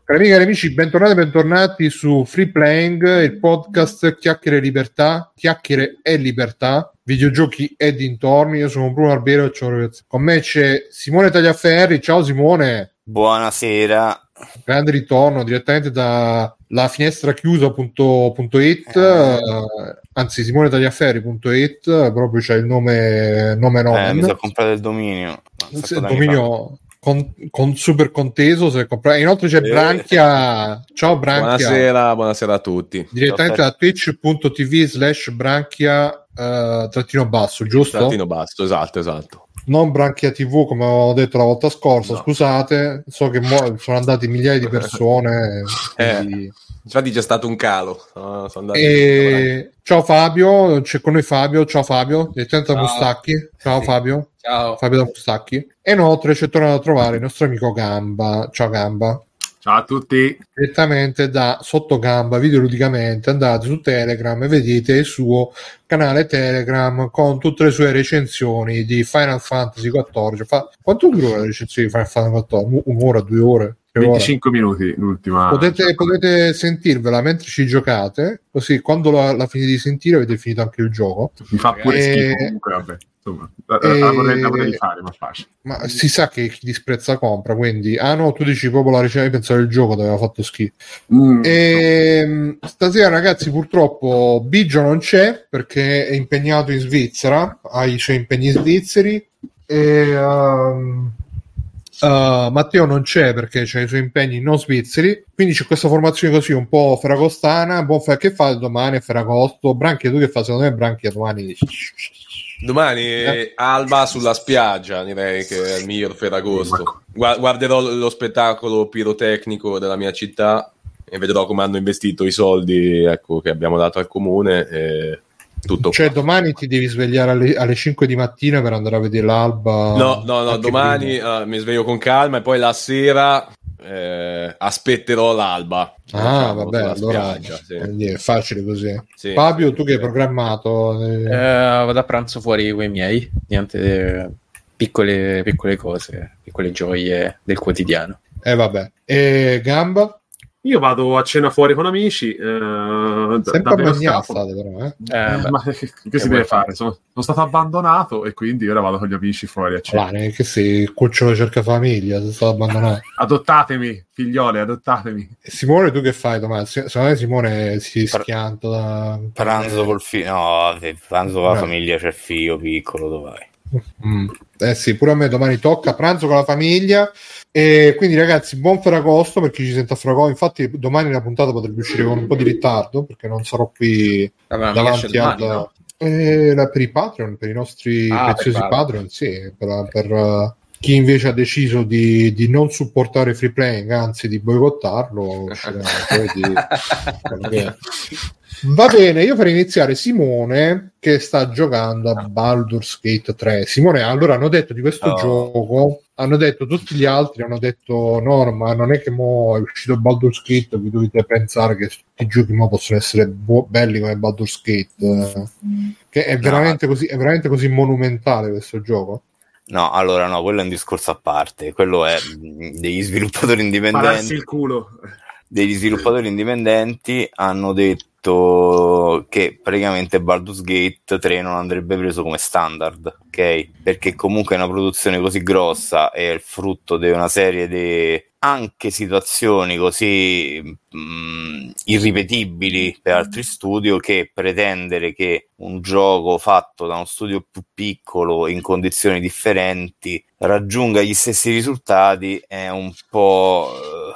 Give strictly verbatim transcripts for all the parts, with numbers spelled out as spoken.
Cari amiche e amici, bentornati e bentornati su Free Playing, il podcast Chiacchiere e Libertà, Chiacchiere e Libertà, videogiochi e dintorni. Io sono Bruno Arbero e ciao ragazzi. Con me c'è Simone Tagliaferri. Ciao Simone. Buonasera. Grande ritorno direttamente da la finestra chiusa punto it, eh. uh, anzi Simone Tagliaferri punto it, proprio c'è il nome nome eh, mi sono comprato il dominio. Il dominio con, con super conteso se compra... Inoltre c'è Branchia. Ciao Branchia. Buonasera, buonasera a tutti. Direttamente da twitch punto tv slash Branchia uh, trattino basso, giusto? Trattino basso, esatto, esatto. Non Branchia T V come avevo detto la volta scorsa, no. Scusate, so che mo- sono andati migliaia di persone. Quindi... Eh, infatti c'è stato un calo. Sono andati e... Ciao Fabio, c'è con noi Fabio. Ciao Fabio, direttamente da Mustacchi. Ciao sì. Fabio. Ciao Fabio da Mustacchi. E inoltre c'è tornato a trovare il nostro amico Gamba. Ciao Gamba. Ciao a tutti. Direttamente da Sottogamba Videoludicamente, andate su Telegram e vedete il suo canale Telegram con tutte le sue recensioni di Final Fantasy quattordici. Fa... Quanto dura la recensione di Final Fantasy quattordici? Un'ora, due ore? venticinque minuti l'ultima. Potete, potete sentirvela mentre ci giocate, così quando la, la finite di sentire avete finito anche il gioco. Mi fa pure e... schifo comunque, vabbè. Insomma, e... la, vorrei, la vorrei fare, ma facile. Ma si sa che chi disprezza compra, quindi ah no, tu dici proprio la recensione, pensavo il gioco ti aveva fatto schifo. Mm. E stasera ragazzi purtroppo Biggio non c'è perché è impegnato in Svizzera, ha i suoi impegni svizzeri e um, uh, Matteo non c'è perché c'ha i suoi impegni non svizzeri, quindi c'è questa formazione così un po' ferragostana. Buon fa- che fa domani a Ferragosto? Branchia, tu che fai? Secondo me Branchia domani Domani eh? alba sulla spiaggia, direi che è il miglior Ferragosto. Guarderò lo spettacolo pirotecnico della mia città e vedrò come hanno investito i soldi, ecco, che abbiamo dato al comune. E tutto cioè qua. Domani ti devi svegliare alle, alle cinque di mattina per andare a vedere l'alba? No, no, no, domani uh, mi sveglio con calma e poi la sera eh, aspetterò l'alba. Ah, diciamo, vabbè, allora spiaggia, sì. È facile così. Sì, Fabio, sì, tu sì. che hai programmato? Eh, vado a pranzo fuori con i miei, niente, eh, piccole, piccole cose, piccole gioie del quotidiano. Eh vabbè. E Gamba? Io vado a cena fuori con amici. Eh, Sempre abbagnate, però, eh? Eh, eh, ma che, che si deve fare? Sono, sono stato abbandonato e quindi ora vado con gli amici fuori a cena. Allora, che sei cucciolo cerca famiglia, sei stato abbandonato. Adottatemi, figliole, adottatemi. E Simone, tu che fai domani? Secondo me Simone si schianta da... Pranzo col figlio, no, pranzo con la no. famiglia, c'è il figlio piccolo, dove vai? Mm. Eh sì, pure a me domani tocca pranzo con la famiglia. E quindi ragazzi, buon Ferragosto per chi ci sente a Ferragosto. Infatti domani la puntata potrebbe uscire con un po' di ritardo perché non sarò qui ah, davanti a no? eh, per i Patreon, per i nostri ah, preziosi per Patreon, sì, per, per uh, chi invece ha deciso di, di non supportare Free Playing, anzi di boicottarlo. di... Va bene, io farei iniziare Simone che sta giocando a Baldur's Gate tre. Simone, allora hanno detto di questo oh. gioco, hanno detto tutti gli altri, hanno detto no, ma non è che mo è uscito Baldur's Gate, vi dovete pensare che tutti i giochi mo possono essere bu- belli come Baldur's Gate, mm. che è veramente, no. così, è veramente così monumentale questo gioco? No, allora no, quello è un discorso a parte, quello è degli sviluppatori indipendenti. Pararsi il culo. Degli sviluppatori indipendenti hanno detto che praticamente Baldur's Gate tre non andrebbe preso come standard, ok? Perché comunque è una produzione così grossa, è il frutto di una serie di anche situazioni così mh, irripetibili per altri studio, che pretendere che un gioco fatto da uno studio più piccolo in condizioni differenti raggiunga gli stessi risultati è un po'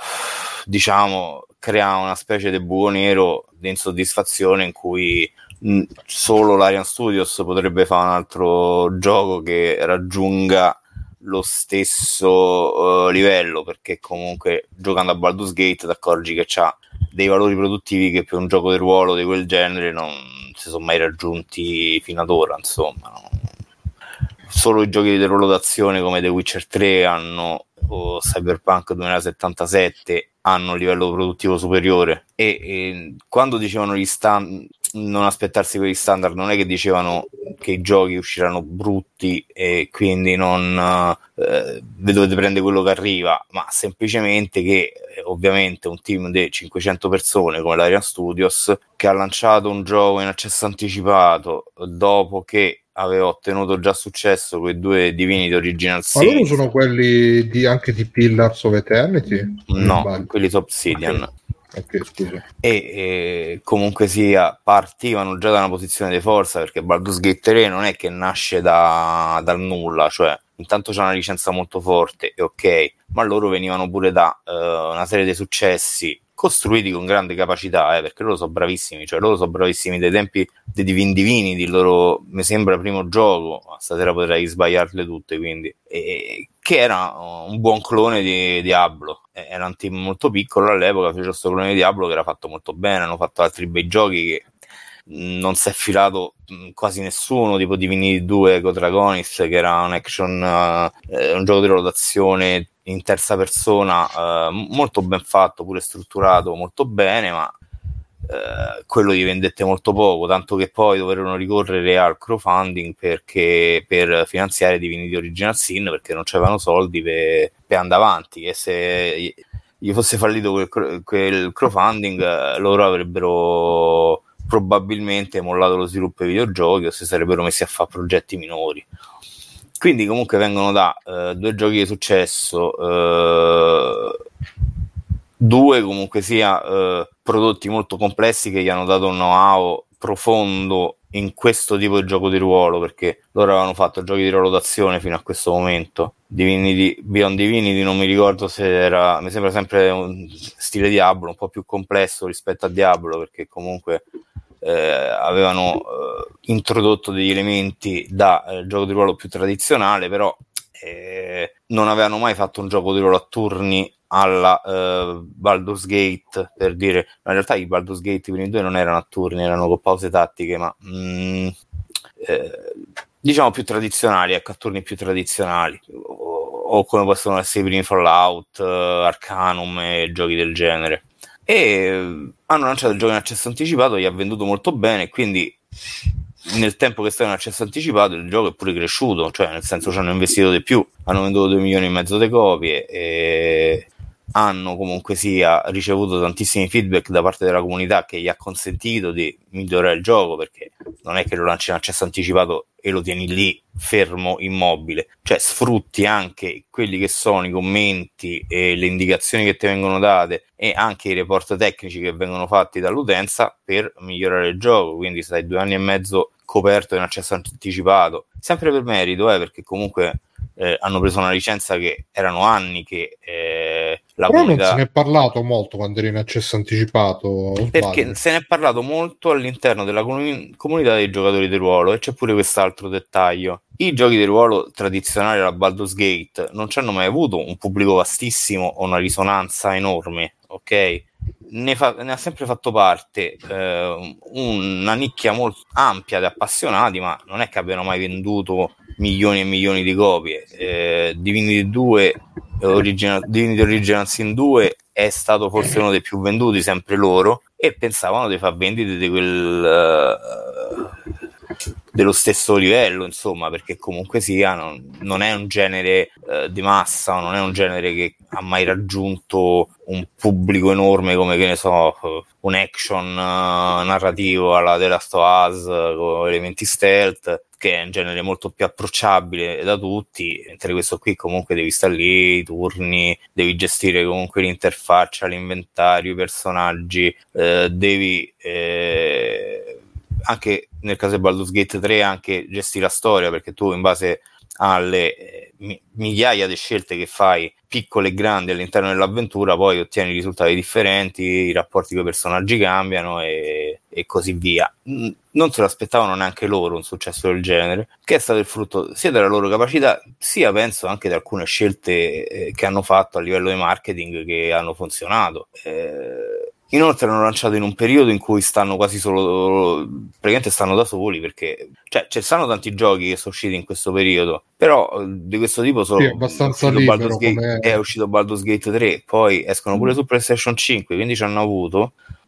diciamo crea una specie di buco nero di insoddisfazione in cui mh, solo l'Arian Studios potrebbe fare un altro gioco che raggiunga lo stesso uh, livello, perché comunque giocando a Baldur's Gate ti accorgi che c'ha dei valori produttivi che per un gioco di ruolo di quel genere non si sono mai raggiunti fino ad ora, insomma. No? Solo i giochi di ruolo d'azione come The Witcher tre hanno o Cyberpunk duemilasettantasette hanno un livello produttivo superiore e, e quando dicevano gli stand non aspettarsi quegli standard, non è che dicevano che i giochi usciranno brutti e quindi non eh, dovete prendere quello che arriva, ma semplicemente che eh, ovviamente un team di cinquecento persone come l'Arian Studios, che ha lanciato un gioco in accesso anticipato dopo che aveva ottenuto già successo con i due Divinity Original Sin. Ma loro sono quelli di, anche di Pillars of Eternity? No, quelli di Obsidian. Okay. Ok, scusa. E, e comunque sia, partivano già da una posizione di forza, perché Baldur's Gate tre non è che nasce da, dal nulla, cioè intanto c'è una licenza molto forte e ok, ma loro venivano pure da uh, una serie di successi costruiti con grande capacità, eh, perché loro sono bravissimi, cioè loro sono bravissimi dai tempi dei Divin Divini, di loro, mi sembra, primo gioco, stasera potrei sbagliarle tutte, quindi, e, che era un buon clone di Diablo, era un team molto piccolo all'epoca, fece questo clone di Diablo che era fatto molto bene, hanno fatto altri bei giochi che non si è filato quasi nessuno, tipo Divinity due Ego Dragonis, che era un action, uh, un gioco di ruolo d'azione in terza persona, uh, molto ben fatto, pure strutturato molto bene, ma uh, quello di vendette molto poco, tanto che poi doverono ricorrere al crowdfunding perché, per finanziare Divinity Original Sin, perché non c'erano soldi per, per andare avanti, e se gli fosse fallito quel, quel crowdfunding, loro avrebbero probabilmente mollato lo sviluppo dei videogiochi o si sarebbero messi a fare progetti minori. Quindi comunque vengono da uh, due giochi di successo, uh, due comunque sia uh, prodotti molto complessi che gli hanno dato un know-how profondo in questo tipo di gioco di ruolo, perché loro avevano fatto giochi di ruolo d'azione fino a questo momento. Divinity, Beyond Divinity non mi ricordo se era, mi sembra sempre un stile Diablo, un po' più complesso rispetto a Diablo, perché comunque eh, avevano eh, introdotto degli elementi da eh, gioco di ruolo più tradizionale, però eh, non avevano mai fatto un gioco di ruolo a turni alla uh, Baldur's Gate, per dire. In realtà i Baldur's Gate i primi due non erano a turni, erano con pause tattiche, ma mm, eh, diciamo più tradizionali, ecco, a turni più tradizionali, o, o come possono essere i primi Fallout, uh, Arcanum e giochi del genere. E uh, hanno lanciato il gioco in accesso anticipato, gli ha venduto molto bene, quindi nel tempo che sta in accesso anticipato il gioco è pure cresciuto, cioè nel senso ci hanno investito di più, hanno venduto due milioni e mezzo di copie e hanno comunque sia ricevuto tantissimi feedback da parte della comunità che gli ha consentito di migliorare il gioco, perché non è che lo lanci in accesso anticipato e lo tieni lì fermo immobile, cioè sfrutti anche quelli che sono i commenti e le indicazioni che ti vengono date e anche i report tecnici che vengono fatti dall'utenza per migliorare il gioco. Quindi stai due anni e mezzo coperto in accesso anticipato, sempre per merito, eh, perché comunque eh, hanno preso una licenza che erano anni che eh, la però comunità... non se ne è parlato molto quando era in accesso anticipato, perché sbaglio. se ne è parlato molto all'interno della com- comunità dei giocatori di ruolo, e c'è pure quest'altro dettaglio: i giochi di ruolo tradizionali alla Baldur's Gate non ci hanno mai avuto un pubblico vastissimo o una risonanza enorme, ok? Ne, fa- ne ha sempre fatto parte eh, una nicchia molto ampia di appassionati, ma non è che abbiano mai venduto milioni e milioni di copie. eh, Divinity due Original, Divinity Original Sin due è stato forse uno dei più venduti, sempre loro, e pensavano di far vendite di quel uh, dello stesso livello, insomma, perché comunque sia non, non è un genere uh, di massa, non è un genere che ha mai raggiunto un pubblico enorme come, che ne so, un action uh, narrativo alla The Last of Us uh, con elementi stealth, che è un genere molto più approcciabile da tutti, mentre questo qui comunque devi stare lì, i turni, devi gestire comunque l'interfaccia, l'inventario, i personaggi, eh, devi eh, anche nel caso di Baldur's Gate tre anche gestire la storia, perché tu in base alle eh, migliaia di scelte che fai, piccole e grandi, all'interno dell'avventura, poi ottieni risultati differenti, i rapporti con i personaggi cambiano e, e così via. Non se lo aspettavano neanche loro un successo del genere, che è stato il frutto sia della loro capacità, sia penso anche di alcune scelte eh, che hanno fatto a livello di marketing che hanno funzionato. Eh, Inoltre hanno lanciato in un periodo in cui stanno quasi solo, praticamente stanno da soli, perché cioè ci sono tanti giochi che sono usciti in questo periodo, però di questo tipo solo sì, abbastanza è, libero, Baldur's Gate, come... è uscito Baldur's Gate tre, poi escono pure mm. su PlayStation cinque, quindi ci hanno avuto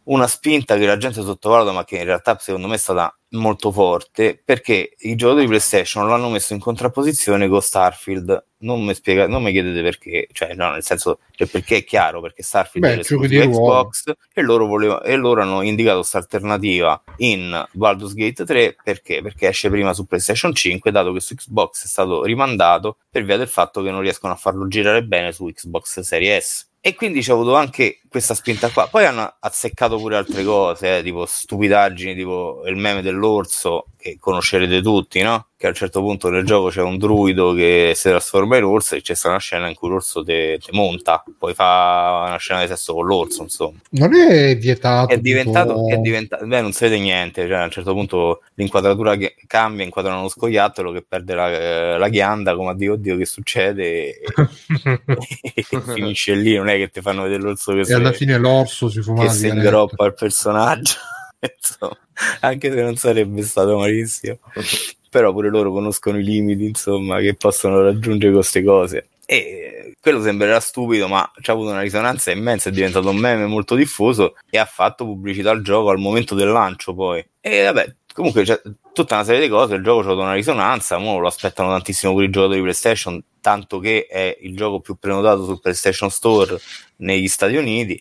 una spinta che la gente sottovaluta, ma che in realtà secondo me è stata molto forte, perché i giocatori PlayStation l'hanno messo in contrapposizione con Starfield. Non mi spiega, non mi chiedete perché, cioè no, nel senso, cioè perché è chiaro, perché Starfield Beh, è l'esclusiva Xbox e loro volevano, e loro hanno indicato questa alternativa in Baldur's Gate tre perché? Perché esce prima su PlayStation cinque, dato che su Xbox è stato rimandato per via del fatto che non riescono a farlo girare bene su Xbox Series S. E quindi c'è avuto anche questa spinta qua. Poi hanno azzeccato pure altre cose, eh, tipo stupidaggini, tipo il meme dell'orso, che conoscerete tutti, no? Che a un certo punto nel gioco c'è un druido che si trasforma in orso e c'è stata una scena in cui l'orso te, te monta, poi fa una scena di sesso con l'orso, insomma. Non è vietato. È diventato, tipo... è diventato, beh, non si vede niente, cioè a un certo punto l'inquadratura che cambia, inquadrano uno scoiattolo che perde la, la ghianda, come a dire, oddio, che succede? E, e finisce lì, non è che ti fanno vedere l'orso che e se, alla fine l'orso si fuma che la si sigaretta. ingroppa il personaggio. Insomma, anche se non sarebbe stato malissimo, però pure loro conoscono i limiti, insomma, che possono raggiungere con queste cose. E quello sembrerà stupido, ma c'ha avuto una risonanza immensa, è diventato un meme molto diffuso e ha fatto pubblicità al gioco al momento del lancio poi. E vabbè, comunque c'è tutta una serie di cose, il gioco c'ha avuto una risonanza, mo lo aspettano tantissimo pure i giocatori PlayStation, tanto che è il gioco più prenotato sul PlayStation Store negli Stati Uniti,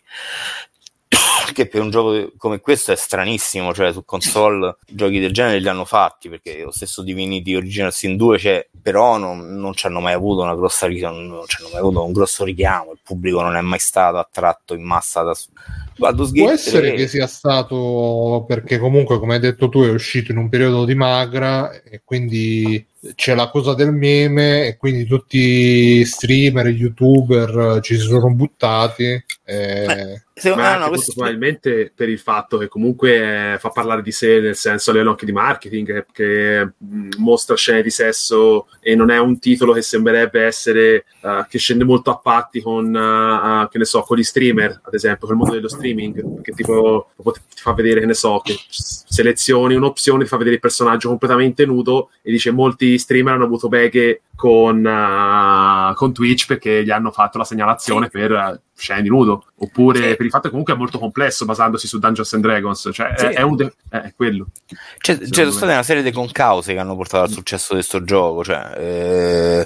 che per un gioco come questo è stranissimo, cioè su console giochi del genere li hanno fatti, perché lo stesso Divinity Original Sin due c'è, però non, non ci hanno mai avuto una grossa non ci hanno mai avuto un grosso richiamo, il pubblico non è mai stato attratto in massa da Baldur's Gate. Può essere tre. che sia stato perché comunque, come hai detto tu, è uscito in un periodo di magra e quindi c'è la cosa del meme e quindi tutti i streamer, youtuber ci si sono buttati. E... Eh, ma anche molto probabilmente per il fatto che comunque eh, fa parlare di sé, nel senso a livello anche di marketing, che, che mh, mostra scene di sesso e non è un titolo che sembrerebbe essere uh, che scende molto a patti con uh, uh, che ne so, con gli streamer, ad esempio, col mondo dello streaming, che tipo ti fa vedere, che ne so, che selezioni un'opzione, ti fa vedere il personaggio completamente nudo e dice molti streamer hanno avuto beghe con, uh, con Twitch perché gli hanno fatto la segnalazione per uh, scene di nudo, oppure sì. Per il fatto che comunque è molto complesso basandosi su Dungeons and Dragons, cioè sì. è, è, un de- è quello. C'è, c'è sono state una serie di concause che hanno portato al successo di questo gioco, cioè eh,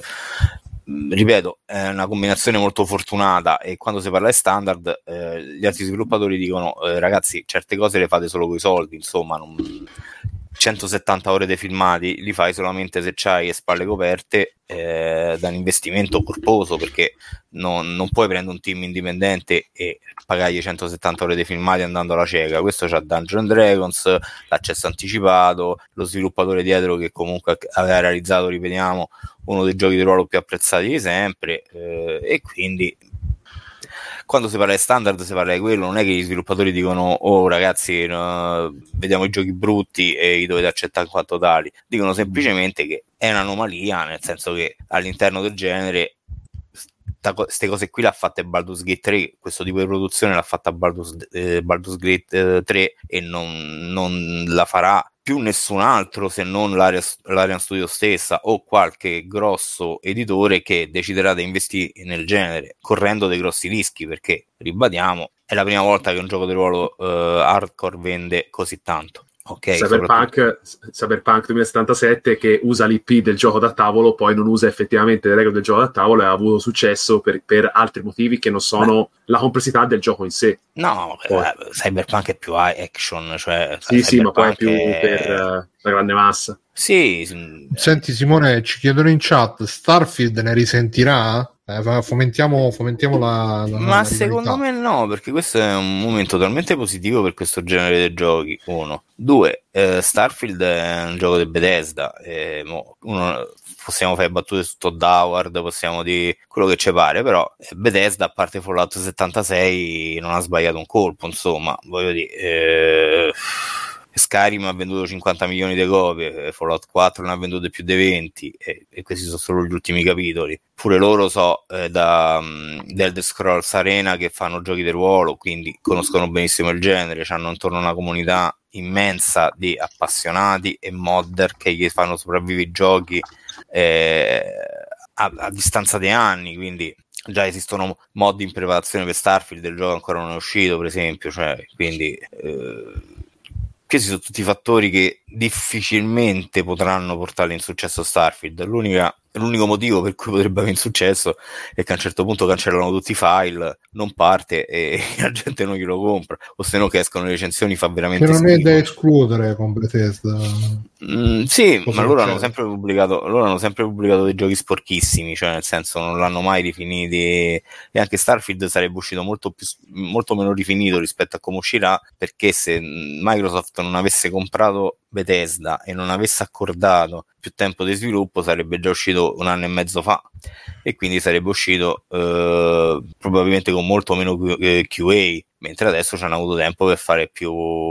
ripeto, è una combinazione molto fortunata e quando si parla di standard eh, gli altri sviluppatori dicono eh, ragazzi, certe cose le fate solo coi soldi, insomma non... centosettanta ore dei filmati li fai solamente se c'hai le spalle coperte eh, da un investimento corposo, perché non, non puoi prendere un team indipendente e pagargli centosettanta ore dei filmati andando alla cieca. Questo c'ha Dungeons and Dragons, l'accesso anticipato, lo sviluppatore dietro che comunque aveva realizzato, ripetiamo, uno dei giochi di ruolo più apprezzati di sempre eh, e quindi quando si parla di standard si parla di quello, non è che gli sviluppatori dicono oh ragazzi no, vediamo i giochi brutti e li dovete accettare in quanto tali, dicono semplicemente che è un'anomalia, nel senso che all'interno del genere queste cose qui l'ha fatta Baldur's Gate tre, questo tipo di produzione l'ha fatta Baldur's, eh, Baldur's Gate eh, tre e non, non la farà più nessun altro se non l'Arian, l'Arian Studio stessa o qualche grosso editore che deciderà di investire nel genere correndo dei grossi rischi, perché ribadiamo è la prima volta che un gioco di ruolo uh, hardcore vende così tanto. Okay, Cyberpunk, Cyberpunk duemilasettantasette che usa l'I P del gioco da tavolo, poi non usa effettivamente le regole del gioco da tavolo e ha avuto successo per, per altri motivi che non sono Beh. la complessità del gioco in sé. No, eh, Cyberpunk è più action, cioè sì, Cyberpunk sì, ma poi è più è... per uh, la grande massa. Sì. Senti Simone, ci chiedono in chat, Starfield ne risentirà? Eh, fomentiamo, fomentiamo la, la ma la secondo me no, perché questo è un momento talmente positivo per questo genere di giochi. Uno, due, eh, Starfield è un gioco di Bethesda, eh, mo, uno, possiamo fare battute su Todd Howard, possiamo dire quello che ci pare, però Bethesda a parte Fallout settantasei non ha sbagliato un colpo, insomma, voglio dire eh... Skyrim ha venduto cinquanta milioni di copie, Fallout quattro ne ha vendute più di venti e, e questi sono solo gli ultimi capitoli. Pure loro so eh, da um, Elder Scrolls Arena che fanno giochi di ruolo, quindi conoscono benissimo il genere, hanno intorno una comunità immensa di appassionati e modder che gli fanno sopravvivere i giochi eh, a, a distanza di anni, quindi già esistono mod in preparazione per Starfield, il gioco ancora non è uscito, per esempio, cioè, quindi eh, questi sono tutti fattori che difficilmente potranno portare in successo Starfield. L'unica L'unico motivo per cui potrebbe avere insuccesso è che a un certo punto cancellano tutti i file, non parte e la gente non glielo compra, o se no che escono le recensioni fa veramente che non schifo. è da escludere con Bethesda. Mm, sì, Cosa ma loro succede? hanno sempre pubblicato loro hanno sempre pubblicato dei giochi sporchissimi, cioè nel senso non l'hanno mai rifiniti, e anche Starfield sarebbe uscito molto più molto meno rifinito rispetto a come uscirà, perché se Microsoft non avesse comprato Bethesda e non avesse accordato più tempo di sviluppo sarebbe già uscito un anno e mezzo fa, e quindi sarebbe uscito eh, probabilmente con molto meno Q A, mentre adesso ci hanno avuto tempo per fare più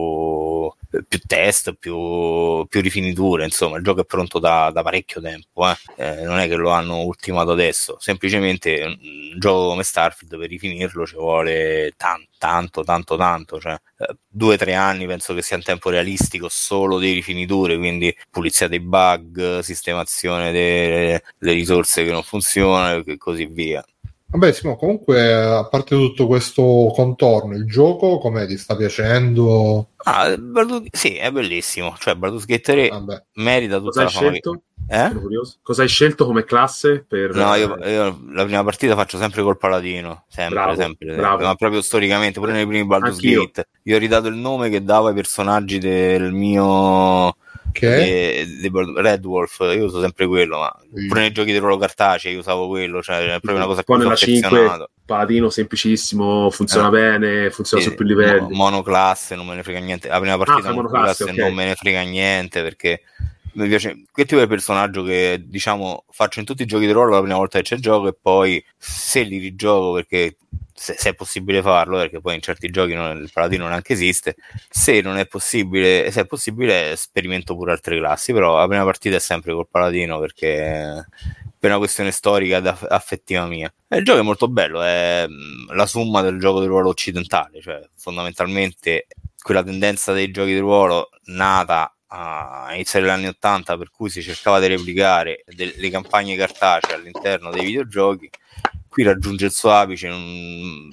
più test, più, più rifiniture, insomma il gioco è pronto da, da parecchio tempo, eh. Eh, non è che lo hanno ultimato adesso, semplicemente un gioco come Starfield per rifinirlo ci vuole tanto tanto tanto tanto, cioè eh, due o tre anni penso che sia un tempo realistico solo di rifiniture, quindi pulizia dei bug, sistemazione delle, delle risorse che non funzionano e così via. Vabbè, Simo, comunque, a parte tutto questo contorno, il gioco com'è? Ti sta piacendo? Ah, Baldur's... sì, è bellissimo. Cioè, Baldur's Gate tre Vabbè. merita tutta Cosa hai la fama. scelto? Eh? Sono curioso. Cosa hai scelto come classe? Per, No, io, io la prima partita faccio sempre col paladino, sempre, Bravo, sempre, sempre. bravo. Ma proprio storicamente, pure nei primi Baldur's Anch'io. Gate. Io ho ridato il nome che davo ai personaggi del mio... Che? De, de Red Wolf, io uso sempre quello, ma Sì. pure nei giochi di ruolo cartacei io usavo quello, cioè è proprio una cosa che Poi mi sono nella cinque affezionato. Paladino semplicissimo, funziona Eh. bene, funziona Sì, su più livelli. mo- monoclasse, non me ne frega niente. La prima partita Ah, monoclasse, monoclasse ok. non me ne frega niente, perché mi piace quel tipo di personaggio che diciamo faccio in tutti i giochi di ruolo la prima volta che c'è gioco, e poi se li rigioco, perché se, se è possibile farlo, perché poi in certi giochi non, il paladino neanche esiste, se non è possibile, se è possibile sperimento pure altre classi, però la prima partita è sempre col paladino, perché per una questione storica ed affettiva mia. E il gioco è molto bello, è la somma del gioco di ruolo occidentale, cioè fondamentalmente quella tendenza dei giochi di ruolo nata a iniziare degli anni ottanta, per cui si cercava di replicare delle campagne cartacee all'interno dei videogiochi, qui raggiunge il suo apice in, un,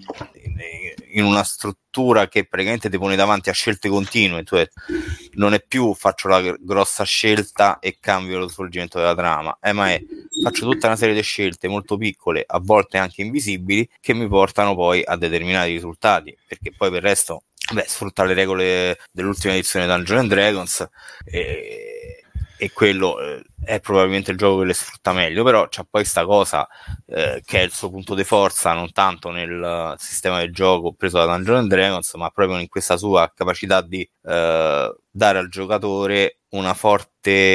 in una struttura che praticamente ti pone davanti a scelte continue, cioè non è più faccio la grossa scelta e cambio lo svolgimento della trama, eh, ma è faccio tutta una serie di scelte molto piccole, a volte anche invisibili, che mi portano poi a determinati risultati, perché poi per il resto beh, sfrutta le regole dell'ultima edizione di Dungeons and Dragons e, e quello eh, è probabilmente il gioco che le sfrutta meglio, però c'ha poi sta cosa eh, che è il suo punto di forza, non tanto nel sistema del gioco preso da Dungeons and Dragons, ma proprio in questa sua capacità di eh, dare al giocatore una forte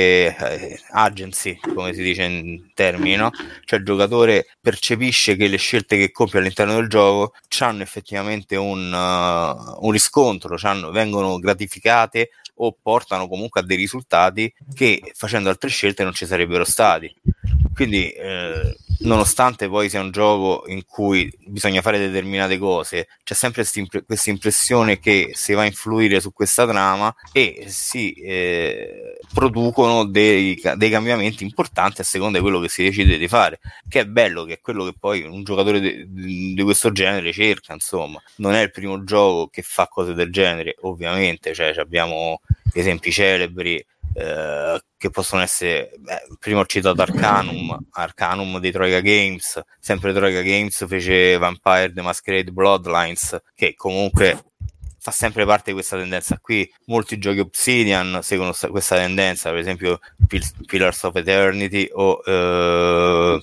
eh, agency, come si dice in termini, no? Cioè il giocatore percepisce che le scelte che compie all'interno del gioco hanno effettivamente un, uh, un riscontro, c'hanno, vengono gratificate o portano comunque a dei risultati che facendo altre scelte non ci sarebbero stati. Quindi eh, nonostante poi sia un gioco in cui bisogna fare determinate cose, c'è sempre questa impressione che si va a influire su questa trama e si eh, producono dei, dei cambiamenti importanti a seconda di quello che si decide di fare, che è bello, che è quello che poi un giocatore di, di questo genere cerca. Insomma, non è il primo gioco che fa cose del genere, ovviamente, cioè abbiamo esempi celebri Eh, che possono essere, beh, prima ho citato Arcanum Arcanum di Troika Games, sempre Troika Games fece Vampire the Masquerade Bloodlines, che comunque fa sempre parte di questa tendenza qui. Molti giochi Obsidian seguono questa tendenza, per esempio Pillars of Eternity o uh,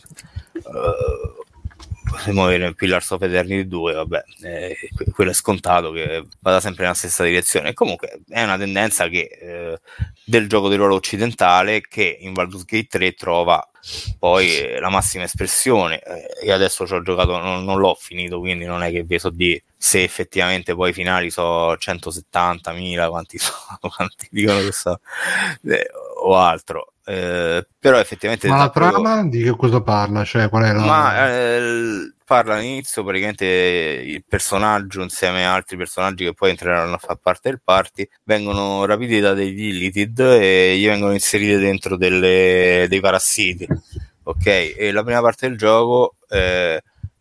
uh, si muove in Pillars of Eternity due, vabbè, eh, quello è scontato che vada sempre nella stessa direzione. Comunque è una tendenza che eh, del gioco di ruolo occidentale, che in Baldur's Gate tre trova poi eh, la massima espressione. Eh, io adesso ci ho giocato, non, non l'ho finito, quindi non è che vi so dire se effettivamente poi i finali sono centosettantamila, quanti sono, quanti dicono che so, eh, o altro. Eh, però effettivamente ma la trama di che cosa parla? Cioè, qual è la... ma eh, parla all'inizio praticamente il personaggio insieme a altri personaggi che poi entreranno a far parte del party vengono rapiti da degli Illithid e gli vengono inseriti dentro delle, dei parassiti, ok? E la prima parte del gioco eh,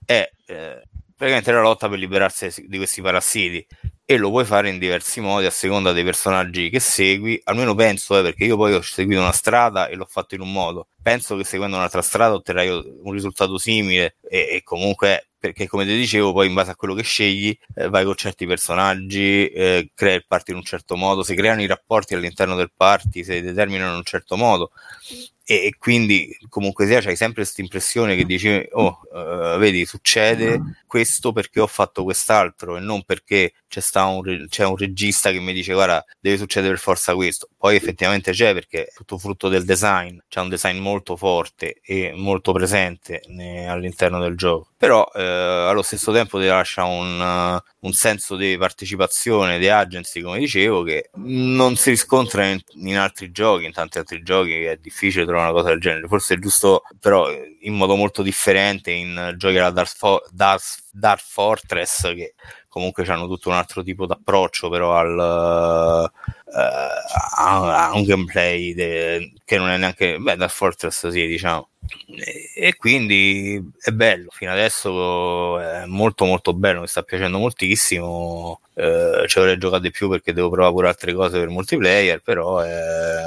è eh, praticamente la lotta per liberarsi di questi parassiti, e lo puoi fare in diversi modi a seconda dei personaggi che segui, almeno penso, eh, perché io poi ho seguito una strada e l'ho fatto in un modo, penso che seguendo un'altra strada otterrai un risultato simile, e, e comunque, perché come ti dicevo, poi in base a quello che scegli eh, vai con certi personaggi, eh, crei il party in un certo modo, si creano i rapporti all'interno del party, si determinano in un certo modo, e, e quindi comunque sia c'hai sempre questa impressione che dici oh uh, vedi, succede questo perché ho fatto quest'altro, e non perché c'è, sta un, c'è un regista che mi dice guarda deve succedere per forza questo. Poi effettivamente c'è, perché è tutto frutto del design, c'è un design molto forte e molto presente ne, all'interno del gioco, però eh, allo stesso tempo ti lascia un, uh, un senso di partecipazione, di agency, come dicevo, che non si riscontra in, in altri giochi, in tanti altri giochi è difficile trovare una cosa del genere, forse è giusto però in modo molto differente in giochi alla Dark, Fo- Dark, Dark Fortress, che comunque hanno tutto un altro tipo d'approccio però al uh, a, a un gameplay de, che non è neanche beh, Dark Fortress sì, diciamo, e, e quindi è bello, fino adesso è molto molto bello, mi sta piacendo moltissimo, eh, ci vorrei giocare di più perché devo provare pure altre cose per multiplayer, però è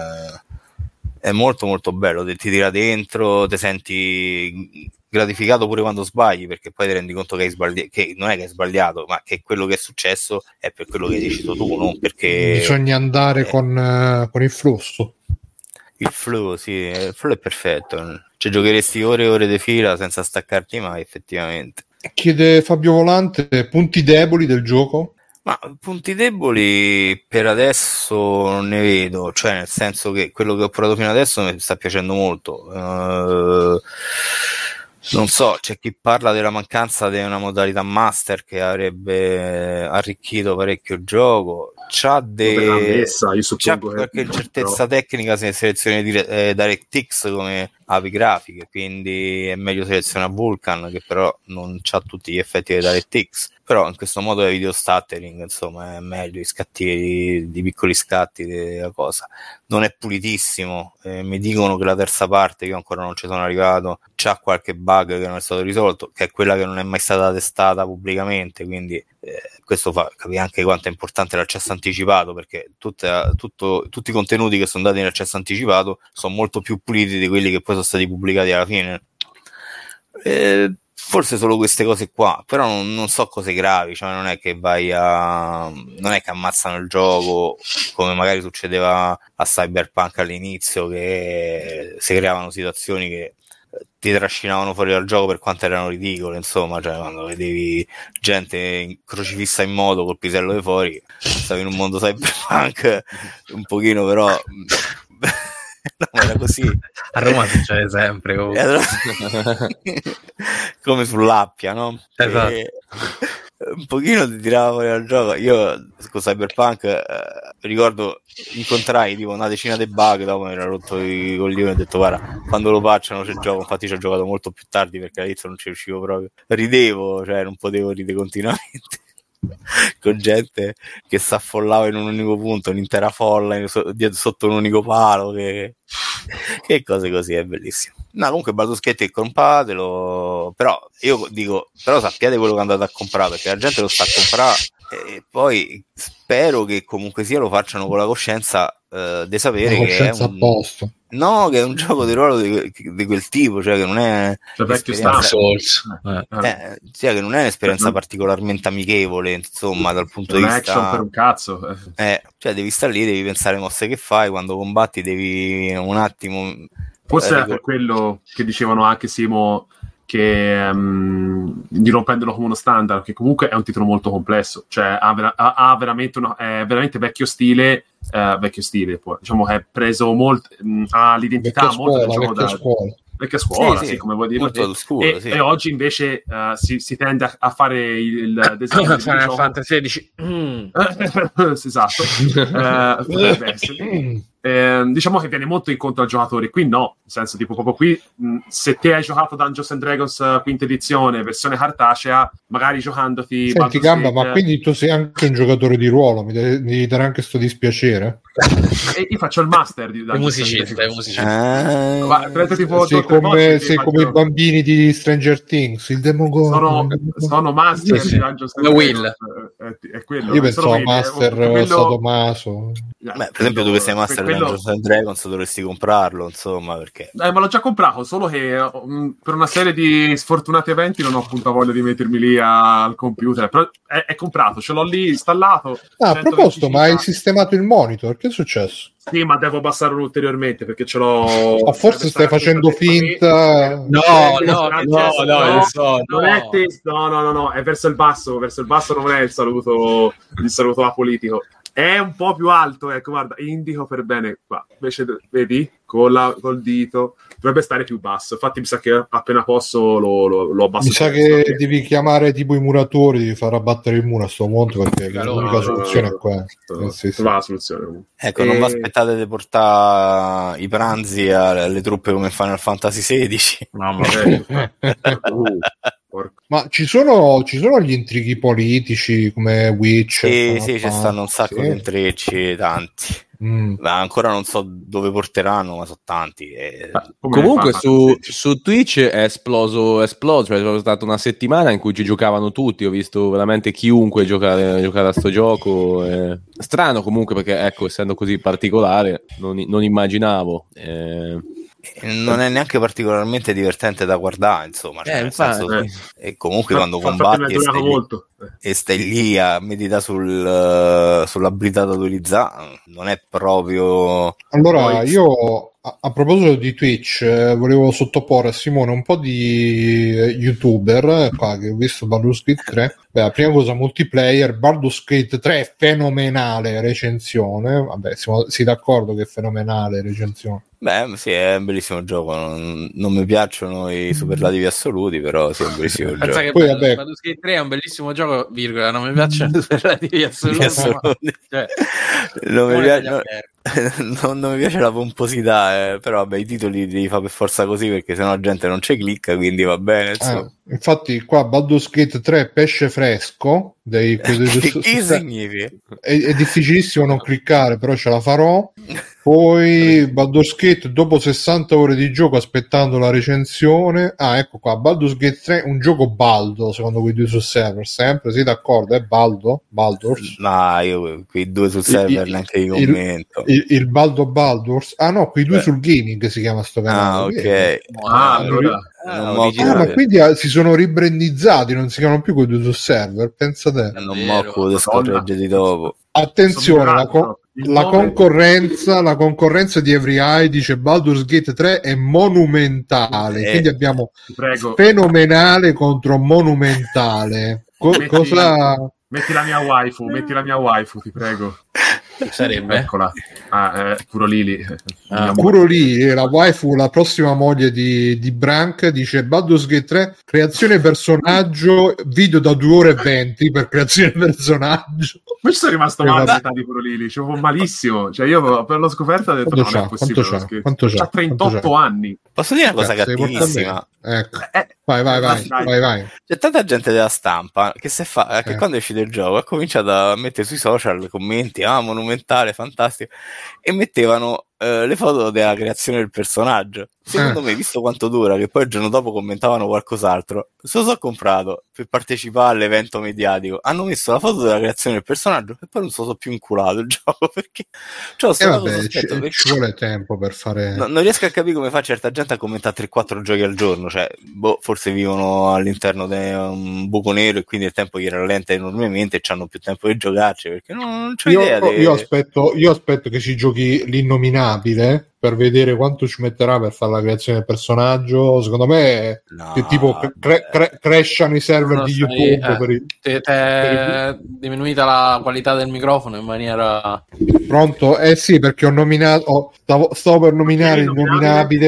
è molto molto bello, ti tira dentro, ti senti gratificato pure quando sbagli, perché poi ti rendi conto che, hai sbagli- che non è che hai sbagliato, ma che quello che è successo è per quello che hai deciso tu, non perché bisogna andare eh, con, uh, con il flusso. Il flow, sì, il flow è perfetto, cioè giocheresti ore e ore di fila senza staccarti mai, effettivamente. Chiede Fabio Volante, punti deboli del gioco? Ma punti deboli per adesso non ne vedo, cioè nel senso che quello che ho provato fino adesso mi sta piacendo molto. Uh, non so, c'è chi parla della mancanza di una modalità master che avrebbe arricchito parecchio il gioco. C'ha, de... messa, io c'ha qualche incertezza però tecnica se selezioni di eh, DirectX come A P I grafiche, quindi è meglio selezionare Vulkan, che però non c'ha tutti gli effetti di DirectX, però in questo modo è video stuttering, insomma è meglio, i scatti di, di piccoli scatti della cosa. Non è pulitissimo, eh, mi dicono che la terza parte, io ancora non ci sono arrivato, c'ha qualche bug che non è stato risolto, che è quella che non è mai stata testata pubblicamente, quindi eh, questo fa capire anche quanto è importante l'accesso anticipato, perché tutta, tutto, tutti i contenuti che sono dati in accesso anticipato sono molto più puliti di quelli che poi sono stati pubblicati alla fine. Eh, forse solo queste cose qua, però non, non so cose gravi, cioè non è che vai a non è che ammazzano il gioco come magari succedeva a Cyberpunk all'inizio, che si creavano situazioni che ti trascinavano fuori dal gioco per quanto erano ridicole, insomma, cioè quando vedevi gente crocifissa in moto col pisello di fuori, stavi in un mondo Cyberpunk un pochino, però no, era così. A Roma succede sempre comunque. Come sull'Appia, no? Esatto. E un pochino ti tirava fuori dal gioco. Io con Cyberpunk eh, ricordo incontrai tipo una decina di bug, dopo mi era rotto i coglioni e ho detto guarda, quando lo facciano c'è gioco. Infatti ci ho giocato molto più tardi perché all'inizio non ci riuscivo proprio, ridevo, cioè non potevo ridere continuamente con gente che si affollava in un unico punto, un'intera folla sotto un unico palo, che, che cose così, è bellissimo. No, comunque Baldur's Gate compratelo, però io dico, però sappiate quello che andate a comprare, perché la gente lo sta a comprare, e poi spero che comunque sia lo facciano con la coscienza eh, di sapere che è un... a posto. No, che è un gioco di ruolo di, di quel tipo, cioè che non è cioè vecchio Star Souls, eh, eh, cioè che non è un'esperienza particolarmente amichevole, insomma, dal punto di vista action per un cazzo, eh, cioè devi stare lì, devi pensare alle mosse che fai, quando combatti devi un attimo. Forse era per quello che dicevano anche Simo che um, di non prenderlo come uno standard, che comunque è un titolo molto complesso, cioè ha, vera- ha veramente una, è veramente vecchio stile, uh, vecchio stile poi diciamo che è preso molto, um, ha l'identità vecchia molto scuola, diciamo, vecchia da, scuola. vecchia scuola, sì, sì, sì, come vuoi dire te. School, e, sì. e oggi invece uh, si, si tende a, a fare il, il design di Final Fantasy sedici mm. esatto, uh, potrebbe essere. eh, diciamo che viene molto incontro ai giocatori. Qui no, nel senso tipo proprio qui mh, se te hai giocato Dungeons and Dragons uh, quinta edizione versione cartacea, magari giocandoti senti Gamba, ma quindi tu sei anche un giocatore di ruolo, mi devi, mi devi dare anche sto dispiacere? E io faccio il master di È musicista, è musicista. Ah, Ma, tipo, sei come, sei come i bambini di Stranger Things, il Demogorgon. Sono, sono master sì, di Dungeons and Dragons. Will. È, è quello. Io pensavo quelli, master quello... Sadomaso. Beh, per esempio tu che sei master di quello... Dungeons and Dragons dovresti comprarlo, insomma, perché eh, ma l'ho già comprato, solo che mh, per una serie di sfortunati eventi non ho appunto voglia di mettermi lì al computer, però è, è comprato, ce l'ho lì installato. Ah, a proposito, ma hai sistemato il monitor? Che è successo? Sì, ma devo abbassarlo ulteriormente perché ce l'ho. Ma forse stai facendo finta. No, no, no, no, no, no, so, non no. è test, no, no, no, no, è verso il basso, verso il basso non è il saluto, il saluto apolitico. È un po' più alto, ecco, guarda, indico per bene qua. Invece, vedi, con la, col dito, dovrebbe stare più basso. Infatti mi sa che appena posso lo, lo, lo abbasso. Mi sa che perché... devi chiamare tipo i muratori, devi far abbattere il muro a sto punto, perché allora, l'unica no, soluzione no, no, è questa. No, sì, sì. Va la soluzione. Ecco, e... non vi aspettate di portare i pranzi alle truppe come Final Fantasy sedici. No, ma uh. Ma ci sono, ci sono gli intrighi politici come Witch? Sì, sì, ci stanno un sacco sì. di intrecci, tanti. Mm. Ma ancora non so dove porteranno, ma sono tanti. E... Comunque su, su Twitch è esploso, esploso, cioè è stata una settimana in cui ci giocavano tutti. Ho visto veramente chiunque giocare, giocare a sto gioco. Eh. Strano comunque perché, ecco, essendo così particolare, non, non immaginavo. Eh. Non è neanche particolarmente divertente da guardare, insomma, cioè, eh, nel senso, eh. e comunque fa, quando fa, combatti e stai, molto. Lì, e stai lì a meditare sul, uh, sull'abilità da utilizzare, non è proprio. Allora, io a, a proposito di Twitch, eh, volevo sottoporre a Simone un po' di youtuber qua che ho visto Baldur's Gate tre. Beh, la prima cosa, multiplayer. Baldur's Gate tre è fenomenale, recensione. Vabbè, siamo sì, d'accordo che è fenomenale, recensione. Beh, sì, è un bellissimo gioco. Non, non mi piacciono i superlativi assoluti, però sì, è un bellissimo gioco. Che Poi, vabbè, Baldur's Gate tre è un bellissimo gioco, virgola, non mi piacciono i superlativi assoluti. assoluti. Cioè, non, mi piace, no, non, non mi piace la pomposità, eh, però vabbè, i titoli li fa per forza così, perché sennò la gente non ci clicca, quindi va bene. Eh, infatti qua Baldur's Gate tre è pesce fresco. Dei, che su, che su, significa? È, è difficilissimo non cliccare, però ce la farò. Poi Baldur's Gate dopo sessanta ore di gioco aspettando la recensione. Ah, ecco qua, Baldur's Gate tre, un gioco baldo secondo quei due sul server, sempre, sei d'accordo? È baldo? Baldur's? No, io quei due sul server il, neanche li commento. Il, il, il baldo Baldur's? Ah no, quei due Beh. sul gaming si chiama sto canale. Ah, ok. Ah, allora... Ah, ah, ma quindi ah, si sono ribrandizzati, non si chiamano più quei due sul server, pensa te. Non mocco di scorreggere dopo. Attenzione, la, co- la concorrenza la concorrenza di Every Eye dice Baldur's Gate tre è monumentale, eh, quindi abbiamo prego. fenomenale contro monumentale. Co- metti, cosa... metti la mia waifu, metti la mia waifu, ti prego. Sarebbe? Eccola. Ah, eh, Kurolili. Ah, Kurolili, la waifu, la prossima moglie di, di Brank, dice Baldur's Gate tre, creazione personaggio, video da due ore e venti per creazione personaggio. Poi ci sono rimasto male a metà di Kurolili, cioè, malissimo. Cioè, io per l'ho scoperta ho detto quanto no, c'ha? non è possibile. Quanto c'ha? Quanto c'ha? C'ha trentotto anni. Posso dire una cosa eh, cattivissima? Ecco. Eh, vai, vai, vai, vai, vai, vai. C'è tanta gente della stampa che, se fa, che eh. quando è uscito il gioco ha cominciato a mettere sui social commenti, ah, monumentale, fantastico, e mettevano eh, le foto della creazione del personaggio. Secondo eh. me, visto quanto dura, che poi il giorno dopo commentavano qualcos'altro, se lo so comprato per partecipare all'evento mediatico, hanno messo la foto della creazione del personaggio e poi non so, so più inculato il gioco, perché cioè, eh vabbè, ci, perché... ci vuole tempo per fare no, non riesco a capire come fa certa gente a commentare tre quattro giochi al giorno, cioè boh, forse vivono all'interno di un buco nero e quindi il tempo gli rallenta enormemente e hanno più tempo di giocarci, perché non, non c'ho io, idea de... io, aspetto, io aspetto che ci giochi l'innominabile per vedere quanto ci metterà per fare la creazione del personaggio. Secondo me no, che tipo cre- cre- crescano i server di YouTube eh, per i, te, te per i... diminuita la qualità del microfono in maniera pronto? Eh sì, perché ho nominato oh, stavo, stavo per nominare il nominabile.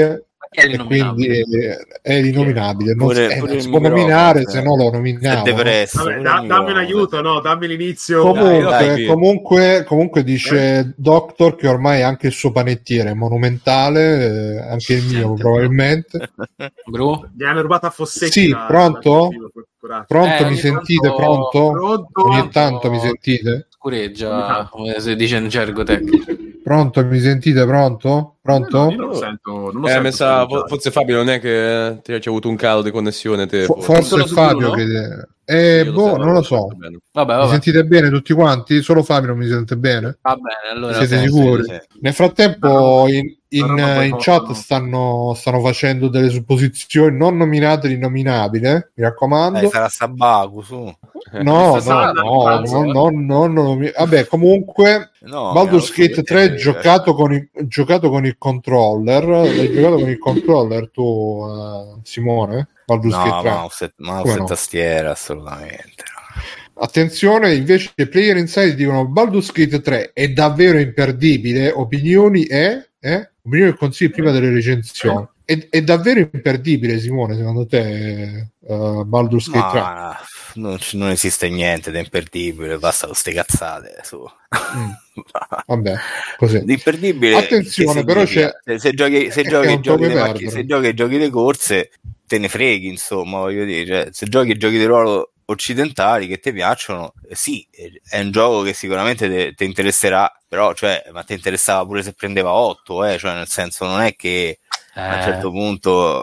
È e quindi è, è l'inominabile. Non, Pure- eh, pure non il si può microfono, nominare, eh. se no lo È nominavo. depresso. Vabbè, pure da- il dammi un microfono. aiuto, no? Dammi l'inizio. Comunque, Dai, dai. comunque, comunque dice Doctor che ormai anche il suo panettiere è monumentale, eh, anche il mio probabilmente. Bru? Mi hanno rubato a Fossetti. Sì, la- pronto? la- coraggio. Pronto, Eh, mi ogni sentite? tanto- Pronto? Pronto? Ogni tanto mi sentite? Scureggia, come si dice in gergo tecnico. Pronto, mi sentite? Pronto? Pronto? No, io non lo sento. Non lo Eh, sento mi sa, scureggiare. forse Fabio non è che ti c'è avuto un calo di connessione te, Fo- forse. forse Solo è su Fabio Bruno? che... Eh, Io lo boh, so, non lo lo so. sento bene. Vabbè, Mi vabbè. sentite bene tutti quanti? Solo Fabio non mi sente bene? Va bene, allora. Siete sì, sicuri? sì, sì. Nel frattempo in, in, Ma no, ma poi in possono- chat stanno, stanno facendo delle supposizioni non nominate l'innominabile, mi raccomando. Eh, sarà Sabaku, su. No, no, Sarà no, una no, no, no, no, no. Vabbè, comunque No, Baldur's mi hanno Gate detto tre che- giocato con, il, giocato con il controller. L'hai giocato con il controller tu, eh, Simone? Baldur's No, Gate tre. mouse, e- mouse Come e no? tastiera, assolutamente. Attenzione, invece i Player Inside dicono Baldur's Gate tre è davvero imperdibile, opinioni e eh? opinioni e consigli prima delle recensioni. È, è davvero imperdibile, Simone, secondo te uh, Baldur's Gate tre? Ma non, c- non esiste niente di imperdibile, basta con ste cazzate su. Mm. Vabbè, così. Di imperdibile. Attenzione, che però significa? c'è- se, se giochi se è giochi un ai giochi come di macchine, perdere. se giochi ai giochi di corse te ne freghi, insomma, voglio dire, cioè, se giochi ai giochi di ruolo occidentali che ti piacciono, eh, sì, è un gioco che sicuramente ti interesserà, però cioè, ma ti interessava pure se prendeva otto, eh, cioè nel senso non è che a un certo punto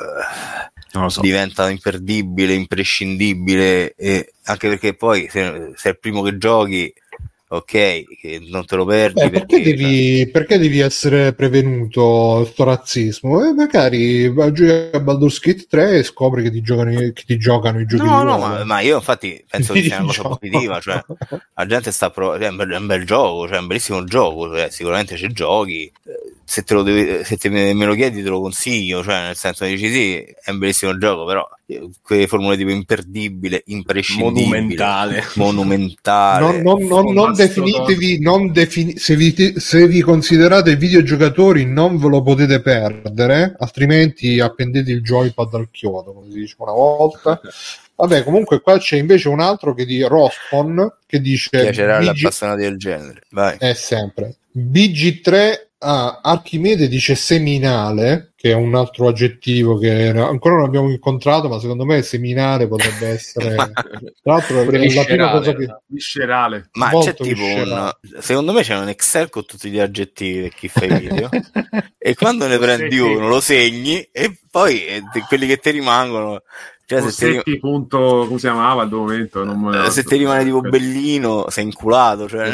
eh, non lo so. diventa imperdibile, imprescindibile, e anche perché poi se, se è il primo che giochi, ok, che non te lo perdi. Beh, perché, perché, devi, perché devi essere prevenuto sto razzismo? E magari vai, giochi a Baldur's Gate tre e scopri che ti giocano, i- che ti giocano i giochi no, di no, ruolo. ma, ma io infatti penso che sia una cosa Diciamo. positiva, cioè la gente sta pro- è, un bel, è un bel gioco, cioè è un bellissimo gioco, cioè, sicuramente ci giochi, eh, se te lo devi, se te me, me lo chiedi te lo consiglio, cioè nel senso dici sì, è un bellissimo gioco, però eh, quelle formule tipo imperdibile, imprescindibile, Monumentale. monumentale, Non, non- non- non definitevi, non defini- se, vi, se vi considerate videogiocatori non ve lo potete perdere, altrimenti appendete il joypad al chiodo, come si dice una volta. Vabbè, comunque qua c'è invece un altro che di Rospon che dice piacerà agli B G appassionati del genere, vai. è sempre B G tre. Ah, Archimede dice seminale, che è un altro aggettivo che era- ancora non abbiamo incontrato, ma secondo me seminale potrebbe essere. Tra l'altro, Pure è la prima viscerale, cosa che. Viscerale. Ma molto c'è tipo un, viscerale. secondo me c'è un Excel con tutti gli aggettivi per chi fa i video e quando ne prendi Sì. uno lo segni e poi eh, te- quelli che ti rimangono, cioè se ti, ri- Rossetti, punto, come si chiamava al momento? Non me lo eh, se ti rimane tipo bellino sei inculato, cioè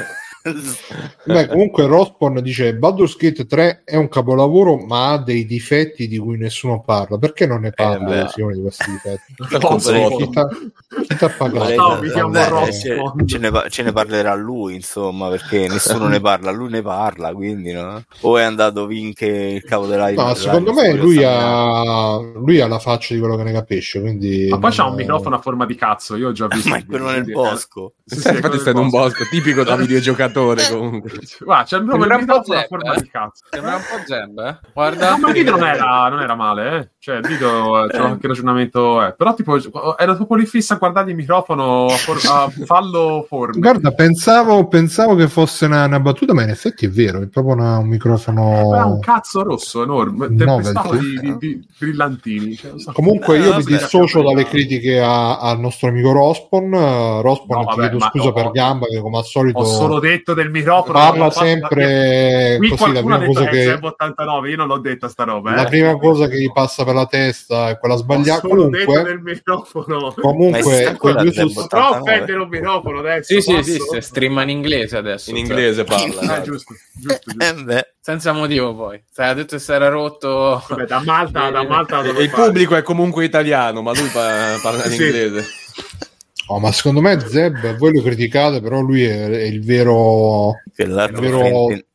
Beh, comunque Rospon dice Baldur's Gate tre è un capolavoro ma ha dei difetti di cui nessuno parla. Perché non ne parla beh. Simone, di questi difetti? Console. Chi t'ha, chi t'ha pagato? Vorrei- No, mi chiamo vabbè, Rospon. ce, ce ne, pa- ce ne parlerà lui, insomma, perché nessuno ne parla, lui ne parla, quindi no? O è andato vinche il capo della No, secondo me lui ha, lui ha la faccia di quello che ne capisce. Quindi Ma poi c'ha non- un microfono a forma di cazzo, io ho già visto. Ma è quello nel Quindi- bosco. Sì, sì, è Infatti quello stai in del un bosco, tipico da videogiocatore comunque. Guarda, c'è proprio Sembra il un po' microfono a Zep, forma eh? di cazzo. Sembra un po' Zeb, eh? Guarda. No, ma il video non era, non era male, eh. Cioè, il video c'è anche ragionamento, eh. Però, tipo, era proprio lì fissa a guardare il microfono a, for- a fallo forme. Guarda, pensavo, pensavo che fosse una, una battuta, ma in effetti è vero, è proprio una- un microfono. Era un cazzo rosso enorme, tempestato di, di, di brillantini. Cioè, non so. Comunque Eh, io vabbè, mi dissocio dalle critiche a- al nostro amico Rospon. Uh, Rospon, No, ti vabbè, chiedo ma scusa ho- per Gamba che come al solito Ho solo detto del microfono. parla ho fatto- sempre Qui così. La qualcuno ha prima detto cosa che è che, Zeb ottantanove, io non l'ho detta sta roba. la eh. prima cosa che gli passa per la testa è quella Ho sbagliata. solo detto Comunque, del microfono. Ma esiste comunque ancora quei due Zeb sus- Potrò ottantanove? offendere un microfono adesso? Sì, sì, posso? esiste, streama in inglese adesso. In cioè, inglese parla. Ah, esatto. giusto, giusto, giusto. Eh, beh. senza motivo poi. Se ha detto che si era rotto. Vabbè, da Malta, da Malta E lo il fare. pubblico è comunque italiano, ma lui pa- parla in Sì. inglese. oh, ma secondo me Zeb, voi lo criticate, però lui è, è il vero Che l'altro Vero- frainten-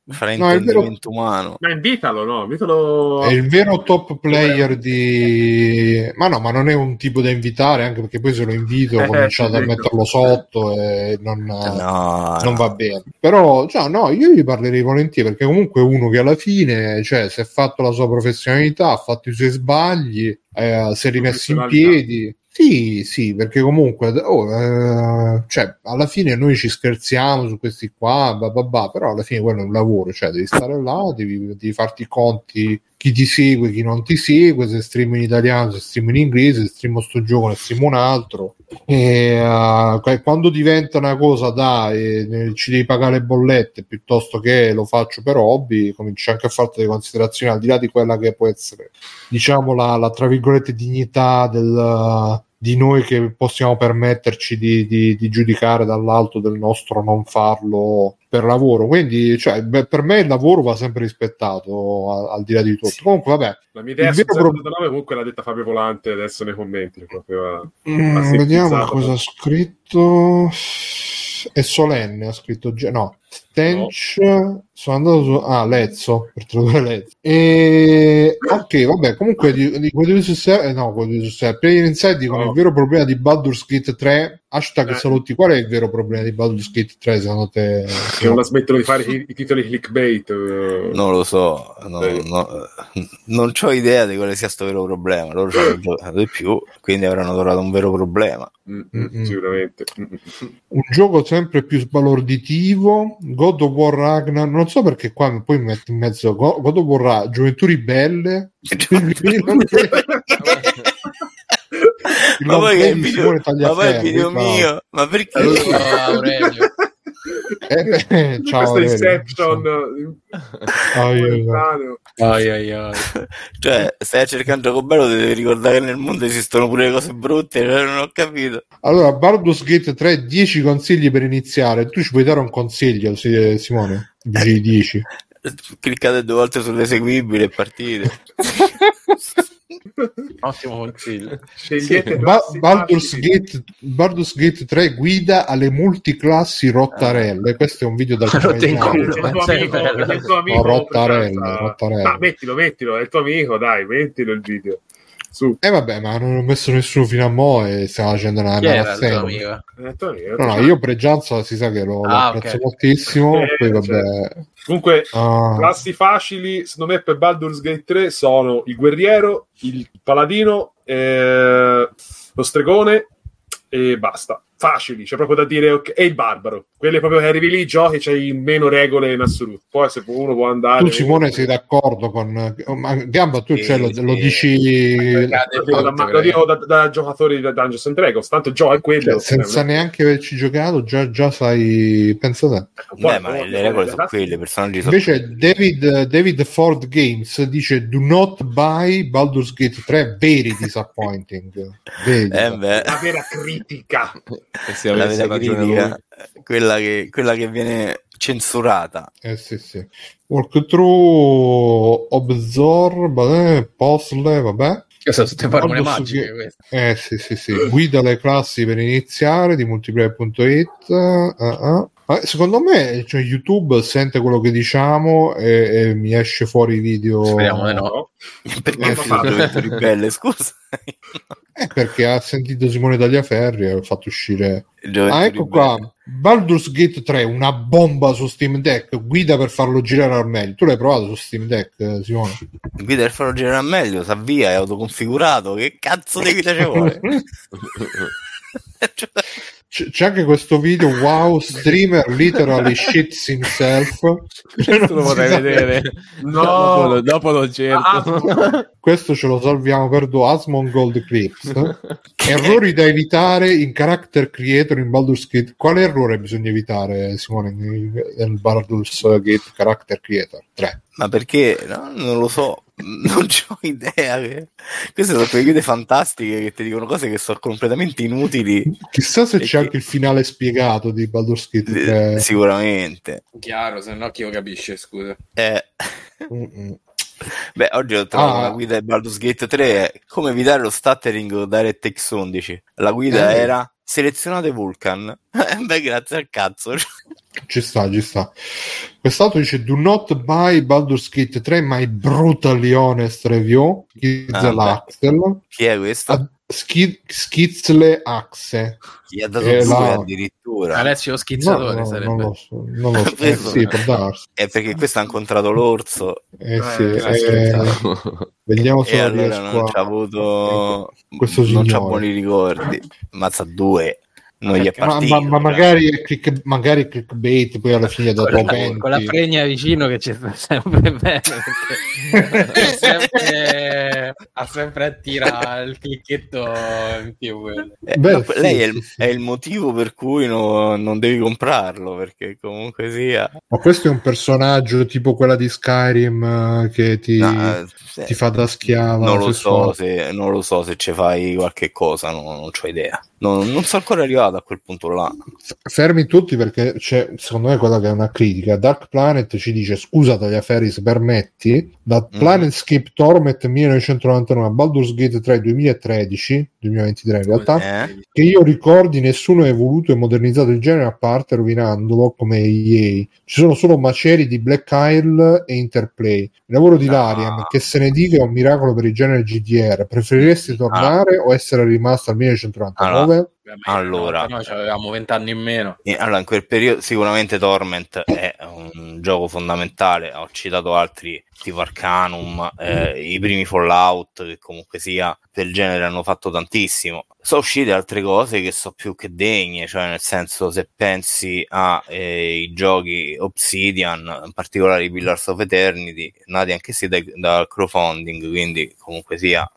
fraintendimento no, umano. Ma invitalo, no? Invitalo... È il vero top player di... Ma no, ma non è un tipo da invitare, anche perché poi se lo invito ho cominciato a metterlo sotto e non, no, non no. va bene. Però, cioè, no, io gli parlerei volentieri, perché comunque è uno che alla fine, cioè, si è fatto la sua professionalità, ha fatto i suoi sbagli, eh, si è rimesso in piedi. Sì, sì, perché comunque oh, eh, cioè, alla fine noi ci scherziamo su questi qua, bah, bah, bah, però alla fine quello è un lavoro, cioè devi stare là, devi, devi farti i conti, chi ti segue, chi non ti segue, se stream in italiano, se stream in inglese, se streamo sto gioco, ne streamo un altro. E uh, quando diventa una cosa da eh, ci devi pagare le bollette piuttosto che lo faccio per hobby, cominci anche a fare delle considerazioni al di là di quella che può essere, diciamo, la, la tra virgolette dignità del di noi che possiamo permetterci di, di, di giudicare dall'alto del nostro non farlo per lavoro. Quindi, cioè, beh, per me il lavoro va sempre rispettato al, al di là di tutto. Sì. Comunque, vabbè, la mia idea su pro... comunque l'ha detta Fabio Volante adesso nei commenti. Proprio mm, vediamo cosa ha scritto. È solenne, ha scritto no. Tench, no. Sono andato su ah Lezzo per tradurre Lezzo e ok, vabbè, comunque di, di quelli su sé, no, quelli su sé Player Inside dicono no. Il vero problema di Baldur's Gate tre hashtag eh. saluti, qual è il vero problema di Baldur's Gate tre secondo te? Che non la smettono di fare i, i titoli clickbait. Non lo so, no, no, non ho idea di quale sia sto vero problema. Loro ci hanno giocato di più, quindi avranno trovato un vero problema. Mm-hmm. Sicuramente un gioco sempre più sbalorditivo. God of War Ragnarok, non so perché qua poi mi metti in mezzo God of War, Gioventù Ribelle. Ma poi che il video, ma poi il video mio, ma perché? Aurelio. Eh, eh, ciao, questo è Inception. Ai ai ai. Cioè, stai cercando un gioco bello, devi ricordare che nel mondo esistono pure le cose brutte, cioè non ho capito. Allora, Baldur's Gate tre, dieci consigli per iniziare. Tu ci puoi dare un consiglio, Simone? dieci. Cliccate due volte sull'eseguibile e partite. Ottimo consiglio. Sì. Ba- Baldur's Gate, Baldur's Gate tre guida alle multiclassi rottarelle. Ah. Questo è un video dal Rottarelle, Rottarelle. Ma mettilo, mettilo, è il tuo amico, dai, mettilo il video. E eh vabbè, ma non ho messo nessuno fino a mo' e stiamo facendo una narrazione. No, no, io Pregianza si sa che lo, ah, lo apprezzo okay. moltissimo. Eh, poi vabbè. Certo. Comunque, uh... classi facili, secondo me, per Baldur's Gate tre sono il guerriero, il paladino, eh, lo stregone e basta. Facili, c'è proprio da dire okay, e il barbaro, quelli proprio che arrivi lì giochi, c'hai meno regole in assoluto. Poi se uno può andare, tu Simone sei d'accordo con Gamba, tu sì, cioè, lo, sì. lo dici lo dico, da, lo dico da, da giocatori da Dungeons and Dragons, tanto gioca quello, cioè, senza cioè, neanche averci giocato già, già sai, pensa te. Beh, ma le regole sono quelle, personaggi sono invece quelli. David, David Ford Games dice do not buy Baldur's Gate tre, very disappointing. Very eh beh. Una vera critica. La vera critica, quella che, quella che viene censurata. Eh sì sì. Walkthrough, Observe, Postle, vabbè. Sono tutte formule magiche queste. Eh sì sì sì. Guida le classi per iniziare di multiplayer punto it. Uh-uh. Secondo me, cioè, YouTube sente quello che diciamo e, e mi esce fuori video. Speriamo di no. Perché ha fatto Gioventù Ribelle, scusa? È perché ha sentito Simone Tagliaferri e ha fatto uscire. Gioventù ah, ecco Ribelle. Qua. Baldur's Gate tre, una bomba su Steam Deck, guida per farlo girare al meglio. Tu l'hai provato su Steam Deck, Simone? Guida per farlo girare al meglio, sa via, è autoconfigurato. Che cazzo di guida ci vuole? C'è anche questo video, wow, streamer literally shits himself. Questo lo vorrei vedere. No, dopo lo, dopo lo cerco. Ah, questo ce lo salviamo per due. Asmongold Clips. Errori da evitare in Character Creator in Baldur's Gate. Quale errore bisogna evitare, Simone, nel Baldur's Gate Character Creator tre? Ma perché? No, non lo so. Non c'ho idea. Che... Queste sono quelle guide fantastiche che ti dicono cose che sono completamente inutili. Chissà se c'è che... anche il finale spiegato di Baldur's Gate tre. Sicuramente. Chiaro, se no chi lo capisce, scusa. Eh. Beh, oggi ho trovato ah. una guida di Baldur's Gate tre, è come evitare lo stuttering con DirectX undici. La guida eh. era selezionate Vulcan. Beh, grazie al cazzo. Ci sta, ci sta. Quest'altro dice: Do not buy Baldur's Gate tre, my brutally honest review. Schizle Ah, Axel. Chi è questo? Ad- Schi- Schizle Axe. Chi ha dato Eh, due la- addirittura? Alessio No, Schizzatore no, sarebbe. non lo so. Non lo so. Eh, Questo- sì, può darsi. È perché questo ha incontrato l'orso Eh, Eh, sì, eh, eh, scherzato. vediamo e se lo allora riesco non a- c'ha avuto questo non c'ha signore. buoni ricordi. Mazza due non gli è Perché- Ma, partito. ma- ma cioè. magari è click, magari è clickbait, poi alla fine Con dopo la, venti con la fregna vicino che ci sta sempre bene perché ha sempre, ha sempre attira il clicchetto in più quello. Eh, Beh, no, sì, lei è sì, il, sì. è il motivo per cui no- non devi comprarlo, perché comunque sia Ma questo è un personaggio tipo quella di Skyrim eh, che ti, no, eh, se- ti fa da schiava non lo sessuale. so se non lo so se ci fai qualche cosa, no, non c'ho idea. Non, non sono ancora arrivato a quel punto là. Fermi tutti perché c'è, secondo me, quella che è una critica. Dark Planet ci dice: scusa Tagliaferri, se permetti, da Mhm. Planescape Torment millenovecentonovantanove a Baldur's Gate tre duemilatredici duemilaventitré in realtà, Eh? che io ricordi nessuno ha evoluto e modernizzato il genere a parte rovinandolo come E A. Ci sono solo maceri di Black Isle e Interplay. Il lavoro di No. Larian, che se ne dica, è un miracolo per il genere G D R. Preferiresti tornare o essere rimasto al millenovecentonovantanove? Allora. Noi avevamo vent'anni in meno. E allora, in quel periodo sicuramente Torment è un gioco fondamentale. Ho citato altri tipo Arcanum, eh, i primi Fallout, che comunque sia del genere hanno fatto tantissimo. Sono uscite altre cose che so più che degne, cioè nel senso, se pensi ai eh, giochi Obsidian, in particolare i Pillars of Eternity, nati anche sì dal da crowdfunding, quindi comunque sia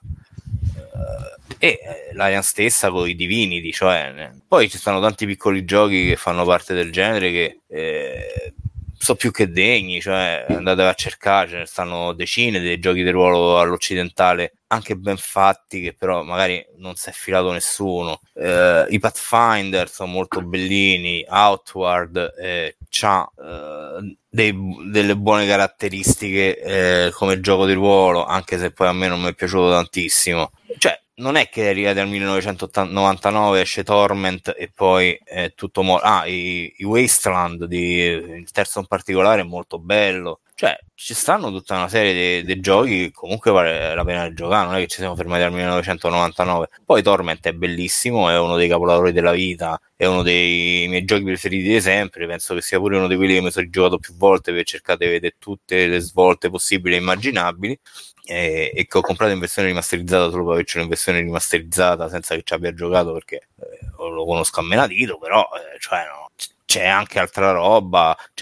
e eh, l'Arian stessa con i Divinity, cioè eh. Poi ci stanno tanti piccoli giochi che fanno parte del genere che eh, so più che degni, cioè andate a cercare, ce ne stanno decine dei giochi di ruolo all'occidentale anche ben fatti che però magari non si è filato nessuno. Eh, i Pathfinder sono molto bellini, Outward eh, c'ha eh, dei, delle buone caratteristiche eh, come gioco di ruolo, anche se poi a me non mi è piaciuto tantissimo. Cioè non è che arrivati al millenovecentonovantanove esce Torment e poi è tutto mo- ah i, i Wasteland di, il terzo in particolare è molto bello, cioè ci stanno tutta una serie di giochi che comunque vale la pena di giocare, non è che ci siamo fermati al millenovecentonovantanove. Poi Torment è bellissimo, è uno dei capolavori della vita, è uno dei miei giochi preferiti di sempre, penso che sia pure uno di quelli che mi sono giocato più volte per cercare di vedere tutte le svolte possibili e immaginabili. E, e che ho comprato in versione rimasterizzata solo per avercelo in versione rimasterizzata senza che ci abbia giocato, perché eh, lo conosco a menadito, però eh, cioè, no, c'è anche altra roba, ci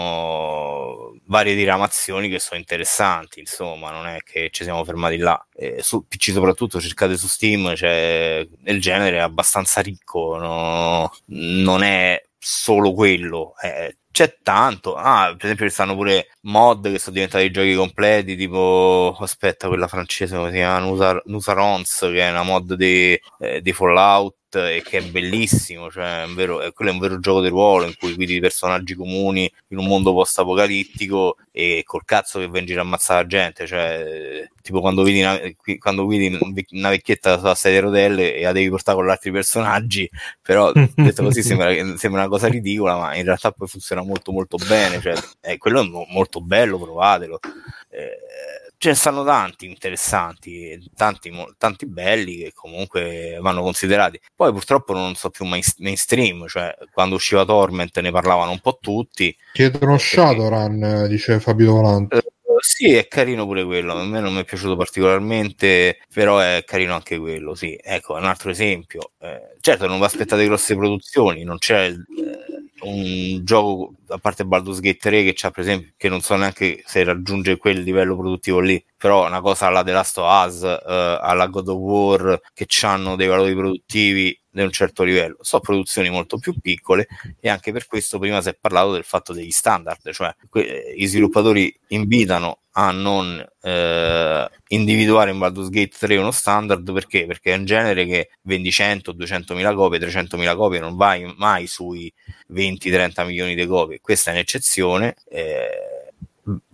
stanno varie diramazioni che sono interessanti, insomma non è che ci siamo fermati là. Eh, su P C soprattutto cercate su Steam, cioè, il genere è abbastanza ricco, no? Non è solo quello, eh, c'è tanto. Ah, per esempio ci stanno pure mod che sono diventati giochi completi, tipo aspetta, quella francese come si chiama, Nusa, Nusarons, che è una mod di, eh, di Fallout e che è bellissimo, cioè è un vero, è, quello è un vero gioco di ruolo in cui guidi personaggi comuni in un mondo post apocalittico e col cazzo che vai in giro a ammazzare la gente, cioè tipo quando guidi una, quando guidi una vecchietta sulla sedia a rotelle e la devi portare con gli altri personaggi, però detto così sembra, sembra una cosa ridicola, ma in realtà poi funziona molto molto bene, cioè eh, quello è mo- molto bello, provatelo. Eh, ce ne stanno tanti interessanti, tanti, tanti belli che comunque vanno considerati. Poi purtroppo non so più main, mainstream, cioè quando usciva Torment ne parlavano un po' tutti. Chiedono Shadowrun, dice Fabio Volante. Eh, sì, è carino pure quello, a me non mi è piaciuto particolarmente, però è carino anche quello, sì. Ecco, un altro esempio. Eh, certo, non vi aspettate grosse produzioni, non c'è il, eh, un gioco, a parte Baldur's Gate tre, che c'ha per esempio, che non so neanche se raggiunge quel livello produttivo lì, però una cosa alla The Last of Us, eh, alla God of War, che hanno dei valori produttivi di un certo livello. Sono produzioni molto più piccole e anche per questo prima si è parlato del fatto degli standard, cioè que- gli sviluppatori invitano a non eh, individuare in Baldur's Gate tre uno standard, perché? Perché è un genere che vendi cento, duecentomila copie, trecentomila copie, non vai mai sui venti trenta milioni di copie. Questa è un'eccezione. eh,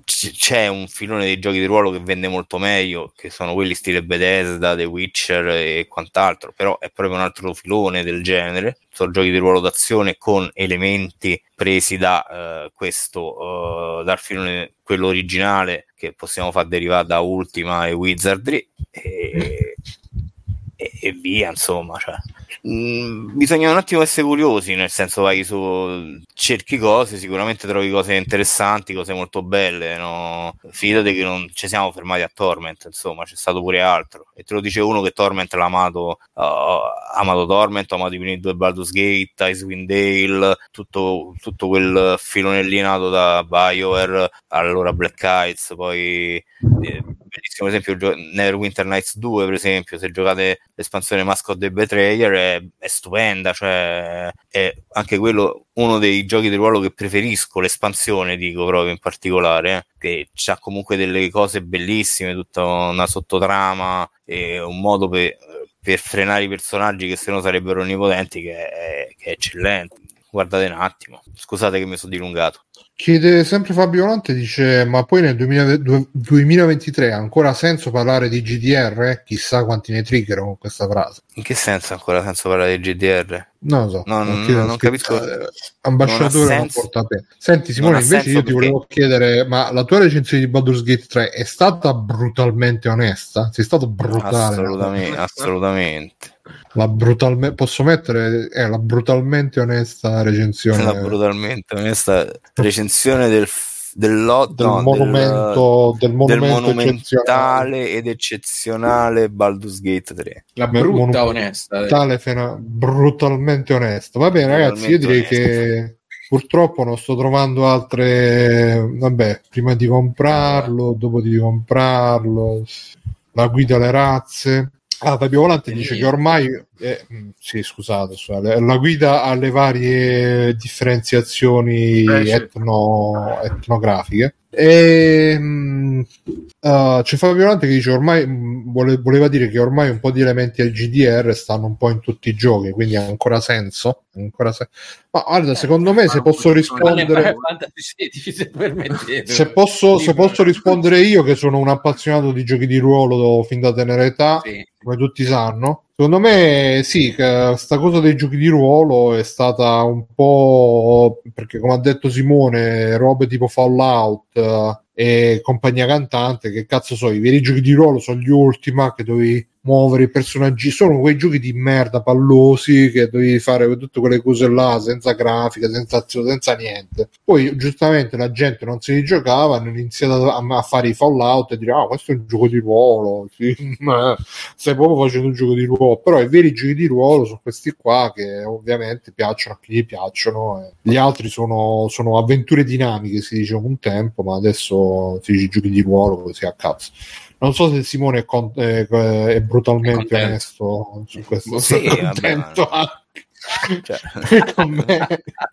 c- c'è un filone dei giochi di ruolo che vende molto meglio, che sono quelli stile Bethesda, The Witcher e quant'altro, però è proprio un altro filone del genere, sono giochi di ruolo d'azione con elementi presi da uh, questo uh, dal filone quello originale che possiamo far derivare da Ultima e Wizardry e, e, e via, insomma, cioè Mm, bisogna un attimo essere curiosi, nel senso vai su, cerchi cose, sicuramente trovi cose interessanti, cose molto belle, no? Fidati che non ci siamo fermati a Torment, insomma c'è stato pure altro, e te lo dice uno che Torment l'ha amato, uh, amato Torment, ha amato i primi due Baldur's Gate, Icewind Dale, tutto, tutto quel filone lì nato da BioWare, allora Black Heights, poi eh, bellissimo esempio Neverwinter Nights due, per esempio, se giocate l'espansione Mask of the Betrayer è, è stupenda, cioè è anche quello uno dei giochi di ruolo che preferisco, l'espansione dico proprio in particolare, eh, che c'ha comunque delle cose bellissime, tutta una sottotrama e un modo per, per frenare i personaggi che se no sarebbero onnipotenti che è, che è eccellente. Guardate un attimo, scusate che mi sono dilungato. Chiede sempre Fabio Volante, dice ma poi nel duemilaventitré ha ancora senso parlare di G D R? Chissà quanti ne trigger con questa frase. In che senso ha ancora senso parlare di G D R? Non lo so, non, non, non, non capisco. Eh, ambasciatore non, non porta bene. Senti Simone, invece io ti perché... volevo chiedere, ma la tua recensione di Baldur's Gate tre è stata brutalmente onesta? Sei stato brutale? Assolutamente, assolutamente. La brutalmente posso mettere eh, la brutalmente onesta recensione, la brutalmente onesta recensione del del, lot, del, no, monumento, del, del, monumento del monumentale ed eccezionale Baldur's Gate tre. La brutta onesta tale fena, brutalmente onesta. Va bene ragazzi, io direi onesta. Che purtroppo non sto trovando altre, vabbè, prima di comprarlo, dopo di comprarlo, la guida alle razze. Ah, Fabio Volante dice che ormai eh, sì, scusate, scusate, la guida alle varie differenziazioni eh, sì. etno, etnografiche. E um, uh, c'è Fabio Volante che dice ormai vole, voleva dire che ormai un po' di elementi del G D R stanno un po' in tutti i giochi, quindi ha ancora senso. Ancora se- ma guarda, secondo me se posso rispondere se posso, se posso rispondere io che sono un appassionato di giochi di ruolo fin da tenera età, sì. Come tutti sanno, secondo me sì, che sta cosa dei giochi di ruolo è stata un po', perché come ha detto Simone, robe tipo Fallout uh, e compagnia cantante, che cazzo so, i veri giochi di ruolo sono gli Ultima, che dovevi muovere i personaggi, sono quei giochi di merda pallosi che dovevi fare tutte quelle cose là senza grafica, senza azione, senza niente. Poi giustamente la gente non se li giocava, hanno iniziato a, a fare i Fallout e dire ah, questo è un gioco di ruolo, sì, stai proprio facendo un gioco di ruolo. Però i veri giochi di ruolo sono questi qua, che ovviamente piacciono a chi gli piacciono, e gli altri sono, sono avventure dinamiche, si diceva un tempo, ma adesso si dice giochi di ruolo così a cazzo. Non so se Simone è, con- è, è brutalmente è onesto su questo. Sì, contento vabbè, cioè, con me.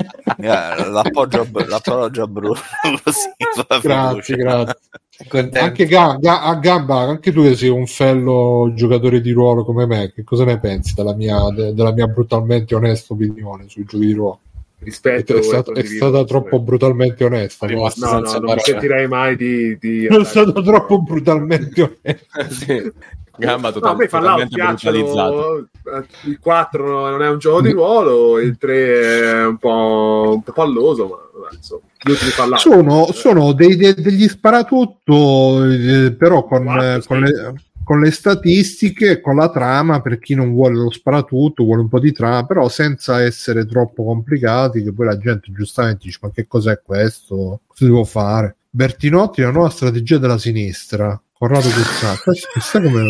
Yeah, l'appoggio, l'appoggio a Bruno così. Grazie, grazie. Contento. Anche Gamba, a Gamba, anche tu che sei un fellow giocatore di ruolo come me, che cosa ne pensi della mia, de, della mia brutalmente onesta opinione sui giochi di ruolo? Rispetto è, stato, è stata troppo brutalmente onesta. No, no, no, non mi sentirei mai di, di è stato troppo brutalmente onesto. Sì. Gamba total- no, totalmente brutalizzato. Il quattro non è un gioco di ruolo, il tre è un po', un po' palloso, ma vabbè, insomma, gli ultimi Fallout sono, sono dei, de, degli sparatutto, eh, però con, eh, con le con le statistiche, con la trama, per chi non vuole lo sparatutto, vuole un po' di trama, però senza essere troppo complicati, che poi la gente giustamente dice ma che cos'è questo? Cosa devo fare? Bertinotti, la nuova strategia della sinistra. Corrado Guzzanti, chissà come...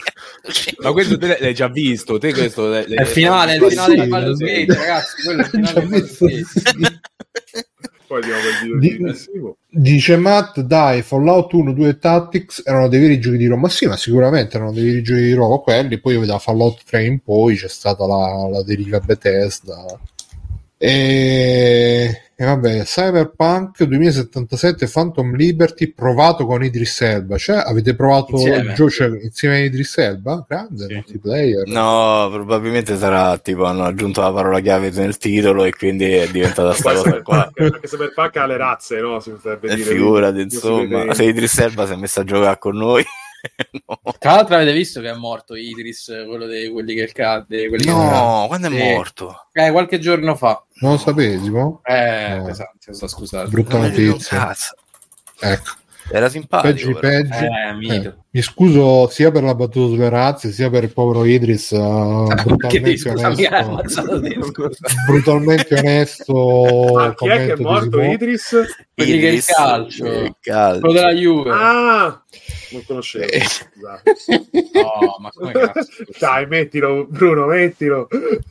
Ma questo te l'hai già visto, te questo l'hai... È il finale, è il finale sì, di Baldur's Gate, ragazzi, quello è il finale di Baldur's Gate. Poi diamo il video di, dice Matt, dai, Fallout uno, due Tactics erano dei veri giochi di ruolo, ma sì, ma sicuramente erano dei veri giochi di ruolo quelli. Poi da Fallout tre in poi c'è stata la, la deriva Bethesda, E... e vabbè, Cyberpunk duemilasettantasette Phantom Liberty provato con Idris Elba, cioè avete provato Insieme. il gioco cioè, insieme a Idris Elba? Grande Sì. multiplayer. No, probabilmente sarà tipo hanno aggiunto la parola chiave nel titolo e quindi è diventata sta cosa qua. Perché Cyberpunk ha le razze, no? Si potrebbe E dire, figurati, quindi, insomma, non si se Idris Elba si è messo a giocare con noi. No, Tra l'altro avete visto che è morto Idris, quello dei quelli che cade, quelli che no, quando è Sì. morto? Eh, qualche giorno fa. Non lo sapevi, mo? Eh, No. pesante, sto scusate. Brutta Non ne vedo un notizia. cazzo. Ecco. Era simpatico. Peggio però. peggio. Eh, mito. Eh, mi scuso sia per la battuta sulle razze sia per il povero Idris, uh, Perché brutalmente ti scusami, hai onesto, ammazzato te, scusa. brutalmente onesto. Ma chi è che è commento di morto, Simone. Idris? Quelli che il Idris, calcio. il calcio. Quello della Juve. Ah! Non conoscevo. Eh. Scusate. No, ma come cazzo? Dai, mettilo, Bruno, mettilo.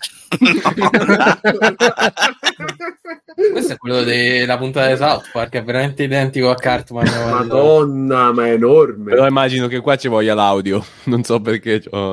Questo è quello della puntata di South Park, è veramente identico a Cartman. Madonna, ma è enorme. Però immagino che qua ci voglia l'audio. Non so perché. Oh,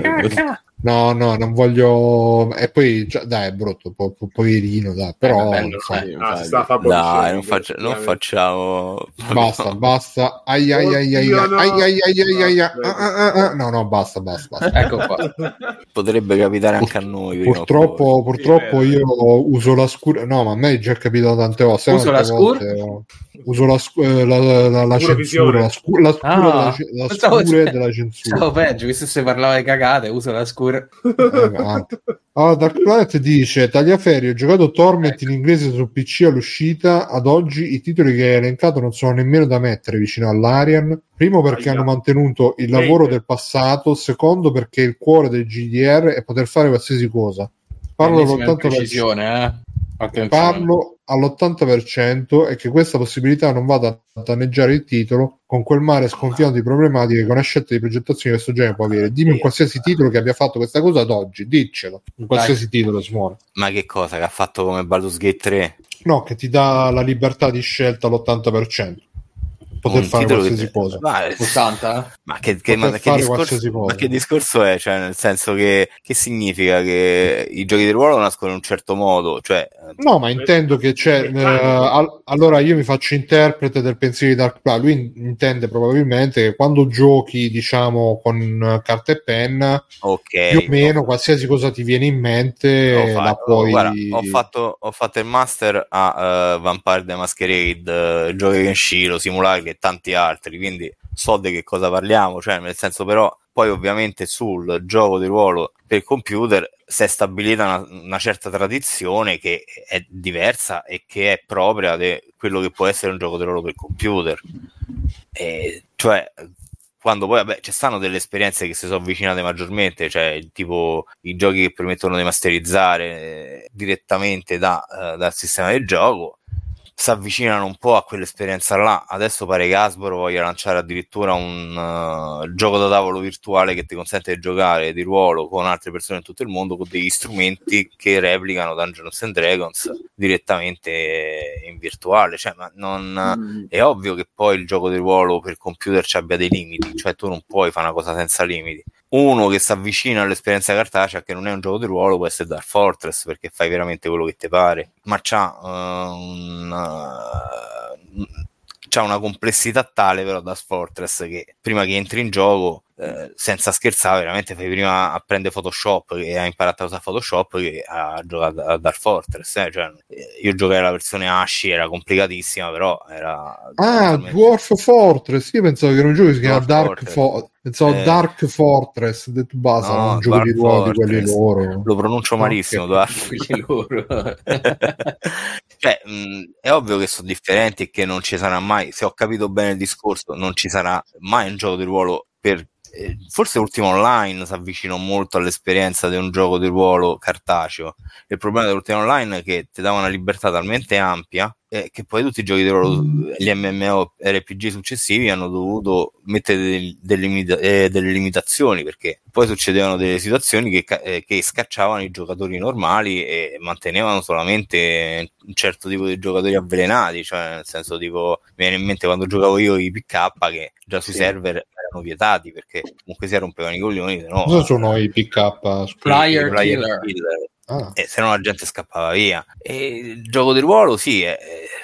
No, no, non voglio. E poi, cioè, dai, è brutto, po- po- poverino, dai, però. Eh, bello, insomma, eh. Ah, si sta favoricendo. Dai, non, faccia- non facciamo. basta, basta. Ai ai ai ai Oddio, no. ai ai ai ai ai ai. No, Ah, ah, ah, ah. No, no, basta, basta, basta. Ecco qua. Potrebbe capitare anche a noi. prima o Purtroppo, poi. purtroppo io uso la scura. No, ma a me è già capitato tante volte. Uso tante la volte, eh, Uso la, scu- eh, la, la, la, la Scura censura, visione. la, scu- la scura, Ah, della, ce- la pensavo- scure della censura. Stavo peggio, questo se parlava di cagate, uso la scura. Eh, avanti. Allora, Dark Planet dice: Tagliaferri, ho giocato Torment in inglese su P C all'uscita. Ad oggi i titoli che hai elencato non sono nemmeno da mettere vicino all'Arian. Primo perché Aia. hanno mantenuto il lavoro Niente. del passato. Secondo perché il cuore del G D R è poter fare qualsiasi cosa. Parlo Bellissima all'ottanta per cento. precisione, eh. Attenzione. Parlo all'ottanta per cento e che questa possibilità non vada a danneggiare il titolo con quel mare sconfinato di problematiche che una scelta di progettazione di questo genere può avere. Dimmi un qualsiasi titolo che abbia fatto questa cosa ad oggi, diccelo. Un qualsiasi titolo, Simone. Ma che cosa? Che ha fatto come Baldur's Gate tre? No, che ti dà la libertà di scelta all'ottanta per cento. Poter Un fare titolo qualsiasi che- cosa. Ma, ottanta? ma che, che- Poter ma che fare discorso, qualsiasi cosa. ma che discorso è? Cioè, nel senso che, che significa che i giochi di ruolo nascono in un certo modo? Cioè, No, ma intendo che c'è. eh, al- allora io mi faccio interprete del pensiero di Dark Planet. Lui in- intende probabilmente che quando giochi, diciamo, con eh, carta e penna, ok. più o meno qualsiasi cosa ti viene in mente Ho la fatto, puoi. guarda, ho, fatto, ho fatto il master a uh, Vampire the Masquerade, uh, giochi Kenshiro, Simulacri e tanti altri, quindi so di che cosa parliamo, cioè nel senso però poi ovviamente sul gioco di ruolo per computer si è stabilita una, una certa tradizione che è diversa e che è propria di quello che può essere un gioco di ruolo per computer, e cioè quando poi vabbè ci stanno delle esperienze che si sono avvicinate maggiormente, cioè tipo i giochi che permettono di masterizzare eh, direttamente da, eh, dal sistema del gioco, si avvicinano un po' a quell'esperienza là. Adesso pare che Hasbro voglia lanciare addirittura un uh, gioco da tavolo virtuale che ti consente di giocare di ruolo con altre persone in tutto il mondo con degli strumenti che replicano Dungeons and Dragons direttamente in virtuale, cioè ma non Mm. è ovvio che poi il gioco di ruolo per computer ci abbia dei limiti, cioè tu non puoi fare una cosa senza limiti. Uno che si avvicina all'esperienza cartacea, che non è un gioco di ruolo, può essere Dark Fortress, perché fai veramente quello che ti pare, ma c'ha uh, un, uh, c'ha una complessità tale però Dark Fortress che prima che entri in gioco, eh, senza scherzare, veramente fai prima a prendere Photoshop, che hai imparato a usare Photoshop, che a giocare a Dark Fortress, eh? Cioè, io giocai la versione Ashi, era complicatissima, però era Ah, totalmente... Dwarf Fortress. Io pensavo che era un gioco che si chiama Dwarf Dark Fortress. Fo- pensavo Eh. Dark Fortress, detto basta, No, un gioco Dark di ruolo di quelli Fortress. loro. Lo pronuncio malissimo, Ok. Dwarf. Quelli loro. Cioè, mh, è ovvio che sono differenti e che non ci sarà mai, se ho capito bene il discorso, non ci sarà mai un gioco di ruolo per... eh, forse Ultima Online si avvicina molto all'esperienza di un gioco di ruolo cartaceo. Il problema dell'Ultima Online è che ti dava una libertà talmente ampia eh, che poi tutti i giochi di ruolo, gli M M O R P G successivi hanno dovuto mettere delle, delle, limita- eh, delle limitazioni, perché poi succedevano delle situazioni che, ca- eh, che scacciavano i giocatori normali e mantenevano solamente un certo tipo di giocatori avvelenati, cioè nel senso tipo mi viene in mente quando giocavo io i P K che già sui Sì. server erano vietati perché comunque si rompevano i coglioni, se no Cosa sono i pick up? Flyer Flyer Killer. Killer. Ah. E se no la gente scappava via. E il gioco di ruolo sì, è,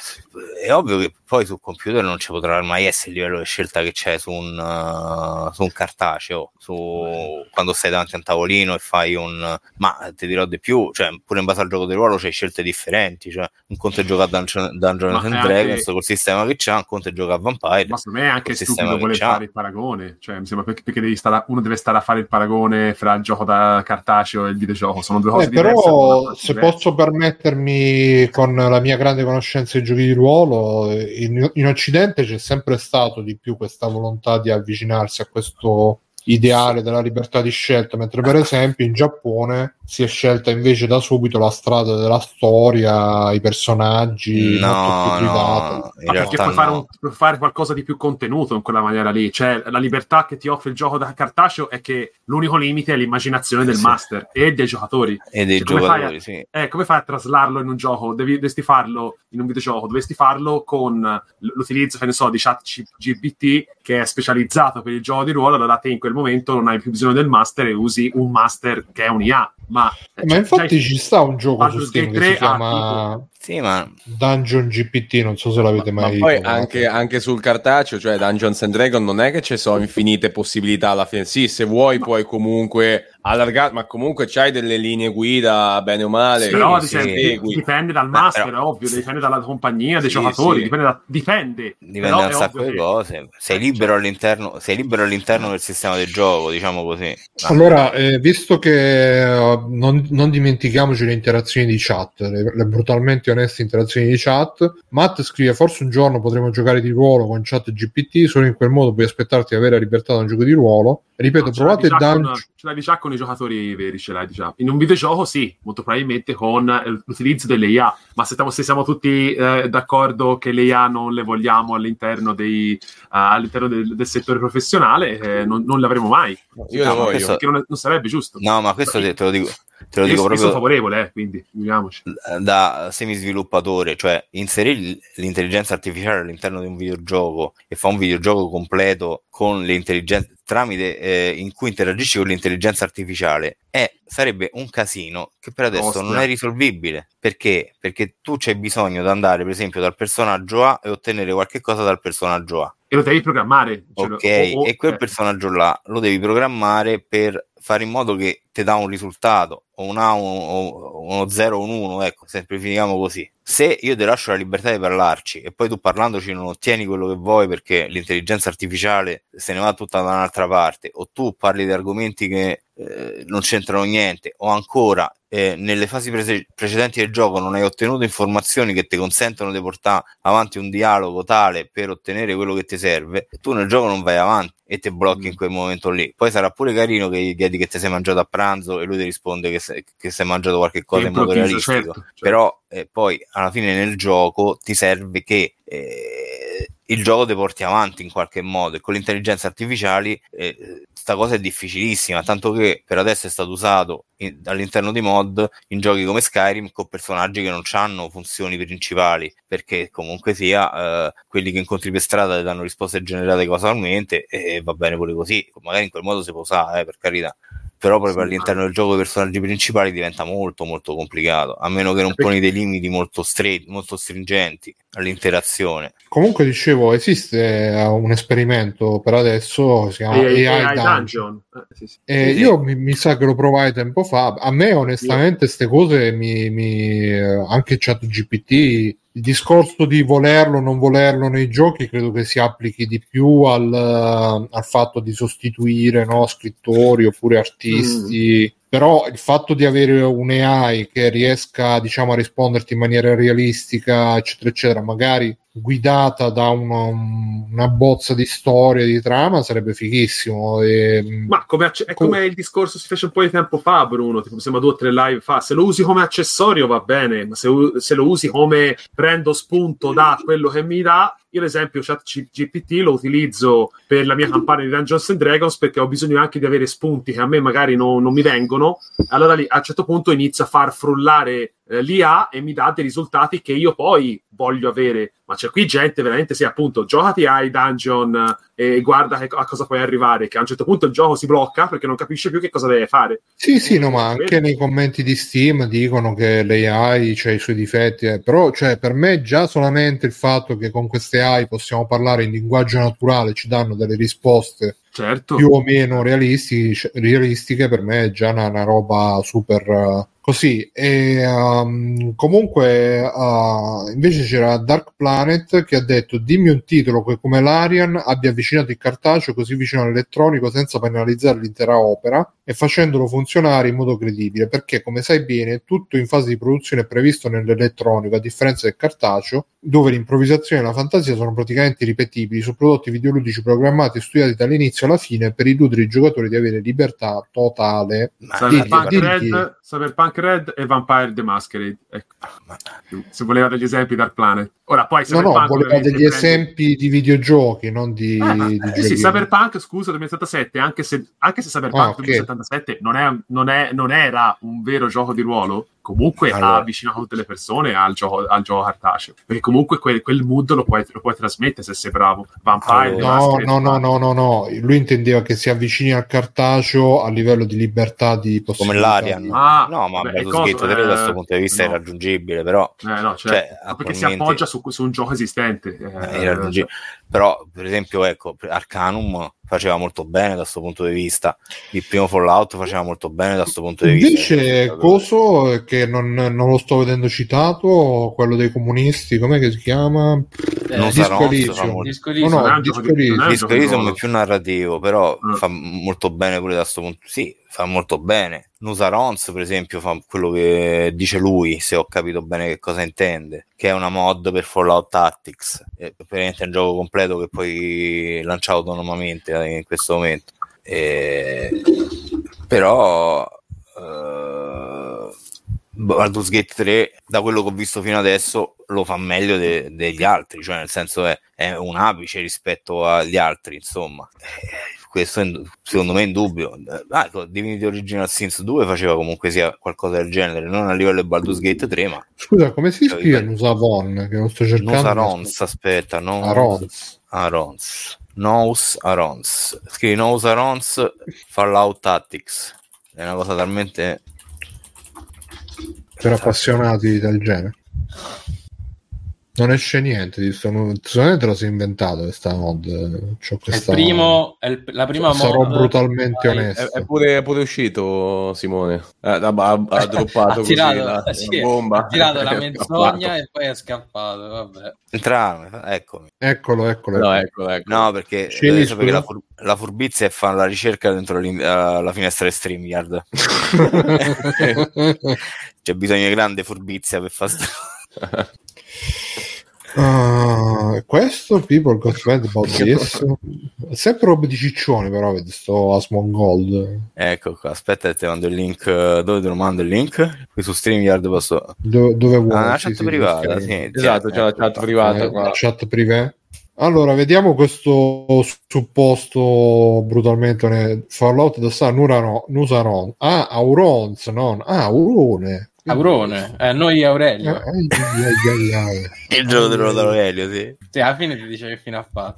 è ovvio che poi sul computer non ci potrà mai essere il livello di scelta che c'è su un, uh, su un cartaceo, su quando stai davanti a un tavolino e fai un... ma ti dirò di più, cioè pure in base al gioco di ruolo c'è scelte differenti, cioè un conto è giocare a Dungeon, Dungeons and Dragons anche... col sistema che c'ha, un conto è giocare a Vampire. Ma secondo me è anche stupido voler fare il paragone, cioè mi sembra perché, perché devi stare, uno deve stare a fare il paragone fra il gioco da cartaceo e il videogioco, sono due cose eh, diverse. Però se diverse. Posso permettermi, con la mia grande conoscenza dei giochi di ruolo, in, in Occidente c'è sempre stato di più questa volontà di avvicinarsi a questo ideale della libertà di scelta, mentre per esempio in Giappone si è scelta invece da subito la strada della storia, i personaggi, no, molto più guidati. No, ma perché puoi, no. fare un, puoi fare qualcosa di più contenuto in quella maniera lì, cioè la libertà che ti offre il gioco da cartaceo è che l'unico limite è l'immaginazione del sì. master e dei giocatori e dei cioè, giocatori come fai a, sì. eh, come fai a traslarlo in un gioco? Devi, dovresti farlo in un videogioco, dovresti farlo con l'utilizzo, che ne so, di chat G P T che è specializzato per il gioco di ruolo, allora te in quel momento non hai più bisogno del master e usi un master che è un I A. Ma, ma cioè, infatti ci sta un gioco su Steam che si chiama tipo... sì, ma... Dungeon G P T, non so se l'avete ma, mai ma poi anche, anche sul cartaceo, cioè Dungeons and Dragons non è che ci sono infinite possibilità alla fine, sì, se vuoi ma... puoi comunque allargare, ma comunque c'hai delle linee guida bene o male, sì, però sì, sì. dipende dal master, però... è ovvio, dipende dalla compagnia dei sì, giocatori, sì. dipende da... dipende dipende da un sacco di cose, sei libero all'interno sei libero all'interno del sistema del gioco, diciamo così. No. Allora, eh, visto che uh, non, non dimentichiamoci le interazioni di chat, le, le brutalmente oneste interazioni di chat, Matt scrive: forse un giorno potremo giocare di ruolo con chat G P T, solo in quel modo puoi aspettarti di avere libertà da un gioco di ruolo. Ripeto, no, provate Dungeon. Ce l'hai già con i giocatori veri, ce l'hai già. In un videogioco sì, molto probabilmente con l'utilizzo delle I A, ma se, stiamo, se siamo tutti eh, d'accordo che le I A non le vogliamo all'interno, dei, uh, all'interno del, del settore professionale, eh, non, non le avremo mai. Io no, lo voglio. Perché non, non sarebbe giusto. No, ma questo te, te lo dico. Te lo dico io, proprio io sono favorevole, eh, quindi figuriamoci. Da semisviluppatore, cioè inserire l'intelligenza artificiale all'interno di un videogioco e fa un videogioco completo con le intelligenze tramite eh, in cui interagisci con l'intelligenza artificiale eh, sarebbe un casino che per adesso Ostia. non è risolvibile. Perché? Perché tu c'hai bisogno di andare per esempio dal personaggio A e ottenere qualche cosa dal personaggio A e lo devi programmare, cioè, ok, o, o, e quel eh. personaggio là lo devi programmare per fare in modo che ti dà un risultato o un A, o uno zero o un uno, ecco, semplifichiamo così. Se io ti lascio la libertà di parlarci e poi tu parlandoci non ottieni quello che vuoi perché l'intelligenza artificiale se ne va tutta da un'altra parte, o tu parli di argomenti che eh, non c'entrano niente, o ancora eh, nelle fasi pre- precedenti del gioco non hai ottenuto informazioni che ti consentono di portare avanti un dialogo tale per ottenere quello che ti serve, tu nel gioco non vai avanti e ti blocchi mm. in quel momento lì. Poi sarà pure carino che gli chiedi che ti sei mangiato a pranzo e lui ti risponde che sei, che sei mangiato qualche cosa in modo realistico, certo, certo. Però eh, poi alla fine nel gioco ti serve che eh, il gioco ti porti avanti in qualche modo, e con l'intelligenza artificiale eh, sta cosa è difficilissima, tanto che per adesso è stato usato in, all'interno di mod in giochi come Skyrim con personaggi che non hanno funzioni principali, perché comunque sia eh, quelli che incontri per strada ti danno risposte generate casualmente e va bene pure così, magari in quel modo si può usare, eh, per carità, però proprio sì, all'interno ma... del gioco i personaggi principali diventa molto molto complicato, a meno che non poni dei limiti molto stretti, molto stringenti all'interazione. Comunque dicevo, esiste un esperimento per adesso, si chiama A I, A I Dungeon, Dungeon. Eh, sì, sì. E sì, io sì. Mi, mi sa che lo provai tempo fa. A me onestamente queste cose mi, mi anche ChatGPT, il discorso di volerlo o non volerlo nei giochi credo che si applichi di più al, al fatto di sostituire, no, scrittori oppure artisti. Mm. Però il fatto di avere un A I che riesca, diciamo, a risponderti in maniera realistica, eccetera, eccetera, magari guidata da una, una bozza di storia, di trama, sarebbe fighissimo. E... Ma come acc- è come il discorso si fece un po' di tempo fa, Bruno, tipo, sembra due o tre live fa. Se lo usi come accessorio va bene, ma se, se lo usi come prendo spunto da quello che mi dà. Io ad esempio ChatGPT lo utilizzo per la mia campagna di Dungeons and Dragons perché ho bisogno anche di avere spunti che a me magari non, non mi vengono, allora lì a un certo punto inizio a far frullare eh, l'I A e mi dà dei risultati che io poi voglio avere. Ma c'è qui gente veramente, sì, appunto, giocati ai dungeon e guarda che, a cosa puoi arrivare, che a un certo punto il gioco si blocca perché non capisce più che cosa deve fare. Sì, sì, no, ma anche nei commenti di Steam dicono che l'A I c'ha i suoi difetti, eh, però cioè, per me già solamente il fatto che con queste A I possiamo parlare in linguaggio naturale, ci danno delle risposte certo. più o meno realistiche, realistiche per me è già una, una roba super uh, così. E um, comunque uh, invece c'era Dark Planet che ha detto: dimmi un titolo che come l'Arian abbia avvicinato il cartaceo così vicino all'elettronico senza penalizzare l'intera opera e facendolo funzionare in modo credibile, perché come sai bene tutto in fase di produzione è previsto nell'elettronico, a differenza del cartaceo dove l'improvvisazione e la fantasia sono praticamente ripetibili su prodotti videoludici programmati e studiati dall'inizio alla fine per illudere i giocatori di avere libertà totale. Cyberpunk Red, Cyberpunk Red e Vampire the Masquerade, ecco. Se voleva degli esempi Dark Planet. Ora poi no no voleva degli prende... esempi di videogiochi, non di, eh, ma, di eh, sì, Cyberpunk scusa duemilasettantasette, anche se, anche se Cyberpunk ah, okay. duemilasettantasette non, è, non, è, non era un vero gioco di ruolo, comunque allora. ha avvicinato tutte le persone al gioco, al gioco cartaceo, perché comunque quel, quel mood lo puoi, lo puoi trasmettere se sei bravo. Vampire allora. no, no, no, no, no, no, lui intendeva che si avvicini al cartaceo a livello di libertà di possibilità. Come l'Arian. Ah, no, ma Baldur's Gate tre da questo punto di vista no. è raggiungibile, però eh, no, certo. cioè, attualmente... perché si appoggia su, su un gioco esistente. Eh, eh, cioè. Però, per esempio, ecco, Arcanum faceva molto bene da questo punto di vista. Il primo Fallout faceva molto bene da questo punto di Invece, vista. Invece, coso che non, non lo sto vedendo citato, quello dei comunisti, com'è che si chiama? Eh, non Disco Elysium. Disco Elysium no, no, Disco Elysium. Disco Elysium è più narrativo, però mm. fa molto bene pure da questo punto. Sì, fa molto bene. Nusarons, per esempio, fa quello che dice lui, se ho capito bene che cosa intende, che è una mod per Fallout Tactics. È praticamente un gioco completo che puoi lanciare autonomamente in questo momento. E... Però uh... Baldur's Gate tre, da quello che ho visto fino adesso, lo fa meglio de- degli altri, cioè nel senso è, è un apice rispetto agli altri, insomma. Eh, questo è, secondo me è indubbio. Ah, ecco, Divinity Original Sins due faceva comunque sia qualcosa del genere, non a livello di Baldur's Gate tre, ma scusa, come si scrive Nusavon? Che non sto cercando. Nusarons, aspetta, no. Arons. Arons. Nous Arons. Scrivi Nous Arons Fallout Tactics. È una cosa talmente per appassionati del genere. Non esce niente di sto, solamente lo si è inventato questa mod. C'ho questa... È il primo, è il, la prima sarò mod brutalmente vai, onesto. È, è, pure, è pure uscito Simone. Eh, ha, ha, ha droppato ha tirato, così la, sì, la bomba. Ha tirato la menzogna e poi è scappato. Vabbè. Entrare, eccomi. Eccolo, eccolo. No, eccolo, eccolo. No, perché dovete sapere che la, fur- la furbizia è fare la ricerca dentro la, la finestra di StreamYard. C'è bisogno di grande furbizia per fare st- Uh, questo People Got Mad About This sempre roba di ciccioni, però vedi sto Asmongold. Ecco qua, aspetta che ti mando il link. Dove te lo mando il link? Qui su StreamYard posso... Do- dove vuoi? Ah, una sì, chat sì, privata, sì, sì, esatto, c'è la chat privata eh, qua. Chat privé. Allora, vediamo questo supposto brutalmente ne- Fallout da sta Nurano, Nusaron. Ah, Aurons, non. Ah, Aurone. Aurone, eh, noi Aurelio. Eh, ai, ai, ai, ai. Il gioco dell'Aurelio, sì. Sì, alla fine ti dice che fine ha fatto.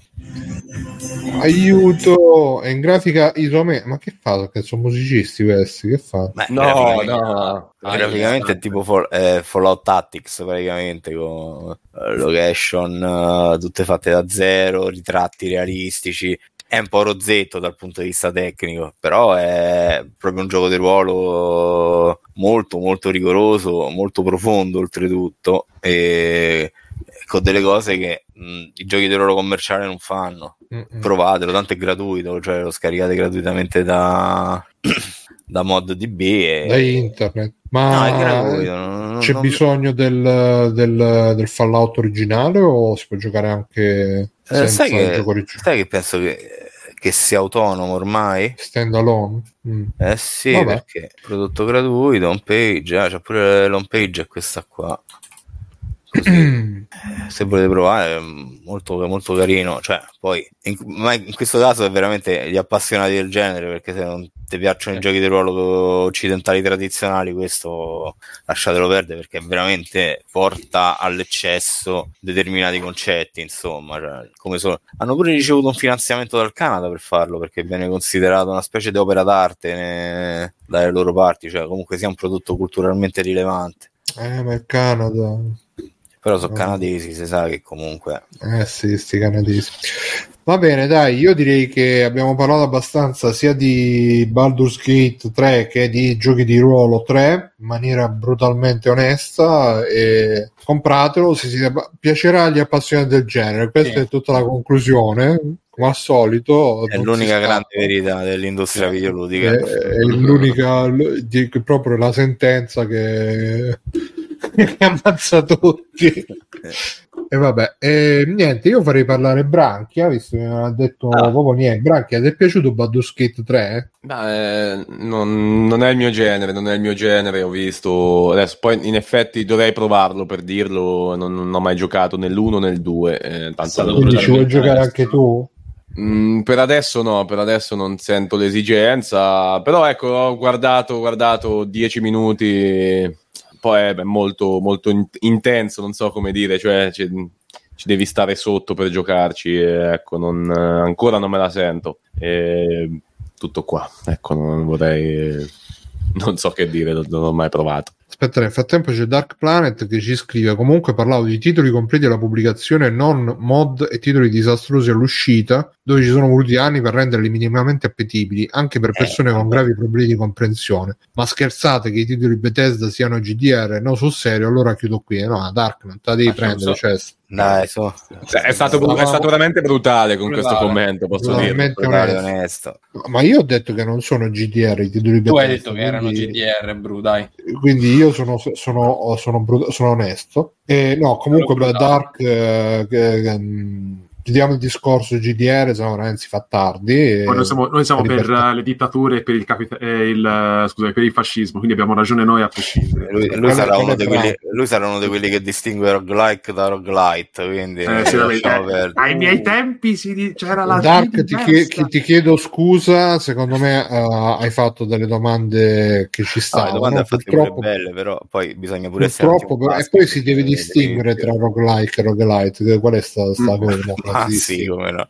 Aiuto, è in grafica isometrica. Ma che fa? Che sono musicisti questi? Che fa? Beh, No, graficamente, no. graficamente è tipo Fall, eh, Fallout Tactics, praticamente con uh, location uh, tutte fatte da zero, ritratti realistici. È un po' rozzetto dal punto di vista tecnico, però è proprio un gioco di ruolo molto molto rigoroso, molto profondo oltretutto, e con delle cose che mh, i giochi di ruolo commerciale non fanno. Mm-mm. Provatelo, tanto è gratuito, cioè lo scaricate gratuitamente da da ModDB e... da internet. Ma no, è gratuito, non, c'è non... bisogno del, del, del Fallout originale o si può giocare anche senza eh, sai, il che, gioco originale? sai che penso che, che sia autonomo ormai? Stand alone? Mm. Eh sì, Vabbè. Perché prodotto gratuito, home page, ah, c'è pure l'home page è questa qua. Così, se volete provare, è molto, molto carino. Cioè, poi in, ma in questo caso è veramente gli appassionati del genere, perché se non ti piacciono i giochi di ruolo occidentali tradizionali, questo lasciatelo perdere, perché veramente porta all'eccesso determinati concetti, insomma, cioè, come sono... hanno pure ricevuto un finanziamento dal Canada per farlo, perché viene considerato una specie di opera d'arte ne... dalle loro parti, cioè comunque sia un prodotto culturalmente rilevante. Eh, ma il Canada... Però sono canadesi, si sa che comunque... Eh sì, sti canadesi. Va bene, dai, io direi che abbiamo parlato abbastanza sia di Baldur's Gate tre che di giochi di ruolo tre, in maniera brutalmente onesta, e compratelo se siete... piacerà agli appassionati del genere. Questa sì. È tutta la conclusione, come al solito. È l'unica grande verità dell'industria videoludica. È, è l'unica, di, proprio la sentenza che... che ammazza tutti. E vabbè, e niente, io farei parlare Branchia, visto che non ha detto ah. proprio niente. Branchia, ti è piaciuto Baldur's Gate tre? Beh, non, non è il mio genere, non è il mio genere, ho visto adesso, poi in effetti dovrei provarlo, per dirlo, non, non ho mai giocato nell'uno né nel due, eh, tanto quindi ci vuoi giocare anche tu? Mm, per adesso no, per adesso non sento l'esigenza, però ecco, ho guardato, guardato dieci minuti. Poi è beh, molto, molto in- intenso, non so come dire, cioè ci, ci devi stare sotto per giocarci, e, ecco, non, ancora non me la sento. E, tutto qua, ecco, non vorrei, non so che dire, non, non ho mai provato. Aspetta, nel frattempo c'è Dark Planet che ci scrive: comunque parlavo di titoli completi alla pubblicazione, non mod e titoli disastrosi all'uscita, dove ci sono voluti anni per renderli minimamente appetibili anche per persone eh, con gravi problemi di comprensione. Ma scherzate che i titoli Bethesda siano G D R? No, sul serio, allora chiudo qui. No, Dark non te la devi prendere, so. Cioè, dai, so. È stato, bru- è stato veramente brutale con brutale. Questo commento, posso dire, brutale, onesto. Ma io ho detto che non sono G D R i titoli Bethesda. Tu hai detto che erano G D R, bru, dai. Quindi io sono sono, sono, brut- sono onesto. E no, comunque beh, Dark eh, che, che, chiudiamo il discorso G D R, se no veramente si fa tardi. Noi siamo, noi siamo per uh, le dittature e per il, capita- eh, il, uh, scusate, per il fascismo, quindi abbiamo ragione noi a prescindere. Lui, lui, sarà uno di quelli, lui sarà uno di quelli che distingue roguelike da roguelite, quindi eh, sì, eh, ai miei tempi si di- c'era la Dark, ti, chie- ti chiedo scusa, secondo me uh, hai fatto delle domande che ci stavano. Ah, le domande no? fatte purtroppo belle, però poi bisogna pure purtroppo, però, e poi si deve distinguere tra roguelike e roguelite. Qual è sta, sta mm. cosa? Ah sì, come no.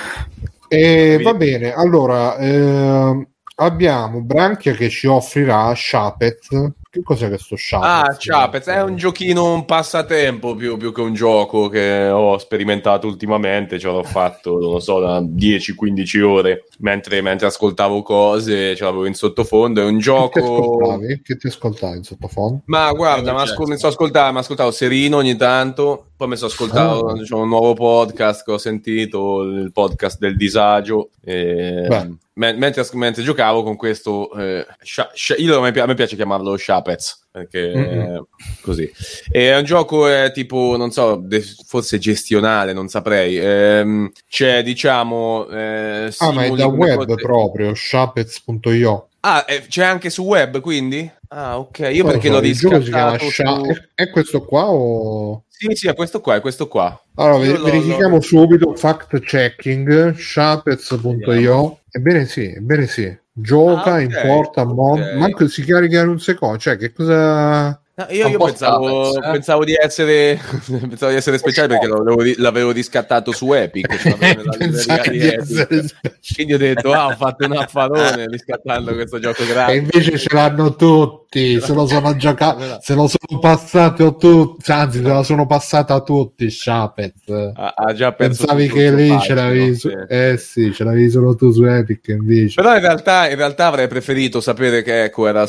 E va bene, allora eh, abbiamo Branchia che ci offrirà Shapez. Che cos'è questo Shapez? Ah, Shapez è un giochino, un passatempo più, più che un gioco che ho sperimentato ultimamente. Ce l'ho fatto, non lo so, da dieci quindici ore mentre, mentre ascoltavo cose, ce l'avevo in sottofondo. È un gioco. Che ti ascoltavi? Che ti ascoltavi in sottofondo? Ma guarda, mi ascol- so ascoltare, mi ascoltavo Serino ogni tanto. Poi mi sono ascoltato oh. diciamo, un nuovo podcast che ho sentito, il podcast del disagio. E, m- mentre, mentre giocavo con questo, eh, sha- sha- io, a, me pi- a me piace chiamarlo Shapez perché mm-hmm. è così. E è un gioco è tipo, non so, de- forse gestionale, non saprei. Ehm, c'è, diciamo, eh, ah, ma è da web cose... proprio, shapez punto io. Ah, eh, c'è anche su web, quindi? Ah, ok. Io perché so, l'ho riscattato su... Sha- è questo qua o... Sì, sì, è questo qua, è questo qua. Allora, Io verifichiamo lo... subito, fact checking, shapez punto io. Ebbene sì, ebbene sì. Gioca, ah, okay, importa, okay. Mod... manco si carica in un secondo, cioè che cosa... No, io, io pensavo, Shapez, eh? pensavo di essere pensavo di essere speciale perché l'avevo, l'avevo riscattato su Epic, cioè di Epic. Quindi ho detto ah, ho fatto un affarone riscattando questo gioco grande. E invece ce l'hanno tutti, se lo sono giocato, se lo sono passato tutti, anzi se la sono passata tutti Shapez. Ha, ha già perso. Pensavi che lì faccio, ce l'avevi su... eh sì, ce l'avevi solo tu su Epic invece. Però in realtà, in realtà avrei preferito sapere che ecco era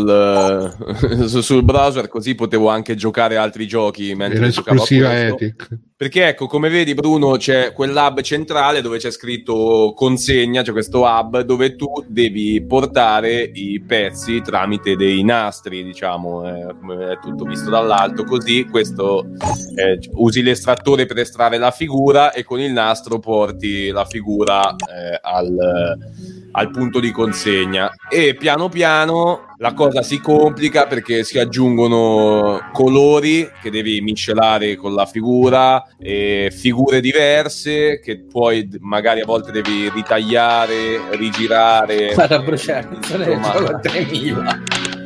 sul uh, sul browser, così potevo anche giocare altri giochi mentre giocavo a Epic. Perché ecco, come vedi Bruno, c'è quell'hub centrale dove c'è scritto consegna, c'è questo hub dove tu devi portare i pezzi tramite dei nastri, diciamo, è, è tutto visto dall'alto, così questo eh, usi l'estrattore per estrarre la figura e con il nastro porti la figura eh, al al punto di consegna, e piano piano la cosa si complica perché si aggiungono colori che devi miscelare con la figura, e figure diverse che poi magari a volte devi ritagliare, rigirare. Vado a bruciare il gioco a tremila.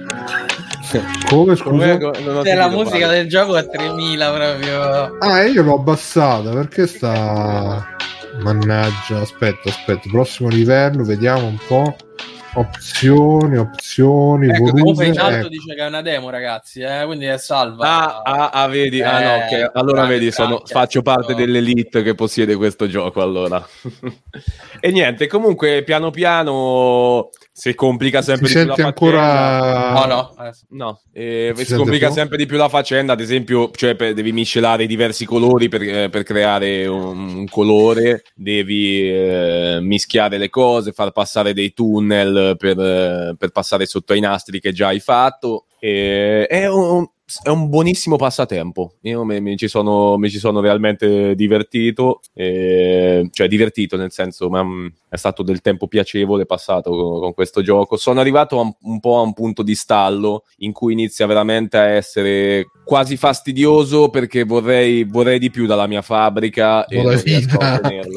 Come scusa? C'è la musica del gioco a tremila proprio. Ah, io l'ho abbassata perché sta. Mannaggia, aspetta, aspetta, prossimo livello, vediamo un po'. Opzioni, opzioni, ecco, volume, comunque in alto ecco. dice che è una demo, ragazzi, eh? Quindi è salva. Ah, ah, ah vedi, eh, ah no, ok, allora vedi, sono, faccio parte dell'elite che possiede questo gioco, allora. E niente, comunque piano piano si complica sempre si di più la sente faccenda. ancora... No, no, no. Eh, si, si complica più? sempre di più la faccenda, ad esempio, cioè per, devi miscelare diversi colori per, eh, per creare un, un colore, devi eh, mischiare le cose, far passare dei tunnel per, eh, per passare sotto ai nastri che già hai fatto. E, è un È un buonissimo passatempo. Io mi, mi, ci, sono, mi ci sono realmente divertito, eh, cioè divertito nel senso, ma mh, è stato del tempo piacevole passato con, con questo gioco. Sono arrivato a un, un po' a un punto di stallo in cui inizia veramente a essere quasi fastidioso, perché vorrei, vorrei di più dalla mia fabbrica e non riesco a ottenerlo.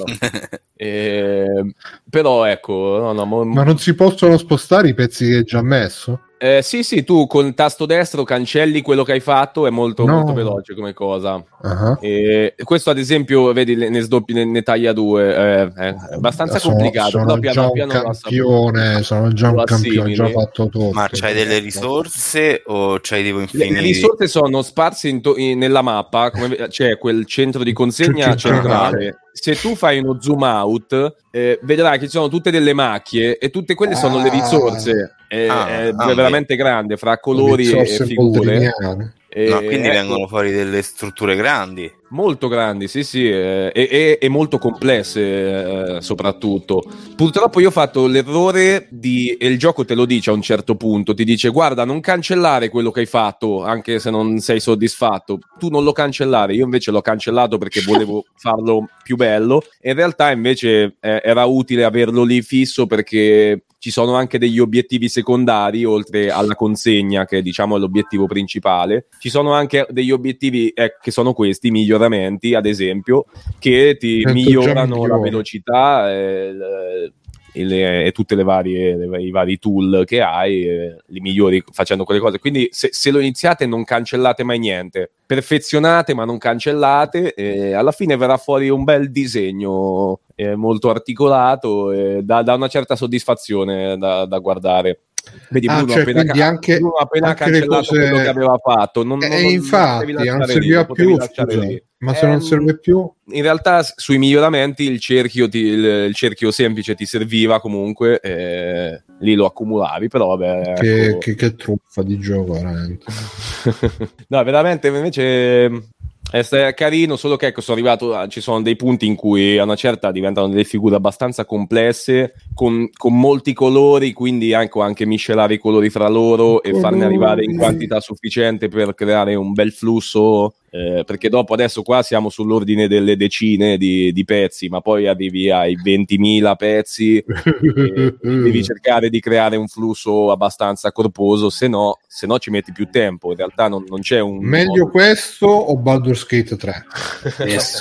eh, però ecco, no, no, mo, ma non si possono spostare i pezzi che hai già messo? Eh, sì, sì, tu con il tasto destro cancelli quello che hai fatto, è molto, no. molto veloce come cosa. Uh-huh. E questo ad esempio, vedi, ne sdoppi, ne, ne taglia due, eh, è abbastanza sono, complicato. Sono però già piano, un piano campione, sono già un campione, ho già fatto tutto. Ma c'hai delle risorse o c'hai tipo infiniti? Le, le risorse sono sparse in to- in, nella mappa, come, c'è quel centro di consegna centrale. Se tu fai uno zoom out, eh, vedrai che ci sono tutte delle macchie e tutte quelle sono ah. le risorse. È, ah, è ah, veramente beh. grande fra colori e figure. E, no, quindi ecco, vengono fuori delle strutture grandi. Molto grandi, sì, sì, eh, e, e, e molto complesse eh, soprattutto. Purtroppo io ho fatto l'errore di, e il gioco te lo dice a un certo punto, ti dice guarda non cancellare quello che hai fatto anche se non sei soddisfatto, tu non lo cancellare, io invece l'ho cancellato perché volevo farlo più bello, e in realtà invece eh, era utile averlo lì fisso perché ci sono anche degli obiettivi secondari oltre alla consegna che diciamo è l'obiettivo principale, ci sono anche degli obiettivi eh, che sono questi miglioramenti ad esempio che ti Sento migliorano la velocità e, e, le, e tutte le varie le, i vari tool che hai eh, li migliori facendo quelle cose, quindi se, se lo iniziate non cancellate mai niente, perfezionate ma non cancellate e alla fine verrà fuori un bel disegno eh, molto articolato e dà, dà una certa soddisfazione da, da guardare. Vedi, Bruno, ah, cioè, appena, ca- anche, Bruno appena anche cancellato cose... quello che aveva fatto non, eh, non, non, infatti non non serviva più, ma se eh, non serve più in realtà sui miglioramenti il cerchio, ti, il, il cerchio semplice ti serviva comunque eh, lì lo accumulavi, però vabbè che, ecco. che, che truffa di gioco veramente. No, veramente invece è carino, solo che ecco sono arrivato, ci sono dei punti in cui a una certa diventano delle figure abbastanza complesse con, con molti colori, quindi anche, anche miscelare i colori fra loro e farne arrivare in quantità sufficiente per creare un bel flusso, eh, perché dopo adesso qua siamo sull'ordine delle decine di, di pezzi, ma poi arrivi ai ventimila pezzi e devi cercare di creare un flusso abbastanza corposo, se no, se no ci metti più tempo, in realtà non, non c'è un meglio modo. Questo o Baldur's Gate tre? Yes.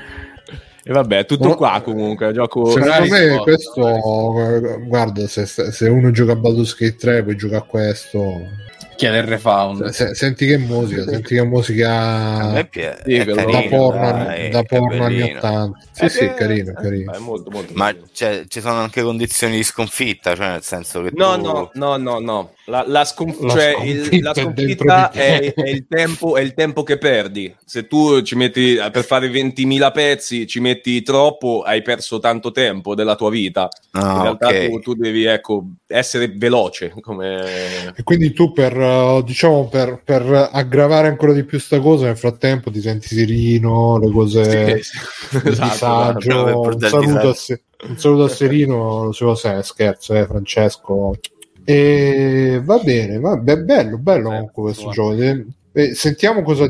E vabbè, tutto no, qua comunque gioco. Secondo me no. Questo guarda, se, se uno gioca a Baldur's Gate tre poi gioca a questo. Chiede il refound. Se, senti che musica, senti che musica è pie- è carino, da porno, dai, da porno anni ottanta. Sì, è sì, è carino, carino. È molto, molto ma cioè, ci sono anche condizioni di sconfitta, cioè nel senso che no, tu... no, no, no, no. La, la, sconf- la cioè sconfitta, il, la sconfitta è, è, il tempo, è il tempo che perdi. Se tu ci metti per fare ventimila pezzi, ci metti troppo, hai perso tanto tempo della tua vita. Ah, in realtà okay. tu, tu devi ecco essere veloce. Come... E quindi tu per diciamo per, per aggravare ancora di più sta cosa, nel frattempo ti senti serino, le cose sì, sì. di esatto, disagio. esatto. Un saluto, a Se- un saluto a Serino, lo so se scherzo, eh, Francesco. E va bene, va be- bello, bello comunque questo gioco. Eh, sentiamo cosa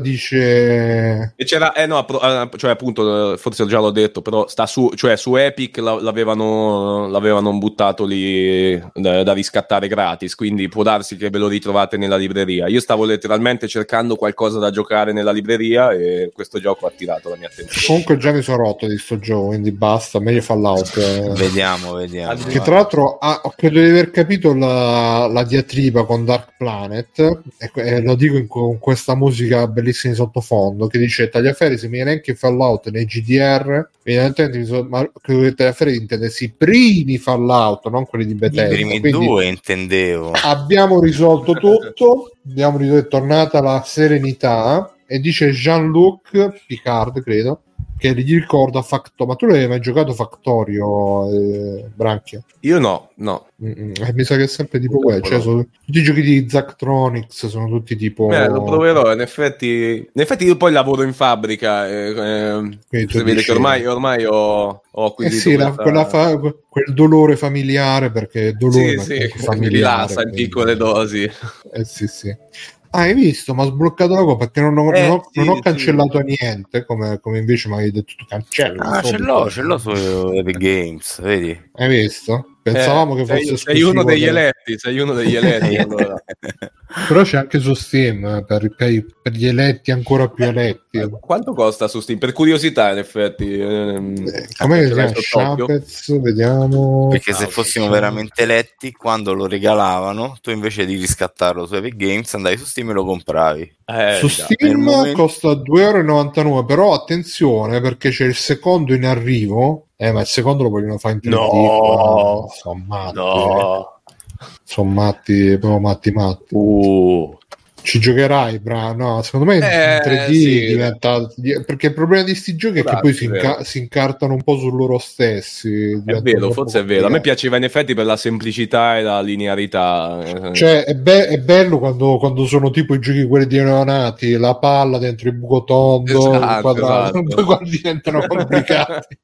dice. E c'era, eh no, cioè appunto, forse già l'ho detto, però sta su, cioè su Epic l'avevano, l'avevano buttato lì da, da riscattare gratis, quindi può darsi che ve lo ritrovate nella libreria. Io stavo letteralmente cercando qualcosa da giocare nella libreria e questo gioco ha attirato la mia attenzione. Comunque già mi sono rotto di sto gioco, quindi basta, meglio Fallout. Vediamo, vediamo. Che tra l'altro ah, credo di aver capito la, la diatriba con Dark Planet, e, e lo dico in, con questa musica bellissima di sottofondo che dice Tagliaferri se mi elenchi Fallout nei G D R, evidentemente mi so, ma credo che Tagliaferri intendessi i primi Fallout, non quelli di Bethesda. I primi quindi due intendevo. Abbiamo risolto tutto, abbiamo risolto, è tornata la serenità. E dice Jean-Luc Picard, credo, che gli ricorda Factorio. Ma tu l'avevi mai giocato Factorio, eh, Branchia? Io no, no. Mm-mm. Eh, mi sa che è sempre tipo quello. Cioè, sono, tutti i giochi di Zachtronics sono tutti tipo. Beh, lo proverò. In effetti, in effetti, io poi lavoro in fabbrica. Eh, eh, si vede che ormai, ormai ho, ho acquisito. Eh sì, questa... la, quella fa, quel dolore familiare, perché dolore sì, sì, familiare, mi rilassa in piccole dosi. Eh sì, sì. Ah, hai visto? Ma ho sbloccato la cosa perché non ho, eh, non ho, sì, non ho cancellato sì. niente, come, come invece mi avevi detto tu, cancella. Ah, ce l'ho, ce l'ho su Epic Games, vedi? Hai visto? Pensavamo eh, che fosse sei, esclusivo. Sei uno degli per... eletti, sei uno degli eletti. Allora. Però c'è anche su Steam, per, per gli eletti ancora più eletti. Eh, quanto costa su Steam? Per curiosità, in effetti. Ehm, eh, Com'è che si chiama? Sharpets, vediamo. Perché se fossimo veramente eletti, quando lo regalavano, tu invece di riscattarlo su Epic Games andavi su Steam e lo compravi. Eh, su già. Steam momento... costa due euro e novantanove, però attenzione perché c'è il secondo in arrivo. Eh, ma il secondo lo vogliono fare in tre D. No, sono matti. no. Sono matti, proprio matti matti. Uh. Ci giocherai, bra? No, secondo me in eh, tre D sì. diventa. Perché il problema di sti giochi è che poi si, inca- si incartano un po' su loro stessi. È vero, forse è vero. A me piaceva in effetti per la semplicità e la linearità. Cioè, è, be- è bello quando, quando sono tipo i giochi quelli di neonati, la palla dentro il buco tondo, esatto, il quadrato, esatto. poi quando diventano complicati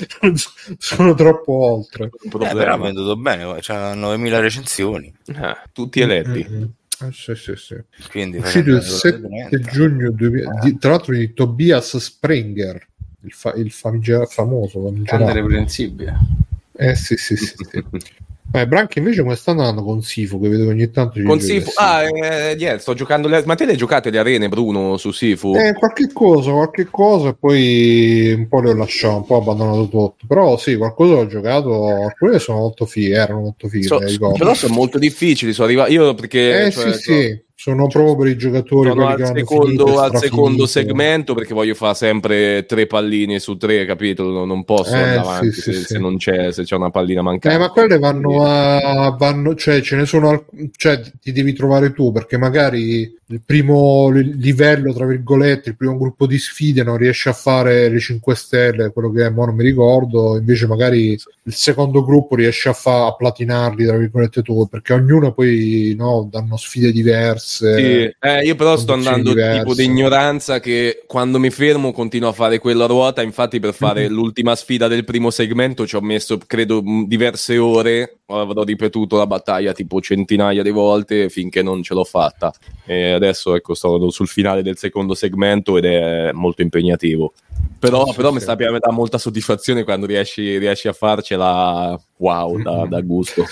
sono troppo oltre. Eh, però ha venduto bene, c'ha novemila recensioni. Eh, tutti eletti. Mm-hmm. Eh, sì, sì, sì. Quindi uscito il sette giugno duemila, di, tra l'altro di Tobias Springer, il, fa, il famigerato famoso grande reprensibile. Eh sì sì sì, sì. Eh, Branchi invece come sta andando con Sifu, che vedo ogni tanto con Sifu, ah eh, yeah, sto giocando le... ma te le giocate le arene, Bruno, su Sifu? Eh, qualche cosa, qualche cosa e poi un po' le ho lasciato, un po' ho abbandonato tutto, però sì, qualcosa ho giocato, alcune sono molto fighe, erano molto fighe, so, però sono molto difficili, sono arrivato io perché eh cioè, sì sì, sono proprio per i giocatori sono al, che secondo, al secondo segmento perché voglio fare sempre tre palline su tre, capito? Non, non posso eh, andare avanti sì, se, sì, se sì. non c'è, se c'è una pallina mancante. Eh, ma quelle vanno a vanno, cioè ce ne sono alc- cioè ti devi trovare tu, perché magari il primo livello, tra virgolette, il primo gruppo di sfide non riesce a fare le cinque stelle, quello che è, mo non mi ricordo, invece magari il secondo gruppo riesce a, fa- a platinarli, tra virgolette, tu, perché ognuno poi no, danno sfide diverse. Sì. Eh, io però sto andando diverse. tipo di ignoranza che quando mi fermo continuo a fare quella ruota, infatti per fare mm-hmm. l'ultima sfida del primo segmento ci ho messo credo diverse ore, avrò ripetuto la battaglia tipo centinaia di volte finché non ce l'ho fatta. E adesso ecco sto sul finale del secondo segmento ed è molto impegnativo, però, sì, però sì. mi sta mi dà molta soddisfazione quando riesci, riesci a farcela, wow, da, mm-hmm. da gusto.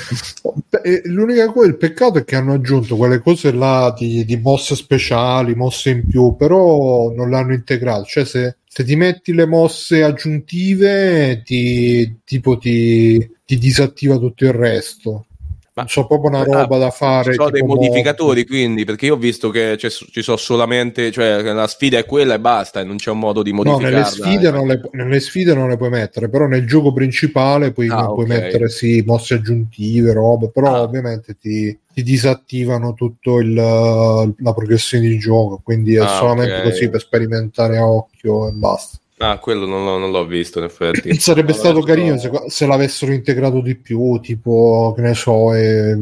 L'unica cosa, il peccato è che hanno aggiunto quelle cose là di, di mosse speciali, mosse in più, però non l'hanno integrato, cioè se, se ti metti le mosse aggiuntive ti tipo ti, ti disattiva tutto il resto. Ma so proprio una roba ah, da fare. Ci sono dei mo- modificatori, quindi, perché io ho visto che ci sono solamente, cioè la sfida è quella e basta, e non c'è un modo di modificarla. No, nelle sfide, non le, nelle sfide non le puoi mettere, però nel gioco principale puoi, ah, puoi okay. mettere sì, mosse aggiuntive, robe, però ah. ovviamente ti, ti disattivano tutto il, la progressione di gioco, quindi è ah, solamente okay. così per sperimentare a occhio e basta. Ah, quello non l'ho, non l'ho visto, in effetti. Sarebbe no, stato carino no. se, se l'avessero integrato di più, tipo, che ne so, e,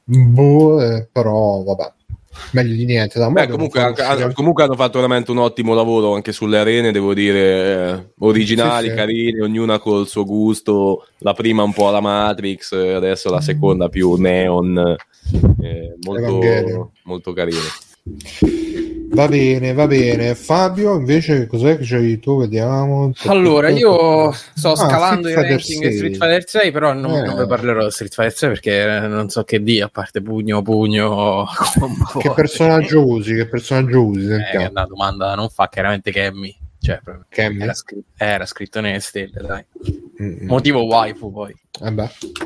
boh, eh, però vabbè, meglio di niente. Da Beh, comunque, anche, uscire... comunque hanno fatto veramente un ottimo lavoro anche sulle arene, devo dire, eh, originali, sì, sì. carine, ognuna col suo gusto. La prima un po' alla Matrix, adesso la seconda più neon, eh, molto, molto carino. Va bene, va bene. Fabio, invece, cos'è che c'hai tu? Vediamo. Allora, io sto ah, scalando i ranking sei. Street Fighter sei, però non, eh. non vi parlerò di Street Fighter sei perché non so che dia, a parte pugno, pugno. Che personaggio usi? Che personaggio usi? Eh, che è una domanda non fa, chiaramente Cammy. Cioè, Cammy? Era, scritto, era scritto nelle stelle, dai. Mm-hmm. Motivo waifu, poi. Vabbè.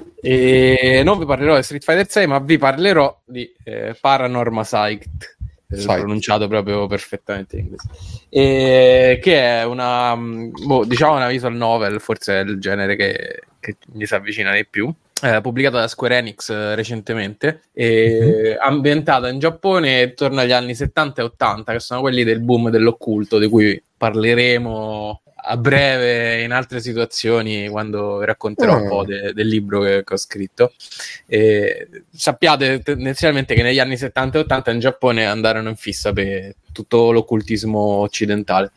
E non vi parlerò di Street Fighter sei, ma vi parlerò di eh, Paranormal Psyched. Pronunciato proprio perfettamente in inglese, e che è una boh, diciamo una visual novel, forse è il genere che, che gli si avvicina di più, eh, pubblicata da Square Enix eh, recentemente, e mm-hmm. ambientata in Giappone intorno agli anni settanta e ottanta, che sono quelli del boom dell'occulto, di cui parleremo a breve in altre situazioni quando vi racconterò oh. un po' de- del libro che, che ho scritto. E sappiate tendenzialmente che negli anni settanta e ottanta in Giappone andarono in fissa per tutto l'occultismo occidentale,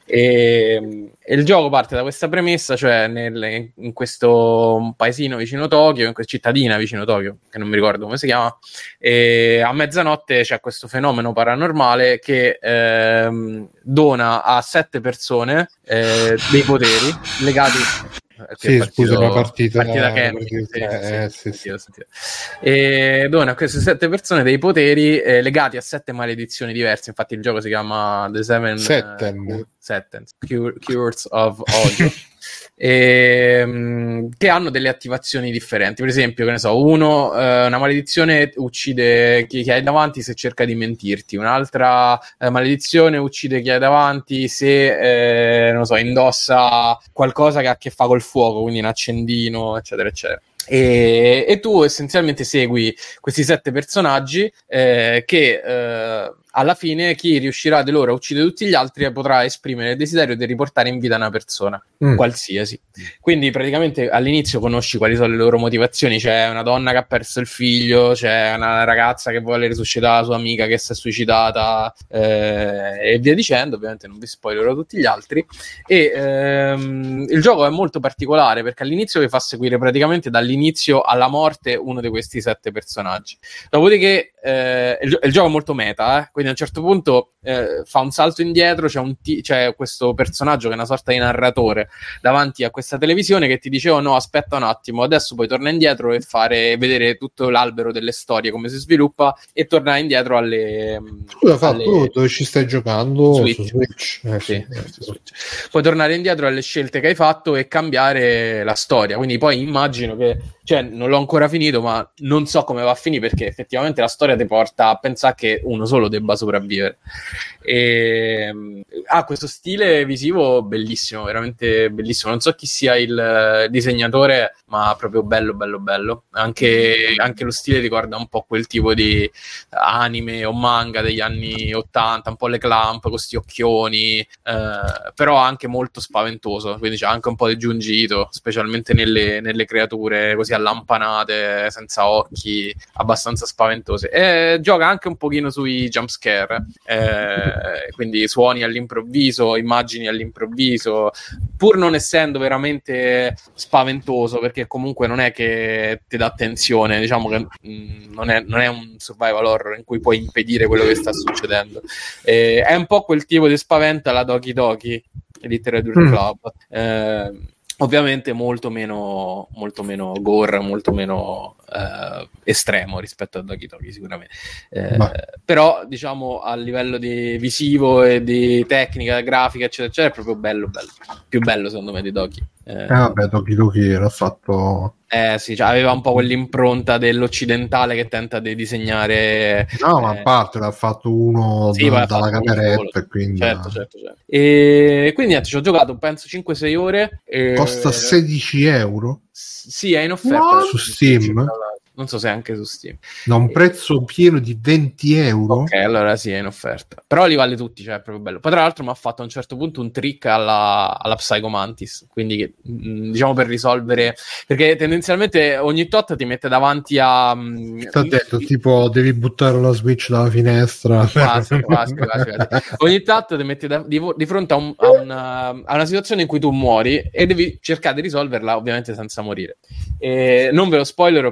e, e il gioco parte da questa premessa, cioè nel, in questo paesino vicino Tokyo, in questa cittadina vicino Tokyo, che non mi ricordo come si chiama, e a mezzanotte c'è questo fenomeno paranormale che ehm, dona a sette persone eh, dei poteri legati. Sì, partito, scusa, la partita, partita la Cammy, partita, sì, eh, sì, sì, sì, sì. E dona a queste sette persone dei poteri eh, legati a sette maledizioni diverse. Infatti il gioco si chiama The Seven uh, Sentence, Cure, Cures of Audio. E, mh, che hanno delle attivazioni differenti. Per esempio, che ne so, uno eh, una maledizione uccide chi, chi hai davanti se cerca di mentirti, un'altra eh, maledizione uccide chi hai davanti se eh, non so, indossa qualcosa che ha a che fa col fuoco, quindi un accendino, eccetera eccetera. E, e tu essenzialmente segui questi sette personaggi eh, che eh, alla fine chi riuscirà di loro a uccidere tutti gli altri potrà esprimere il desiderio di riportare in vita una persona mm. qualsiasi. Quindi praticamente all'inizio conosci quali sono le loro motivazioni. C'è una donna che ha perso il figlio, c'è una ragazza che vuole risuscitare la sua amica che si è suicidata, eh, e via dicendo. Ovviamente non vi spoilerò tutti gli altri. E ehm, il gioco è molto particolare perché all'inizio vi fa seguire praticamente dall'inizio alla morte uno di questi sette personaggi. Dopodiché eh, il, il gioco è molto meta, eh? Quindi a un certo punto eh, fa un salto indietro, c'è, un t- c'è questo personaggio che è una sorta di narratore davanti a questa televisione che ti dice: oh no, aspetta un attimo, adesso puoi tornare indietro e fare vedere tutto l'albero delle storie, come si sviluppa, e tornare indietro alle... Scusa, alle... tu dove ci stai giocando? Switch. Su Switch. Eh, sì, sì. Eh, su Switch. Puoi tornare indietro alle scelte che hai fatto e cambiare la storia. Quindi poi immagino che, cioè non l'ho ancora finito, ma non so come va a finire, perché effettivamente la storia ti porta a pensare che uno solo debba sopravvivere. E ha ah, questo stile visivo bellissimo, veramente bellissimo. Non so chi sia il disegnatore, ma proprio bello bello bello. Anche, anche lo stile ricorda un po' quel tipo di anime o manga degli anni ottanta, un po' le clamp con questi occhioni, eh, però anche molto spaventoso, quindi c'è anche un po' di giungito, specialmente nelle, nelle creature così allampanate, senza occhi, abbastanza spaventose. E gioca anche un pochino sui jumpscare, eh, quindi suoni all'improvviso, immagini all'improvviso, pur non essendo veramente spaventoso, perché comunque non è che ti dà tensione, diciamo che mh, non, è, non è un survival horror in cui puoi impedire quello che sta succedendo. Eh, è un po' quel tipo di spavento alla Doki Doki Literature mm. Club, eh, ovviamente molto meno molto meno gore, molto meno eh, estremo rispetto a Doki Doki sicuramente, eh, però diciamo a livello di visivo e di tecnica grafica eccetera eccetera è proprio bello bello, più bello secondo me di Doki. Eh, eh vabbè, Doki Doki era fatto eh sì, cioè aveva un po' quell'impronta dell'occidentale che tenta di disegnare, no, ma eh, a parte l'ha fatto uno sì, da, dalla cameretta e quindi certo, certo, certo. E quindi niente, ci ho giocato penso cinque sei ore e... costa sedici euro? S- sì, è in offerta su Steam. Non so se anche su Steam. Da un prezzo pieno di venti euro. Ok, allora sì, è in offerta. Però li vale tutti, cioè è proprio bello. Poi tra l'altro mi ha fatto a un certo punto un trick alla, alla Psycho Mantis, quindi mh, diciamo per risolvere, perché tendenzialmente ogni tot ti mette davanti a... Mh, ti ha detto mh, tipo devi buttare la Switch dalla finestra. Quasi, quasi, quasi, quasi. Ogni tot ti metti da, di, di fronte a, un, a, una, a una situazione in cui tu muori e devi cercare di risolverla ovviamente senza morire. E non ve lo spoilerò perché sarà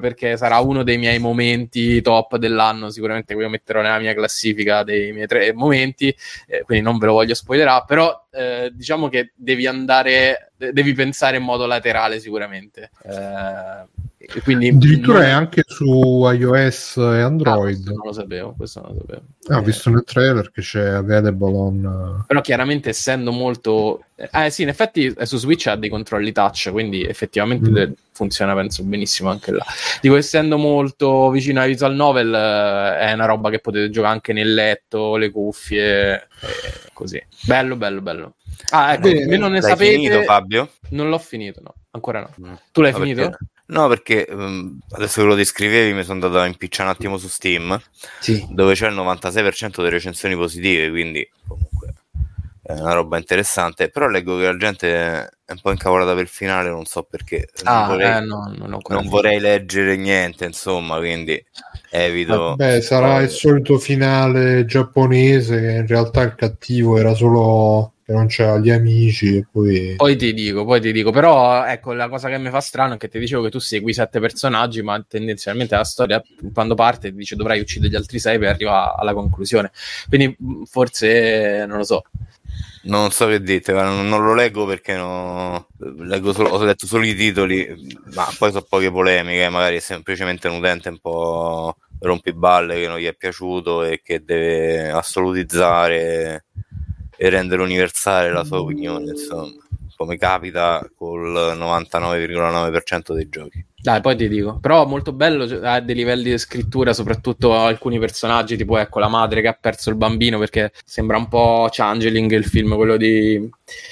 sarà uno dei miei momenti top dell'anno, sicuramente quello metterò nella mia classifica dei miei tre momenti, eh, quindi non ve lo voglio spoilerare, però eh, diciamo che devi andare, devi pensare in modo laterale sicuramente. Eh, quindi addirittura non... è anche su iOS e Android. Ah, non lo sapevo, questo non lo sapevo. Ah, ho eh... visto nel trailer che c'è available on... Però chiaramente essendo molto... Eh sì, in effetti su Switch ha dei controlli touch, quindi effettivamente mm. funziona penso benissimo anche là. Dico, essendo molto vicino ai visual novel, eh, è una roba che potete giocare anche nel letto, le cuffie, eh, così. Bello, bello, bello. Ah, ecco, Bene, non ne l'hai sapete... finito, Fabio? Non l'ho finito, no. Ancora no. Mm. Tu l'hai no, finito? Perché... No, perché um, adesso che lo descrivevi mi sono andato a impicciare un attimo su Steam, sì. dove c'è il novantasei per cento delle recensioni positive, quindi comunque è una roba interessante. Però leggo che la gente è un po' incavolata per il finale, non so perché. Ah, non vorrei, eh, no, non, non vorrei leggere niente, insomma, quindi evito. Beh, sarà oh. il solito finale giapponese, che in realtà il cattivo era solo... non c'era gli amici e poi... poi ti dico, poi ti dico però ecco, la cosa che mi fa strano è che ti dicevo che tu segui sette personaggi, ma tendenzialmente la storia quando parte ti dice dovrai uccidere gli altri sei per arrivare alla conclusione, quindi forse non lo so, non so che dite, non, non lo leggo perché no, leggo solo, ho letto solo i titoli, ma poi so poche polemiche, magari è semplicemente un utente un po' rompiballe che non gli è piaciuto e che deve assolutizzare e rendere universale la sua opinione, insomma, come capita col novantanove virgola nove per cento dei giochi. Dai, poi ti dico, però molto bello, ha dei livelli di scrittura, soprattutto alcuni personaggi, tipo ecco la madre che ha perso il bambino, perché sembra un po' Changeling, il film, quello di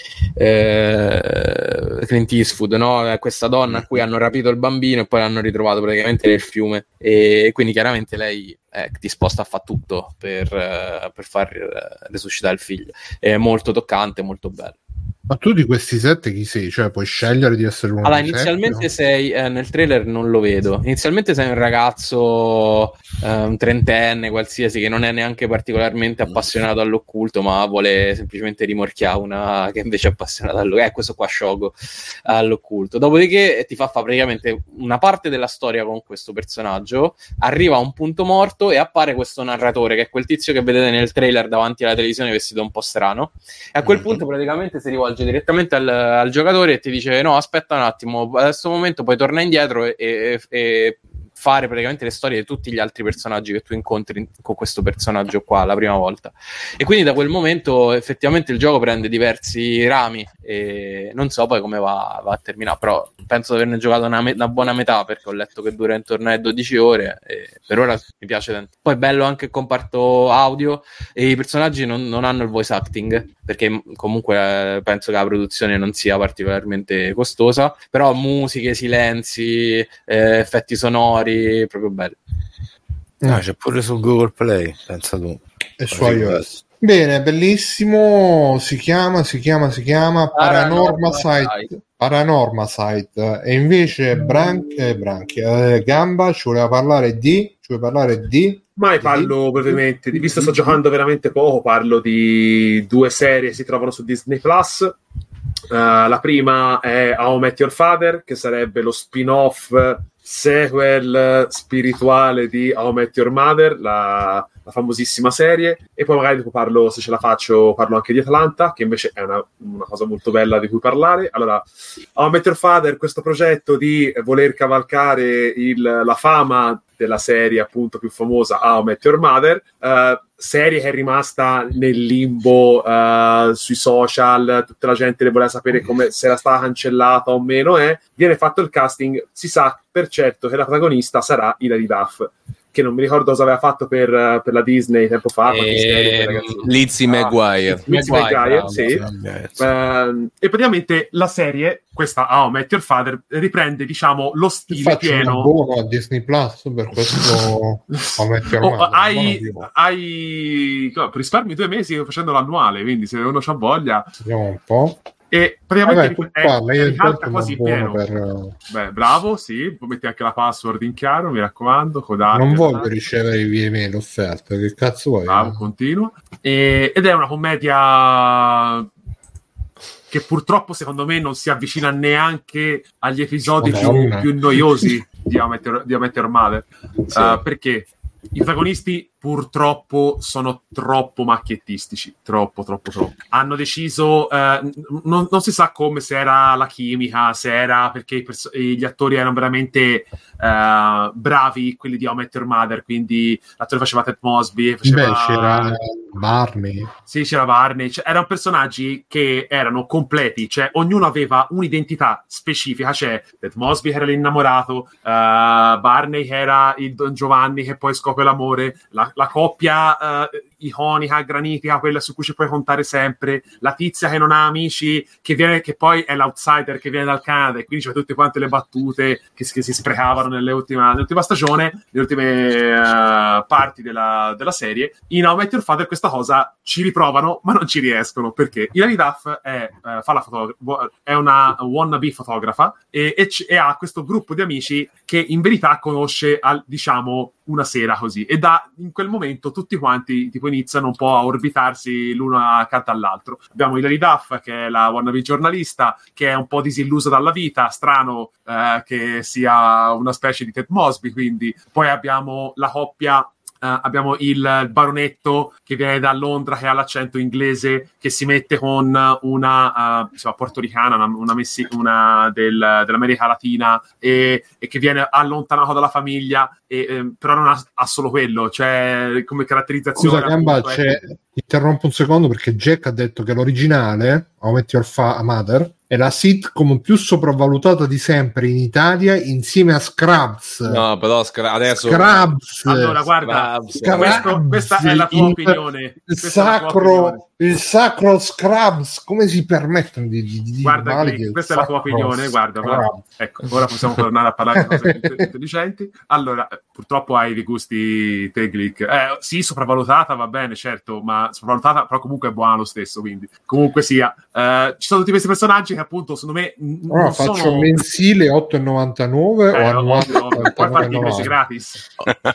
eh, Clint Eastwood, no? Questa donna a cui hanno rapito il bambino e poi l'hanno ritrovato praticamente nel fiume, e quindi chiaramente lei è disposta a fare tutto per, uh, per far uh, resuscitare il figlio. È molto toccante, molto bello. Ma tu di questi sette chi sei? Cioè puoi scegliere di essere uno allora, di inizialmente sette, no? sei eh, nel trailer non lo vedo. Inizialmente sei un ragazzo, eh, un trentenne qualsiasi, che non è neanche particolarmente appassionato all'occulto, ma vuole semplicemente rimorchiare una che invece è appassionata all'occulto. Eh, questo qua Shogo all'occulto. Dopodiché ti fa fare praticamente una parte della storia con questo personaggio, arriva a un punto morto e appare questo narratore, che è quel tizio che vedete nel trailer davanti alla televisione vestito un po' strano. E a quel mm-hmm. punto praticamente si rivolge direttamente al, al giocatore e ti dice no, aspetta un attimo, a questo momento puoi tornare indietro e, e, e fare praticamente le storie di tutti gli altri personaggi che tu incontri con questo personaggio qua la prima volta, e quindi da quel momento effettivamente il gioco prende diversi rami e non so poi come va, va a terminare, però penso di averne giocato una, me- una buona metà, perché ho letto che dura intorno alle dodici ore e per ora mi piace tanto. Poi è bello anche il comparto audio e i personaggi non, non hanno il voice acting, perché comunque eh, penso che la produzione non sia particolarmente costosa, però musiche, silenzi, eh, effetti sonori, proprio belli. No, c'è pure su Google Play, pensa tu. E su iOS. Bene, bellissimo, si chiama, si chiama, si chiama Paranormal Site, Paranormal Site, e invece Branch, eh, Branchia, eh, Gamba ci voleva parlare di, ci vuole parlare di... Mai parlo di, brevemente, di, visto che sto giocando veramente poco, parlo di due serie che si trovano su Disney Plus. Uh, la prima è How I Met Your Father, che sarebbe lo spin-off sequel spirituale di How I Met Your Mother, la, la famosissima serie, e poi magari dopo parlo, se ce la faccio, parlo anche di Atlanta, che invece è una, una cosa molto bella di cui parlare. Allora, How I Met Your Father, questo progetto di voler cavalcare il, la fama della serie appunto più famosa How I Met Your Mother, uh, serie che è rimasta nel limbo uh, sui social, tutta la gente ne voleva sapere come, se era stata cancellata o meno, è, viene fatto il casting, si sa per certo che la protagonista sarà Hilary Duff, che non mi ricordo cosa aveva fatto per, per la Disney tempo fa. E... Lizzie ah, McGuire. Lizzie McGuire, sì. Uh, e praticamente la serie, questa How I Met Your Father, riprende, diciamo, lo stile pieno. Buono a Disney Plus per questo How I Met Your oh, hai, hai risparmi due mesi facendo l'annuale, quindi se uno c'ha voglia. Vediamo un po'. E praticamente Vabbè, è, parla, io ricalca quasi pieno per... Beh, bravo, sì, metti anche la password in chiaro, mi raccomando, codate. Non voglio ricevere i via email offerte, che cazzo vuoi? Bravo, continua. E, ed è una commedia che purtroppo secondo me non si avvicina neanche agli episodi più, più noiosi di How I Met Your, di How I Met Your Mother, sì. uh, perché i protagonisti purtroppo sono troppo macchiettistici, troppo, troppo, troppo. Hanno deciso, eh, non, non si sa come, se era la chimica, se era perché i perso- gli attori erano veramente eh, bravi, quelli di How I Met Your Mother, quindi l'attore faceva Ted Mosby, faceva... Beh, c'era Barney. Sì, c'era Barney. Cioè, erano personaggi che erano completi, cioè ognuno aveva un'identità specifica, cioè Ted Mosby che era l'innamorato, uh, Barney che era il Don Giovanni che poi scopre l'amore, la la coppia uh, iconica, granitica, quella su cui ci puoi contare sempre, la tizia che non ha amici, che viene, che poi è l'outsider che viene dal Canada, e quindi c'è tutte quante le battute che, che si sprecavano nelle ultima, nell'ultima stagione, nelle ultime uh, parti della, della serie. In How I Met Your Father questa cosa ci riprovano, ma non ci riescono, perché Hilary Duff è, uh, fa la fotogra- è una wannabe fotografa e, e, c- e ha questo gruppo di amici che in verità conosce, al, diciamo, una sera così, e da in quel momento tutti quanti tipo iniziano un po' a orbitarsi l'uno accanto all'altro. Abbiamo Hilary Duff che è la wannabe giornalista, che è un po' disillusa dalla vita, strano eh, che sia una specie di Ted Mosby, quindi poi abbiamo la coppia. Uh, abbiamo il baronetto che viene da Londra, che ha l'accento inglese, che si mette con una uh, insomma, portoricana, una, una, messi- una del, dell'America Latina, e, e che viene allontanato dalla famiglia, e, eh, però non ha, ha solo quello, cioè come caratterizzazione. Scusa Gamba, c'è... È... interrompo un secondo perché Jack ha detto che l'originale, How I Met Your Fa- Mother, è la sitcom più sopravvalutata di sempre in Italia, insieme a Scrubs. No, però Scra- adesso Scrubs. Allora, guarda, Scrubs. Questo, questa è la tua il, opinione. Il sacro, il sacro Scrubs. Come si permettono di, di, di guarda, Glick, questa è la tua opinione. Guarda, guarda, ecco, ora possiamo tornare a parlare di cose intelligenti. Allora, purtroppo hai dei gusti te, Glick. Eh, sì, sopravvalutata, va bene, certo, ma sopravvalutata, però comunque è buona lo stesso. Quindi, comunque sia, eh, ci sono tutti questi personaggi che appunto secondo me n- allora, non faccio sono... mensile otto e novantanove eh, o annuale ovvio, ovvio. Puoi farti i mesi gratis.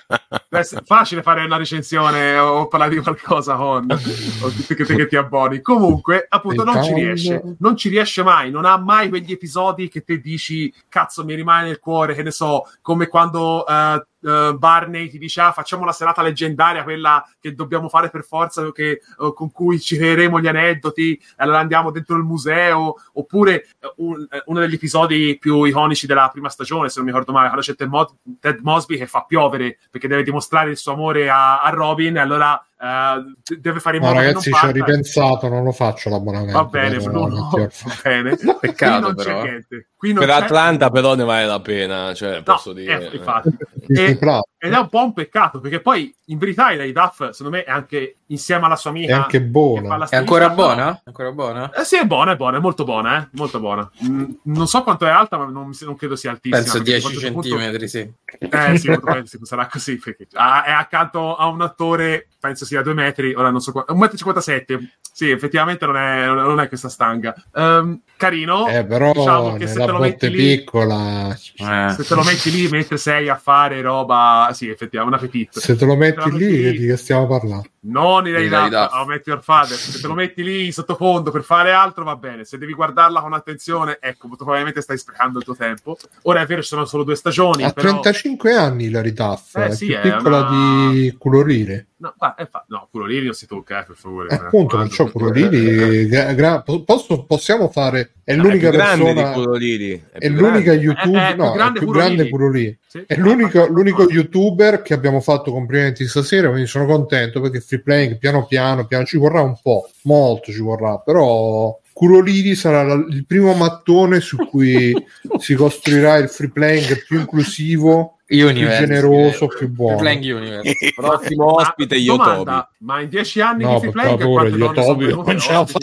È facile fare una recensione o parlare di qualcosa con o che, che, che ti abboni. Comunque, appunto, non ci riesce, non ci riesce mai, non ha mai quegli episodi che te dici cazzo mi rimane nel cuore, che ne so, come quando uh, Uh, Barney ti dice ah, facciamo la serata leggendaria, quella che dobbiamo fare per forza, che, uh, con cui ci creeremo gli aneddoti, allora andiamo dentro il museo, oppure uh, un, uh, uno degli episodi più iconici della prima stagione, se non mi ricordo male, quando c'è Ted, Mo- Ted Mosby che fa piovere perché deve dimostrare il suo amore a, a Robin, e allora Uh, deve fare in modo no, ragazzi, che non ci ho ripensato, non lo faccio l'abbonamento. Va bene, no, no, va bene. Peccato, non però. C'è niente. Qui non per c'è... Atlanta però ne vale la pena, cioè, posso no, dire. Eh, infatti. e, ed è un po' un peccato, perché poi in verità Hilary Duff, secondo me, è anche insieme alla sua amica. È anche buona. È ancora buona? È ancora buona? Eh, sì, è buona, è buona, è molto buona, eh? Molto buona. Mm, non so quanto è alta, ma non, non credo sia altissima. Penso dieci centimetri, punto... sì. Eh sì, probabilmente sarà così, perché è accanto a un attore, penso sia due metri, ora non so quanto, un metro e cinquantasette. Sì, effettivamente non è, non è questa stanga. Um, carino. Eh, però diciamo che se te lo metti lì, piccola. Eh. Se te lo metti lì mentre sei a fare roba, sì, effettivamente, una petita. Se te lo metti, te lo metti lì, lì, di che stiamo parlando? Non in realtà, a Met Your Father. Se te lo metti lì sottofondo per fare altro, va bene. Se devi guardarla con attenzione, ecco, probabilmente stai sprecando il tuo tempo. Ora è vero, ci sono solo due stagioni. Ha però... trentacinque anni Hilary Duff, eh, è sì, più è piccola una... di Curorire. No, ma è fa... no, Curorire non si tocca, eh, per favore. Eh, appunto, non c'ho Curorire. Gra- gra- posso, possiamo fare... È l'unica no, è persona... È, è l'unica YouTube... È, è no, grande è più Curorire. grande Curorire. Sì. È l'unico, l'unico YouTuber che abbiamo fatto complimenti stasera, quindi sono contento, perché Free Playing piano piano, piano ci vorrà un po', molto ci vorrà, però... Curolini sarà la, il primo mattone su cui si costruirà il free playing più inclusivo, Universe, più generoso, più buono. Free playing Universe. Prossimo ospite Yotobi. Ma in dieci anni no, di free playing quante donne sono venute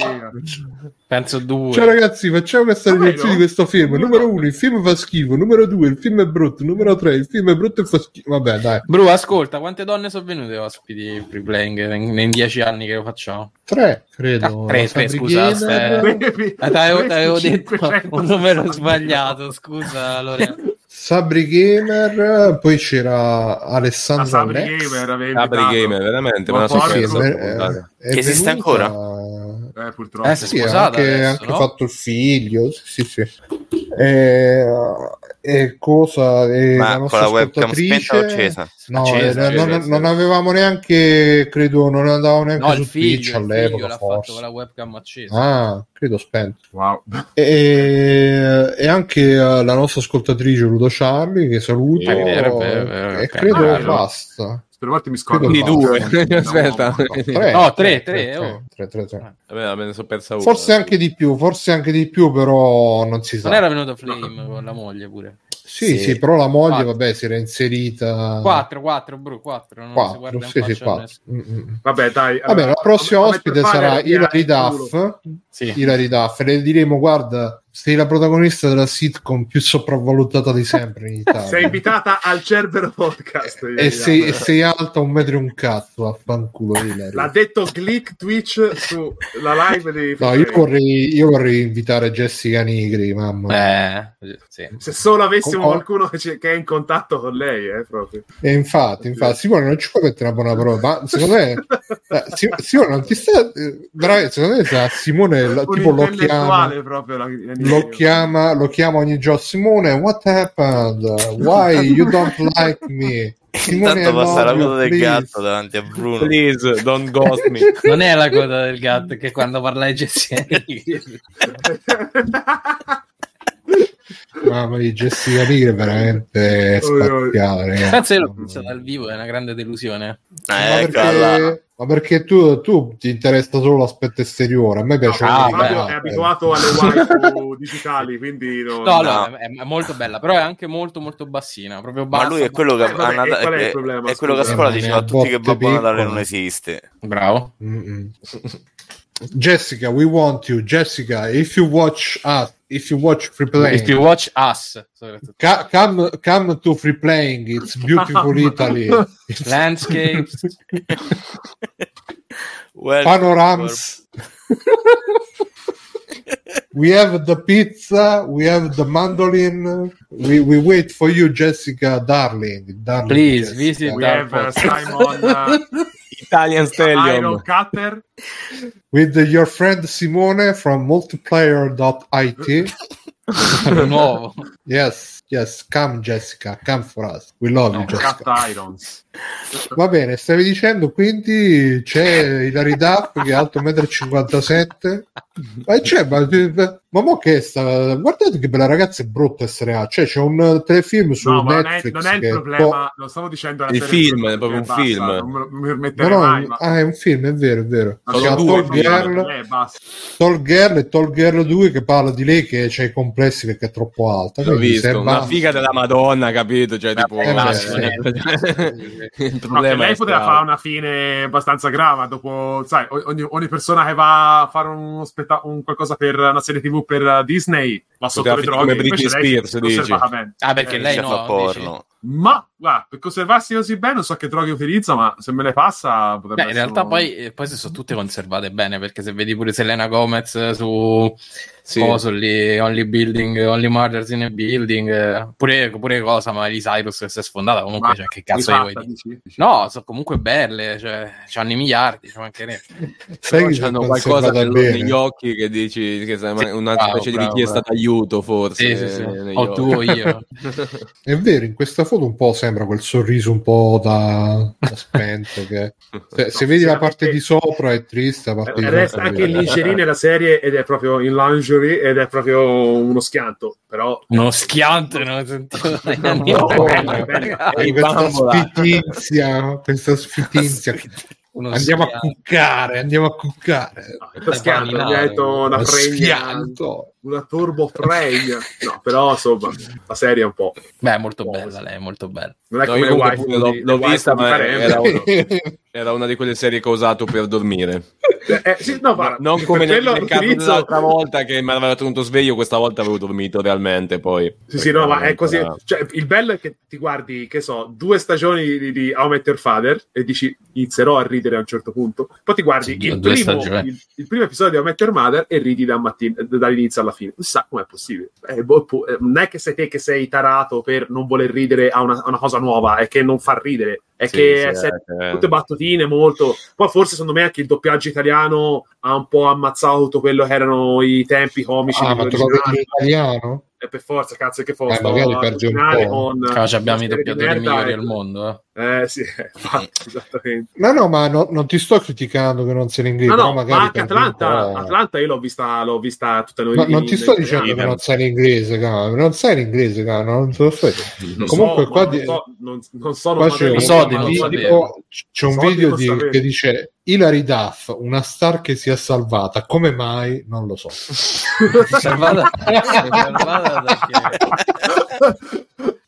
penso due. Cioè ragazzi, facciamo questa recensione di questo film. Numero uno, il film fa schifo. Numero due, il film è brutto. Numero tre, il film è brutto e fa schifo. Vabbè, dai. Bru, ascolta, quante donne sono venute ospiti free playing nei dieci anni che lo facciamo? Tre, credo. Ah, tre, tre, scusa. T'avevo detto un numero sbagliato, scusa Lorenzo. Sabri Gamer, poi c'era Alessandro Sabri Gamer, Sabri Gamer, veramente, ma ma che esiste ancora? Eh, purtroppo. Eh, si è sì, sposata anche, adesso, anche no? fatto il figlio, sì, sì. E, e cosa e ma la nostra con la webcam spenta o accesa? No, accesa, eh, non, accesa. non avevamo neanche, credo, non andavo neanche no, su il figlio, Twitch il all'epoca, figlio l'ha forse. fatto con la webcam accesa. Ah, credo spento. Wow. E, e anche uh, la nostra ascoltatrice Ludo Charlie, che saluto, È vero, è vero, è vero, e ok. credo Ah, basta. Per volte mi scordo Credo Di due. basta. Aspetta. Tre, No, tre, tre, tre, tre, oh. tre, tre, tre. Vabbè, me ne sono persa una. Forse anche di più, forse anche di più, però non si sa. Non era venuto Flame con la moglie pure? Sì, Sì. sì, però la moglie, Quattro. vabbè, si era inserita. quattro, quattro, bro, quattro. Non si Quattro, guarda in sì, sì, faccia a quattro. nessuno. Mm, mm. Vabbè, dai. Vabbè, allora, la prossima a- a ospite mettere sarà fare Hilary il culo. Duff. Sì. Hilary Duff, le diremo: guarda, sei la protagonista della sitcom più sopravvalutata di sempre in Italia. Sei invitata al Cerbero Podcast. e sei, e sei alta un metro e un cazzo, affanculo Hilary. L'ha detto Glick Twitch sulla live di No, io vorrei, io vorrei invitare Jessica Nigri, mamma. Eh, sì. Se solo avessimo Con- qualcuno che, ci- che è in contatto con lei, eh, proprio. E infatti, infatti, Simone non ci puoi mettere una buona parola, ma secondo me, eh, Si- Simone non ti sta, eh, veramente, secondo me sa, Simone lo- Un tipo lo chiama, intellettuale proprio la- la- lo chiama, lo chiama ogni giorno, Simone, what happened? Why you don't like me? Simone, Intanto I passa la love you, coda del please. gatto davanti a Bruno. Please, don't ghost me. Non è la coda del gatto che quando parla di Jessica Mamma mia, Jessica Nigri è veramente spaziale, ragazzi. Penso che l'ho vista dal vivo, è una grande delusione. Ma Eh, eccola là. perché, ma perché tu, tu ti interessa solo l'aspetto esteriore, a me piace Ah, anche- Fabio beh, è abituato alle waifu digitali, quindi non... No, allora, è, è molto bella, però è anche molto molto bassina, proprio Ma bassa. lui è quello che Eh, vabbè, a Nata- e qual è il è- problema, è quello che a scusa? scuola Eh, diceva ma a tutti che botte Babbo Natale piccole. non esiste. Bravo. Mm-mm. Jessica, we want you. Jessica, if you watch us, if you watch free playing, If you watch us, soprattutto. ca- come, come to free playing. It's beautiful Italy. It's Landscapes. Well, panorams. We have the pizza. We have the mandolin. We we wait for you, Jessica, darling. darling Please, Jessica. visit We our have uh, podcast. Simon uh, Italian Stallion. Iron Cutter. With your friend Simone from multiplayer dot it. Nuovo. Yes, yes, come Jessica, come for us. We love you, Cat Jessica. Irons. Va bene, stavi dicendo, quindi c'è Hilary Duff che è alto uno e cinquantasette metri. Ma c'è, ma, ma mo che sta? Guardate che bella ragazza, è brutto essere A. Cioè, c'è un telefilm su No, ma non è, Netflix. non è il che- problema, non stavo dicendo la Il serie film, perché è proprio un basta, film. Non me lo non mi No, permetterei no, mai, ma... ah, è un film, è vero, è vero. ma Si sono chiama due Tall film. Girl, Eh, basta. Tall Girl e Tall Girl due, che parla di lei che c'ha i complessi perché è troppo alta. L'ho Quindi se visto, una va- figa della Madonna, capito? Cioè, tipo, eh, massimo, beh, il No, che problema lei è poteva stato- fare una fine abbastanza grave dopo, sai, ogni, ogni persona che va a fare uno spetta- un qualcosa per una serie tv per Disney va sotto Poteva le finire droghe, come Britney invece lei Spears, si è dici. conservata bene. Ah, perché Eh, lei Che no, fa porno. dici? Ma guarda, per conservarsi così bene non so che droghe utilizza, ma se me le passa potrebbe Beh, in essere realtà un- poi, eh, poi se sono tutte conservate bene, perché se vedi pure Selena Gomez su Sì. coso lì, Only Building, Only Murders in a Building, eh, pure, pure cosa, ma Miley Cyrus che si è sfondata comunque, Ma cioè, che cazzo io rifatta, vuoi dire? dici? Dici? No, sono comunque belle, cioè, c'hanno i miliardi, ci mancherebbe. sai che si è C'hanno qualcosa conservata nello- bene. negli occhi che dici che sembra Sì, una bravo, specie bravo, di richiesta bravo. d'aiuto, forse. Sì, sì, sì. negli O occhi. tu o io. È vero, in questa foto un po' sembra quel sorriso un po' da, da spento. Che... Se, se vedi la parte di sopra è triste, la parte di Resta sopra anche il lingerie nella serie ed è proprio in lingerie ed è proprio uno schianto, però Uno schianto, non ho sentito dagli anni No, ottanta. è bello, Eh, Ehi, questa bambola. sfitizia, questa sfitizia. Uno Andiamo a schianto. cuccare, andiamo a cuccare. no, schianto, mi ha detto una Lo fregna, schianto. una turbo fregna. No, però insomma, la serie è un po'. Beh, è molto bella, lei è molto bella. Non è No, come io le comunque waifu pure l'ho, di- l'ho le waifu vista, di ma Palermo. era, una- era una di quelle serie che ho usato per dormire. Eh, sì, no, guarda, Non per come nel, quello nel caso l'utilizzo- dell'altra volta che mi aveva tenuto sveglio, questa volta avevo dormito realmente. Poi Sì, sì, no, ma è così. Era- Cioè, il bello è che ti guardi, che so, due stagioni di, di How I Met Your Father e dici inizierò a ridere a un certo punto. Poi ti guardi Oddio, il due primo, stagioni. il, il primo episodio di How I Met Your Mother e ridi da mattina, dall'inizio alla fine. Non sa com'è possibile. Eh, boh, pu- eh, non è che sei te che sei tarato per non voler ridere a una, a una cosa nuova, è che non fa ridere. È Sì, che sì, se- eh, tutte battutine molto. Poi forse secondo me anche il doppiaggio italiano ha un po' ammazzato tutto quello che erano i tempi comici Ah, di ma quello te lo vedi in originale. italiano? E per forza, cazzo, che fosse. Eh, magari perdi un po'. Con, ah, abbiamo i doppiatori migliori al mondo. Eh. Eh sì, infatti, esattamente. No, no, ma no, non ti sto criticando che non sia in inglese. No, no, però magari ma anche Atlanta, Atlanta io l'ho vista, l'ho vista tutta noi. No, non ti sto dicendo che non sai l'inglese, cara. Non sai l'inglese, cara. Non te lo sto dicendo. Comunque, so, qua non, di... so, non, non sono qua c'è un, so di video, c'è un video di, che dice Hilary Duff, una star che si è salvata. Come mai? Non lo so. salvata, salvata perché...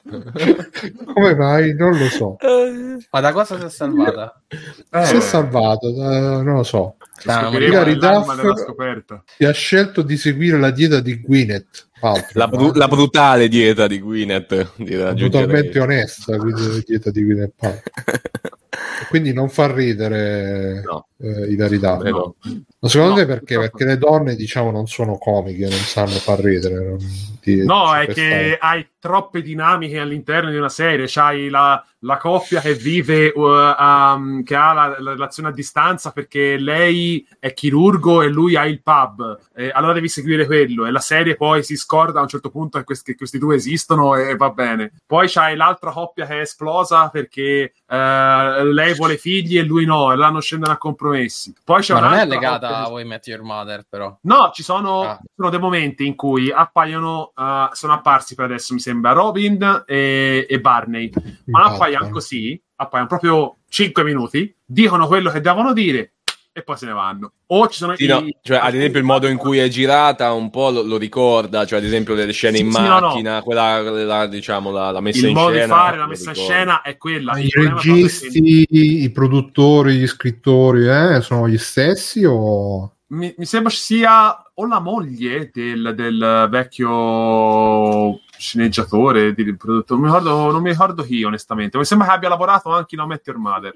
Come mai? Non lo so. Ma da cosa si è salvata? Eh, si è salvato, da, non lo so. Ah, Hilary Duff ti ha scelto di seguire la dieta di Gwyneth. Altro, la, bru- la brutale dieta di Gwyneth. Totalmente onesta, quindi la dieta di Gwyneth Paltrow. Quindi non fa ridere no. eh, Hilary Duff. No. Ma secondo no, te perché? Perché le donne, diciamo, non sono comiche, non sanno far ridere. Non ti, no, è che hai troppe dinamiche all'interno di una serie. C'hai la, la coppia che vive, uh, um, che ha la, la relazione a distanza perché lei è chirurgo e lui ha il pub. Eh, allora devi seguire quello. E la serie poi si scorda a un certo punto che questi, che questi due esistono e va bene. Poi c'hai l'altra coppia che è esplosa perché uh, lei vuole figli e lui no, e là non scendono a compromessi. Poi c'è Ma non è legata coppia... a How I Met Your Mother, però. No, ci sono, ah. sono dei momenti in cui appaiono, uh, sono apparsi per adesso mi sembra Robin e, e Barney, ma appaiono così, appaiono proprio cinque minuti, dicono quello che devono dire e poi se ne vanno. O ci sono sì, i... no, cioè ad esempio il modo in cui è girata un po' lo, lo ricorda, cioè ad esempio le scene sì, in sì, macchina, no, no. Quella, la, diciamo la, la messa il in modo scena. Il modo di fare la messa in scena è quella. I registi, che... i produttori, gli scrittori, eh, sono gli stessi o... Mi, mi sembra sia o la moglie del, del vecchio sceneggiatore, del produttore, non mi ricordo, non mi ricordo chi onestamente, mi sembra che abbia lavorato anche in How I Met Your Mother.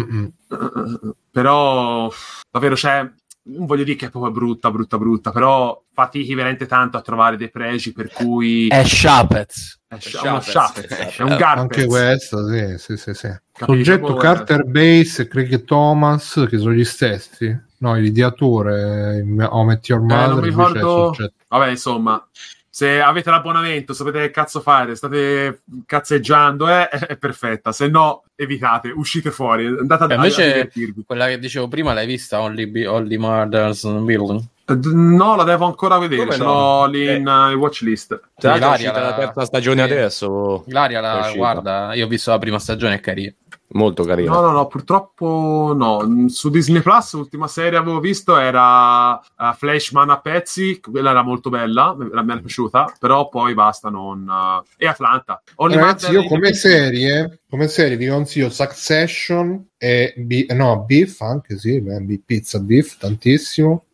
Uh, però davvero c'è, non voglio dire che è proprio brutta, brutta, brutta, però fatichi veramente tanto a trovare dei pregi per cui... È Shapez. È, Sh- uno Shapez, è un Garpez. Anche questo, sì, sì, sì, sì. Soggetto Carter Base e Craig Thomas, che sono gli stessi. No, l'ideatore in How I Met Your Mother. Eh, non mi ricordo... Vabbè, insomma, se avete l'abbonamento, sapete che cazzo fare, state cazzeggiando, eh, è perfetta. Se no, evitate, uscite fuori. Andate Beh, a, invece, a divertirvi. Quella che dicevo prima, l'hai vista? Only, Be- Only Murders in Building? No, la devo ancora vedere. Ce l'ho lì eh. in uh, watch list. Cioè, è uscita la... la terza stagione sì. Adesso. Ilaria, la guarda, io ho visto la prima stagione, è carina. Molto carino. No, no, no, purtroppo no. Su Disney Plus l'ultima serie avevo visto era uh, Flashman a pezzi, quella era molto bella, mi era piaciuta, però poi basta, non... Uh... E Atlanta. Only Ragazzi, io come serie, come serie vi consiglio Succession e B- no, Beef, anche sì, B- Pizza Beef, tantissimo.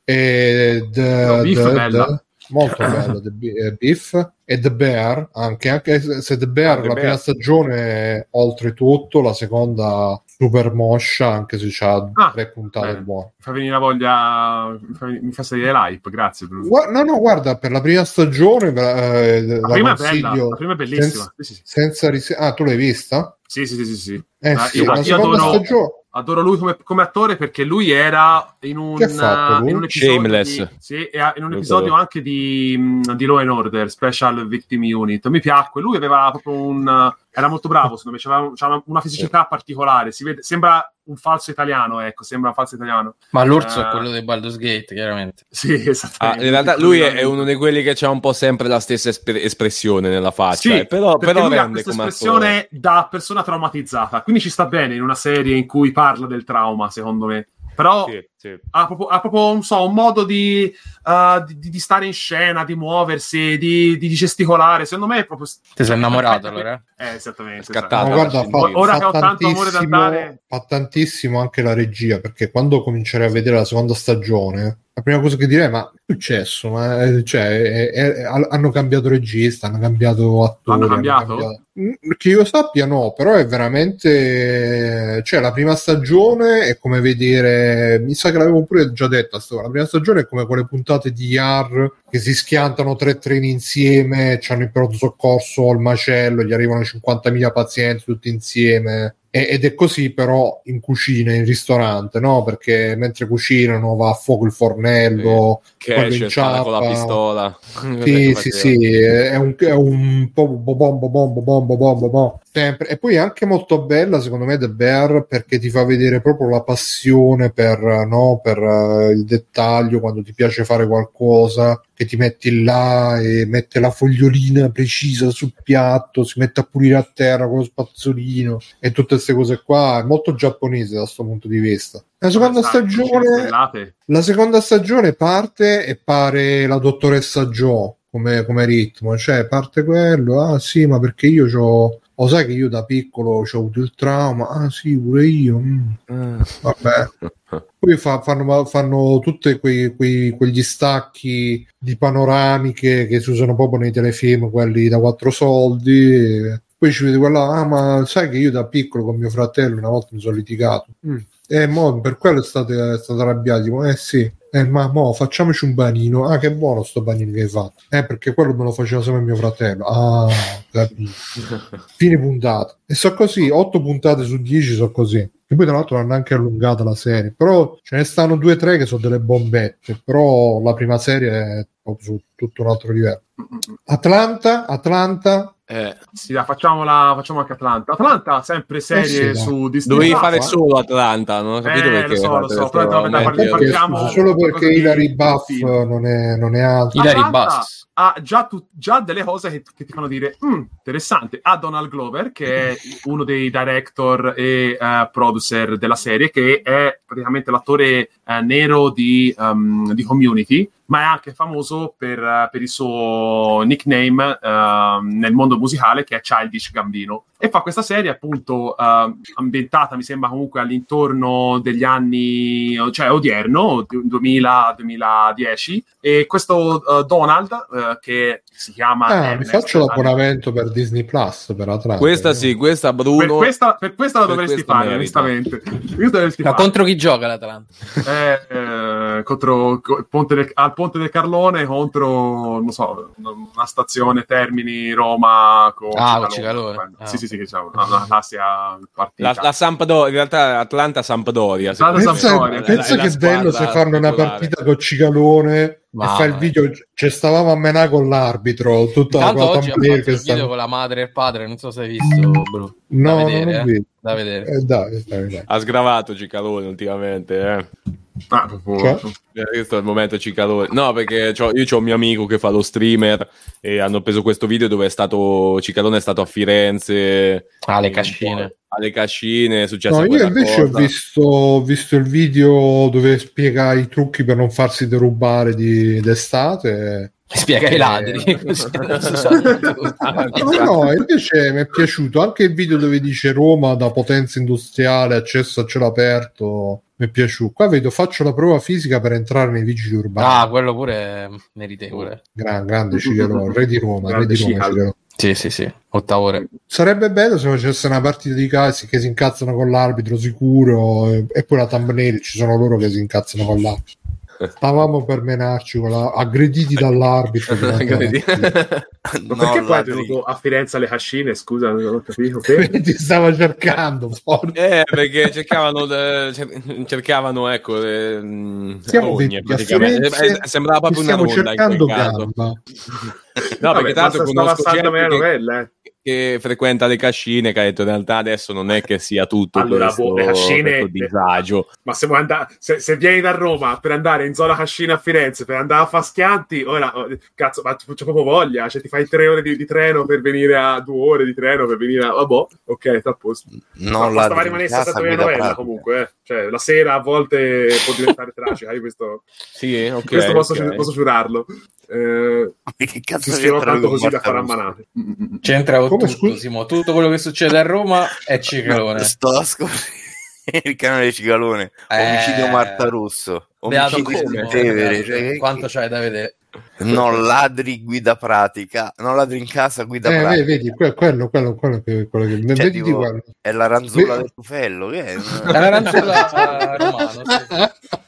E The, no, Beef the, bella. The, molto bello The Beef e The Bear, anche, anche se The Bear ah, la The prima Bear. stagione oltretutto, la seconda super moscia, anche se c'ha ah, tre puntate bene. buone. Mi fa venire la voglia, mi fa, mi fa salire l'hype, grazie. Gua- no, no, guarda, per la prima stagione eh, la, la prima è bella, la prima è bellissima. Senza, sì, sì. senza ris- ah, tu l'hai vista? Sì, sì, sì, sì, sì. Eh, ah, sì io, la io seconda adoro, stagione adoro lui come, come attore perché lui era in un, che ha fatto, lui? in un episodio Shameless di, sì, in un episodio anche di, di Law and Order Special Victim Unit. Mi piacque, lui aveva proprio un era molto bravo, secondo me c'aveva, c'aveva una fisicità sì. particolare, si vede, sembra un falso italiano, ecco, sembra un falso italiano. Ma l'orso uh, è quello di Baldur's Gate, chiaramente. Sì, esattamente. Ah, in realtà lui è, è uno di quelli che ha un po' sempre la stessa esp- espressione nella faccia, sì, eh, però, però lui rende ha questa espressione attore. Da persona traumatizzata, quindi ci sta bene in una serie in cui parla del trauma, secondo me. Però sì, sì. Ha, proprio, ha proprio non so, un modo di, uh, di, di stare in scena, di muoversi, di, di gesticolare. Secondo me è proprio. Ti sei innamorato allora? Eh, esattamente. Scattato. No, guarda, fa, ora fa che ho tanto amore da dare. Fa tantissimo anche la regia, perché quando comincerai a vedere la seconda stagione, la prima cosa che direi, ma è successo? Ma è, cioè, è, è, hanno cambiato regista, hanno cambiato attore. Hanno cambiato? Hanno cambiato... Che io sappia no, però è veramente, cioè la prima stagione è come vedere, mi sa che l'avevo pure già detto a sto, la prima stagione è come quelle puntate di I A R che si schiantano tre treni insieme, c'hanno il pronto soccorso al macello, gli arrivano cinquantamila pazienti tutti insieme, ed è così però in cucina, in ristorante, no? Perché mentre cucinano va a fuoco il fornello, sì. Che esce con la pistola. Sì, sì, sì, è un, è un po' bom bom bom bom bom bom sempre. E poi è anche molto bella secondo me The Bear, perché ti fa vedere proprio la passione per, no, per uh, il dettaglio, quando ti piace fare qualcosa, che ti metti là e mette la fogliolina precisa sul piatto, si mette a pulire a terra con lo spazzolino e tutte queste cose qua. È molto giapponese da questo punto di vista. La seconda stagione la seconda stagione parte e pare la dottoressa Joe come, come ritmo, cioè parte quello, ah sì, ma perché io c'ho, lo sai che io da piccolo ho avuto il trauma, ah sì, pure io, mm. vabbè. Poi fa, fanno, fanno tutti quei, quei, quegli stacchi di panoramiche che si usano proprio nei telefilm, quelli da quattro soldi. Poi ci vede quella, ah ma sai che io da piccolo con mio fratello una volta mi sono litigato. Mm. E mo per quello state, state arrabbiati. Eh sì, eh, ma mo facciamoci un panino. Ah, che buono sto panino che hai fatto. Eh, perché quello me lo faceva sempre mio fratello. Ah, capito. Fine puntata. E so così, otto puntate su dieci so così. E poi tra l'altro hanno anche allungato la serie. Però ce ne stanno due o tre che sono delle bombette. Però la prima serie è proprio su tutto un altro livello. Atlanta, Atlanta. Eh. Sì, la facciamo, la, facciamo anche Atlanta. Atlanta, sempre serie eh sì, su Disney. Dovevi fare solo Atlanta, non ho capito eh, perché. Lo so, lo so, però perché, partiamo solo perché Hilary Buff non è, non è altro. Hilary Buff ha già, tu, già delle cose che, che ti fanno dire mm, interessante. Ha Donald Glover, che è uno dei director e uh, producer della serie, che è praticamente l'attore uh, nero di, um, di Community, ma è anche famoso per, uh, per il suo nickname uh, nel mondo musicale, che è Childish Gambino, e fa questa serie appunto uh, ambientata, mi sembra comunque all'intorno degli anni, cioè odierno, duemila duemiladieci, e questo uh, Donald uh, che si chiama ah, Ernest, mi faccio l'abbonamento per Disney Plus per Atlanta. Questa sì, questa Bruno per questa, per questa la per dovresti questa fare merita. Onestamente dovresti ma fare. Contro chi gioca l'Atlanta? Eh, eh, contro Ponte de, al Ponte del Carlone, contro non so, una stazione Termini Roma con ah, Cicalone. Ah. Sì sì sì che c'è una, una classica partita. La, la Sampdoria, in realtà Atlanta Sampdoria. Pensa, Sampdoria. pensa che bello se fanno una partita con Cicalone. Ma e fa il video, ci stavamo a menare con l'arbitro tutta tanto la oggi ha fatto il video stanno... con la madre e il padre, non so se hai visto bro. No, da vedere, non ho visto. Eh? Da vedere. Eh, dai, dai, dai. Ha sgravato Cicalone ultimamente eh. Ah, cioè? Questo è il momento Cicalone. No, perché c'ho, io ho un mio amico che fa lo streamer e hanno preso questo video dove è stato Cicalone è stato a Firenze alle cascine alle cascine è successo. No, io invece cosa. ho visto ho visto il video dove spiega i trucchi per non farsi derubare di d'estate. Spiega i ladri. no, no, invece mi è piaciuto anche il video dove dice Roma da potenza industriale, accesso a cielo aperto. Mi è piaciuto. Qua vedo faccio la prova fisica per entrare nei vigili urbani. Ah, quello pure è meritevole. Gran, grande Cicalone, re di Roma, re di Roma Cicalone. Sì, sì, sì, ottavo ore. Sarebbe bello se facesse una partita di calci che si incazzano con l'arbitro sicuro e, e poi la thumbnail ci sono loro che si incazzano con l'arbitro. Stavamo per menarci con la... aggrediti dall'arbitro. Ma perché no, poi è venuto a Firenze alle cascine? Scusa, non ho capito. Ti stava cercando. Eh, perché cercavano, cercavano ecco, le rogne, praticamente. Eh, sembrava proprio una ronda in quel caso. No, perché tanto conosco gente novella, eh. che frequenta le cascine, che ha detto in realtà adesso non è che sia tutto allora, questo, boh, le cascine, questo disagio. Ma se, vuoi andare, se, se vieni da Roma per andare in zona cascina a Firenze per andare a Faschianti, ora cazzo, ma c'è proprio voglia, cioè ti fai tre ore di, di treno per venire a due ore di treno per venire a vabbè, ok, sta a posto. Non ma basta rimanesse stata una novella comunque, eh. Cioè la sera a volte può diventare tragica, io questo sì, okay, questo posso, okay. posso giurarlo. Eh, che cazzo c'entra tanto così da fare a manate. C'entra tutto, Simo. Tutto quello che succede a Roma è Cicalone. No, sto a scoprire il canale di Cicalone. Eh... Omicidio Marta Russo. Omicidio Tevere. Cioè, quanto che... c'hai da vedere? Non ladri guida pratica, non ladri in casa guida eh, pratica. Vedi, quello, quello, quello, quello che, quello che... Cioè, vedi tipo, di è la ranzulla del tufello. Che è? È la ranzulla romano. Sì.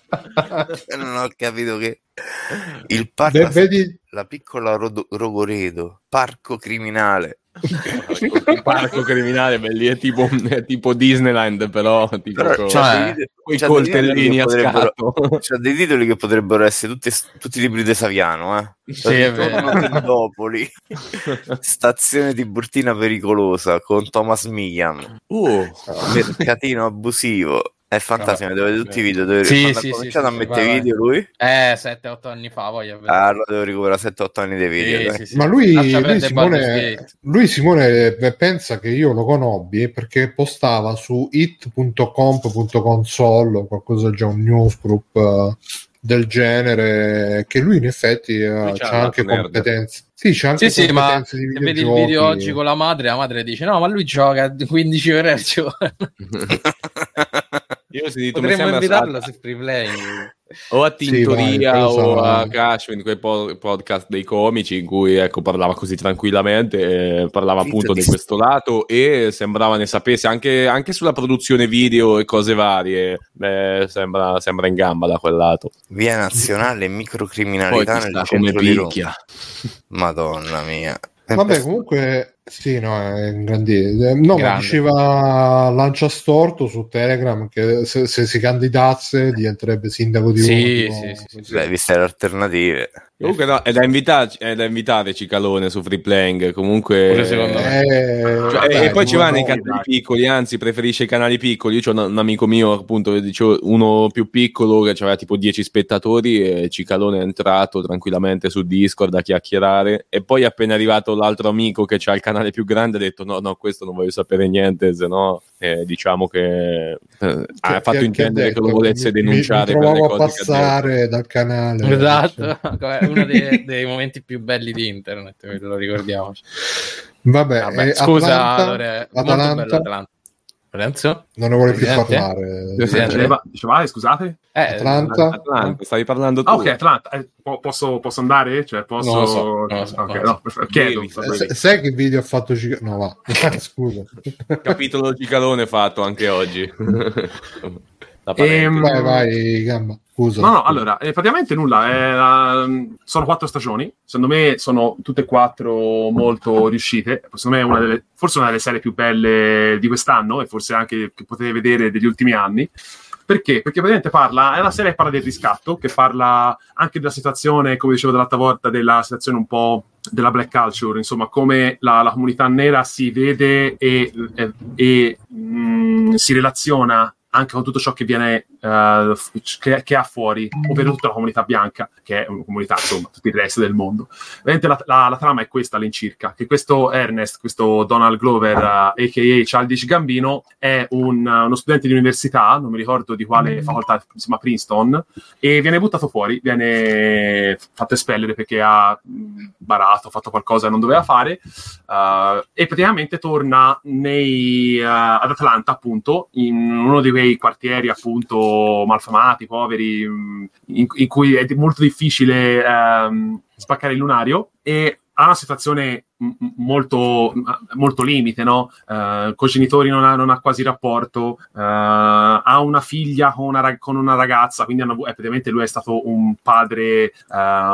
Non ho capito che il parco, Beh, vedi... la piccola Ro- Rogoredo, parco criminale. Parco criminale, beh, lì è tipo, è tipo Disneyland, però tipo però con c'ha i coltellini a scatto. C'ha dei titoli che potrebbero essere tutti, tutti libri di Saviano, eh? Sì, è vero. Dopoli. Stazione Tiburtina pericolosa con Thomas Millian. Uh. Mercatino abusivo. È fantastico, dovete tutti i video. Dove sì, quando sì, ha cominciato sì, a sì, mettere vai, video vai. lui? Eh, sette otto anni fa, voglio vedere. Ah, allora devo recuperare sette otto anni dei video. Sì, sì, sì. Ma lui, Lascia lui, perdere Simone, Baldur's Gate. lui Simone pensa che io lo conobbi perché postava su it punto comp punto console o qualcosa già, un newsgroup uh, del genere, che lui in effetti uh, c'ha anche competenze. Sì, c'è anche sì, competenze sì, di ma videogiochi. se vedi il video oggi con la madre, la madre dice no, ma lui gioca a quindici ore al giorno. Io ho sentito, potremmo invitarlo a... su Free Playing o a Tintoria, sì, vai, o sarà... a Crash, in quei po- podcast dei comici in cui ecco parlava così tranquillamente, eh, parlava appunto di questo lato e sembrava ne sapesse anche, anche sulla produzione video e cose varie. Beh, sembra, sembra in gamba da quel lato. Via nazionale microcriminalità nel nel come centro di Roma. picchia. Madonna mia. Vabbè, comunque sì, no, è grande. No, Grande. ma diceva Lancia Storto su Telegram che se, se si candidasse diventerebbe sindaco di sì, Roma. sì, Tipo, sì, sì. Beh, viste le alternative. Comunque no, è da, invitarci, è da invitare Cicalone su Free Playing, comunque Pure secondo me. Eh, cioè, dai, e poi ci va no, nei canali dai. piccoli, anzi preferisce i canali piccoli. Io ho un, un amico mio, appunto, dicevo, uno più piccolo che aveva tipo dieci spettatori e Cicalone è entrato tranquillamente su Discord a chiacchierare e poi appena arrivato l'altro amico che c'ha il canale più grande ha detto no, no, questo non voglio sapere niente, se no eh, diciamo che eh, ha fatto che, intendere che, che lo volesse mi, denunciare mi, mi per le trovavo a cose che ha passare dal canale. Esatto, è uno dei, dei momenti più belli di internet, lo ricordiamoci. Vabbè, Vabbè, eh, scusa, Atlanta, allora, Atalanta, molto bello Atlanta. Lorenzo? non ne vuole più Presidente? parlare. Presidente? Diceva, diceva, scusate? Eh, Atlanta. Atlanta, stavi parlando tu. Ah, ok, Atlanta. Eh, po- posso, posso andare? Cioè, posso... Non lo so, non lo so, Ok, non lo no, so. chiedo. Devi. Eh, se- sai che video ha fatto Cic- no va scusa Capitolo Cicalone fatto anche oggi. La Ehm, vai vai Gamba, scusa. No, no, allora, eh, praticamente nulla, è, la- sono quattro stagioni, secondo me sono tutte e quattro molto riuscite, secondo me è una delle, forse una delle serie più belle di quest'anno e forse anche che potete vedere degli ultimi anni. Perché? Perché praticamente parla, è una serie che parla del riscatto, che parla anche della situazione, come dicevo dell'altra volta, della situazione un po' della black culture, insomma, come la, la comunità nera si vede e, e, e mh, si relaziona anche con tutto ciò che viene uh, che, che ha fuori, ovvero tutta la comunità bianca, che è una comunità, insomma, tutto il resto del mondo. Veramente la, la, la trama è questa all'incirca, che questo Ernest, questo Donald Glover, uh, a k a. Childish Gambino, è un, uh, uno studente di università, non mi ricordo di quale facoltà, si chiama Princeton, e viene buttato fuori, viene fatto espellere perché ha barato, fatto qualcosa che non doveva fare, uh, e praticamente torna nei, uh, ad Atlanta, appunto, in uno di quei quartieri appunto malfamati, poveri, in, in cui è molto difficile ehm, spaccare il lunario, e ha una situazione m- molto, molto limite, no? Uh, con i genitori non ha, non ha quasi rapporto, uh, ha una figlia con una, con una ragazza, quindi hanno, eh, praticamente lui è stato un padre, uh,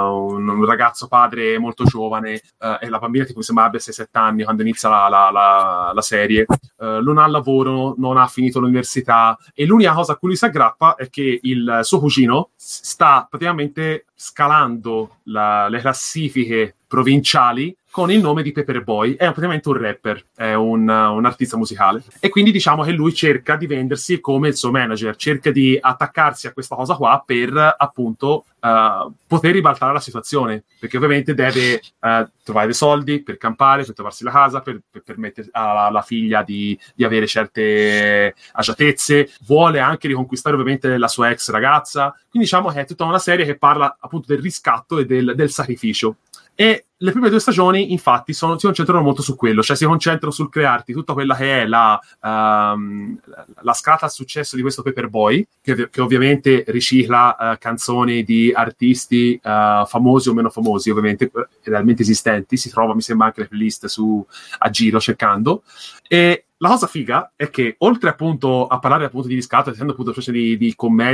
un ragazzo padre molto giovane, uh, e la bambina tipo mi sembra abbia sei sette anni quando inizia la, la, la, la serie, uh, non ha lavoro, non ha finito l'università, e l'unica cosa a cui lui si aggrappa è che il suo cugino sta praticamente scalando la, le classifiche provinciali con il nome di Paperboy, è praticamente un rapper, è un, un artista musicale, e quindi diciamo che lui cerca di vendersi come il suo manager, cerca di attaccarsi a questa cosa qua per appunto uh, poter ribaltare la situazione, perché ovviamente deve uh, trovare dei soldi per campare, per trovarsi la casa, per, per permettere alla, alla figlia di, di avere certe agiatezze, vuole anche riconquistare ovviamente la sua ex ragazza, quindi diciamo che è tutta una serie che parla appunto del riscatto e del, del sacrificio. E le prime due stagioni, infatti, sono, si concentrano molto su quello, cioè si concentrano sul crearti tutta quella che è la, um, la scalata al successo di questo Paperboy, che, che ovviamente ricicla uh, canzoni di artisti uh, famosi o meno famosi, ovviamente realmente esistenti. Si trova, mi sembra, anche le playlist su, a giro cercando. E la cosa figa è che, oltre appunto a parlare appunto di scalata, essendo appunto una specie di, di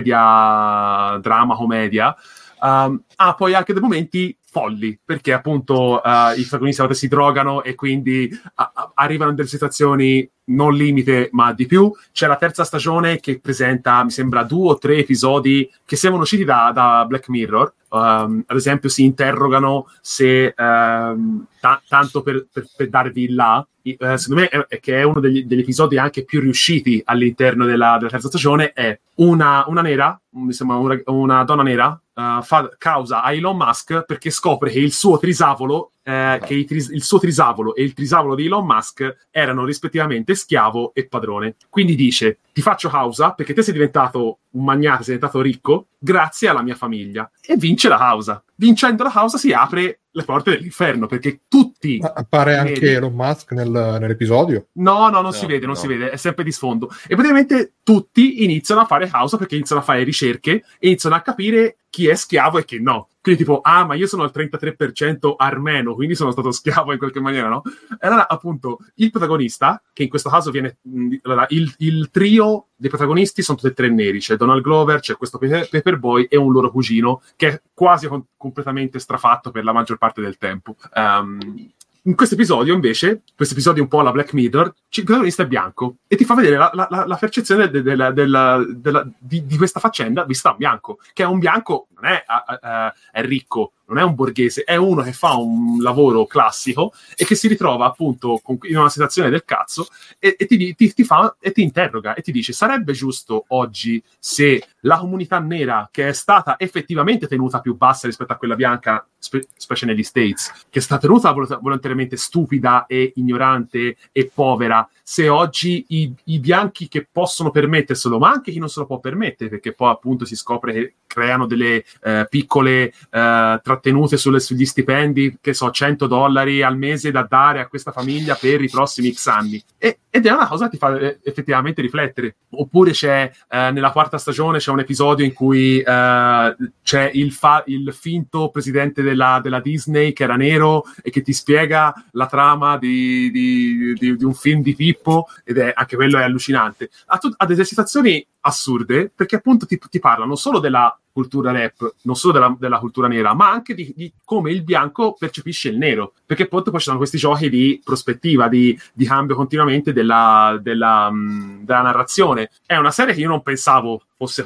commedia, drama, commedia, um, ha poi anche dei momenti folli, perché appunto uh, i protagonisti a volte si drogano e quindi a- a- arrivano in delle situazioni non limite ma di più. C'è la terza stagione che presenta, mi sembra, due o tre episodi che sembrano usciti da, da Black Mirror. Um, ad esempio si interrogano se um, ta- tanto per, per, per darvi il là, uh, secondo me è, è che è uno degli, degli episodi anche più riusciti all'interno della, della terza stagione. È una, una nera, mi sembra una, una donna nera, Uh, fa causa a Elon Musk perché scopre che il suo trisavolo eh, che il, tris- il suo trisavolo e il trisavolo di Elon Musk erano rispettivamente schiavo e padrone. Quindi dice: ti faccio causa perché te sei diventato un magnate, sei diventato ricco grazie alla mia famiglia, e vince la causa. Vincendo la causa si apre le porte dell'inferno, perché tutti... Ma appare anche vedi... Elon Musk nel, nell'episodio? No, no, non no, si vede, non no. si vede, è sempre di sfondo. E praticamente tutti iniziano a fare causa perché iniziano a fare ricerche e iniziano a capire chi è schiavo e chi no. Quindi tipo, ah, ma io sono al trentatré per cento armeno, quindi sono stato schiavo in qualche maniera, no? E allora, appunto, il protagonista, che in questo caso viene... Mh, allora, il, il trio dei protagonisti sono tutti e tre neri. C'è Donald Glover, c'è questo Paperboy e un loro cugino, che è quasi con- completamente strafatto per la maggior parte del tempo. Um, in questo episodio, invece, questo episodio un po' alla Black Mirror, il protagonista è bianco e ti fa vedere la, la, la percezione de, de, de, de, de, de, di, di questa faccenda vista da un bianco, che è un bianco, non è, uh, uh, è ricco, non è un borghese, è uno che fa un lavoro classico e che si ritrova appunto in una situazione del cazzo e, e ti, ti, ti fa e ti interroga e ti dice: sarebbe giusto oggi se la comunità nera, che è stata effettivamente tenuta più bassa rispetto a quella bianca, spe, specie negli States, che è stata tenuta vol- volontariamente stupida e ignorante e povera, se oggi i, i bianchi che possono permetterselo, ma anche chi non se lo può permettere, perché poi appunto si scopre che creano delle eh, piccole eh, trattenute sulle, sugli stipendi, che so, cento dollari al mese da dare a questa famiglia per i prossimi X anni. E, ed è una cosa che ti fa eh, effettivamente riflettere. Oppure c'è, eh, nella quarta stagione, c'è un episodio in cui eh, c'è il, fa- il finto presidente della, della Disney che era nero e che ti spiega la trama di, di, di, di un film di Pippo, ed è anche quello è allucinante. Ha, tut- ha delle situazioni assurde, perché appunto ti, ti parlano solo della cultura rap, non solo della, della cultura nera, ma anche di, di come il bianco percepisce il nero, perché poi, poi ci sono questi giochi di prospettiva, di, di cambio continuamente della, della, mh, della narrazione. È una serie che io non pensavo fosse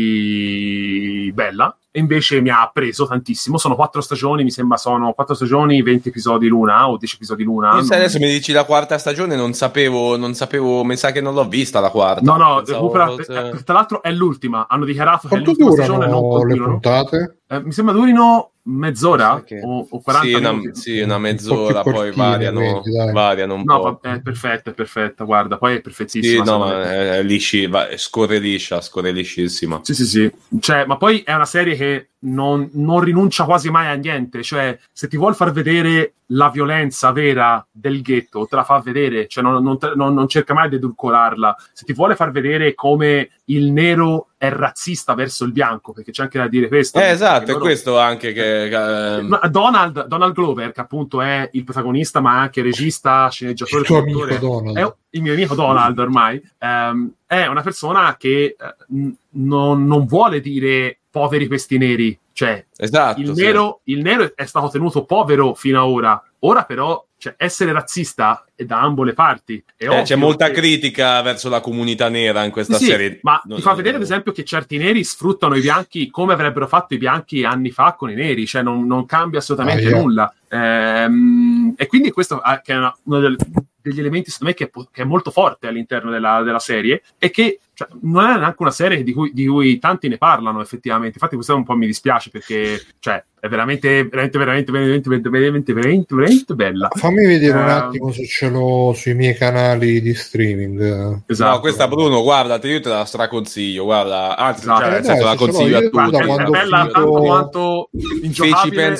così bella, e invece mi ha preso tantissimo. Sono quattro stagioni, mi sembra sono quattro stagioni, venti episodi l'una o dieci episodi l'una. Io adesso mi dici la quarta stagione, non sapevo, non sapevo, mi sa che non l'ho vista la quarta. No, no, Pensavo recupera, fosse... tra l'altro è l'ultima, hanno dichiarato quanto che è l'ultima stagione, non durano le continuano. puntate? Eh, mi sembra durino mezz'ora Che... o, o quaranta sì, una, minuti. sì, una mezz'ora, un poi cortine, variano, quindi, variano un no, po'. Va, è perfetta, è perfetta, guarda, poi è perfettissima. Sì, no, ma è, è lisci, va, scorre liscia, scorre liscissima. Sì, sì, sì. Cioè, ma poi è una serie che non, non rinuncia quasi mai a niente. Cioè, se ti vuol far vedere la violenza vera del ghetto, te la fa vedere. Cioè, non, non, non, non cerca mai di edulcorarla. Se ti vuole far vedere come il nero è razzista verso il bianco, perché c'è anche da dire questo. Eh, esatto, è loro... questo anche che... Eh... Donald, Donald Glover, che appunto è il protagonista, ma anche regista, sceneggiatore, il tuo amico Donald. È il mio amico Donald ormai, um, è una persona che uh, n- non, non vuole dire poveri questi neri, cioè esatto, il, sì. nero, il nero è stato tenuto povero fino ad ora, ora però, cioè, essere razzista è da ambo le parti. È eh, c'è molta che... critica verso la comunità nera in questa sì, sì, serie. ma non, ti fa vedere ad esempio che certi neri sfruttano i bianchi come avrebbero fatto i bianchi anni fa con i neri, cioè non, non cambia assolutamente ah, yeah. nulla. Ehm, e quindi questo è, che è una, uno del, degli elementi secondo me che, che è molto forte all'interno della, della serie, e che cioè, non è neanche una serie di cui, di cui tanti ne parlano effettivamente. Infatti questo un po' mi dispiace, perché cioè è veramente veramente veramente veramente veramente veramente veramente, veramente bella. Fammi vedere uh, un uh, attimo se ce l'ho sui miei canali di streaming. Esatto. No, questa Bruno, guarda, te io te la straconsiglio, guarda, anzi, esatto. cioè, eh, dai, la consiglio a tutti. È bella tanto quanto feci penso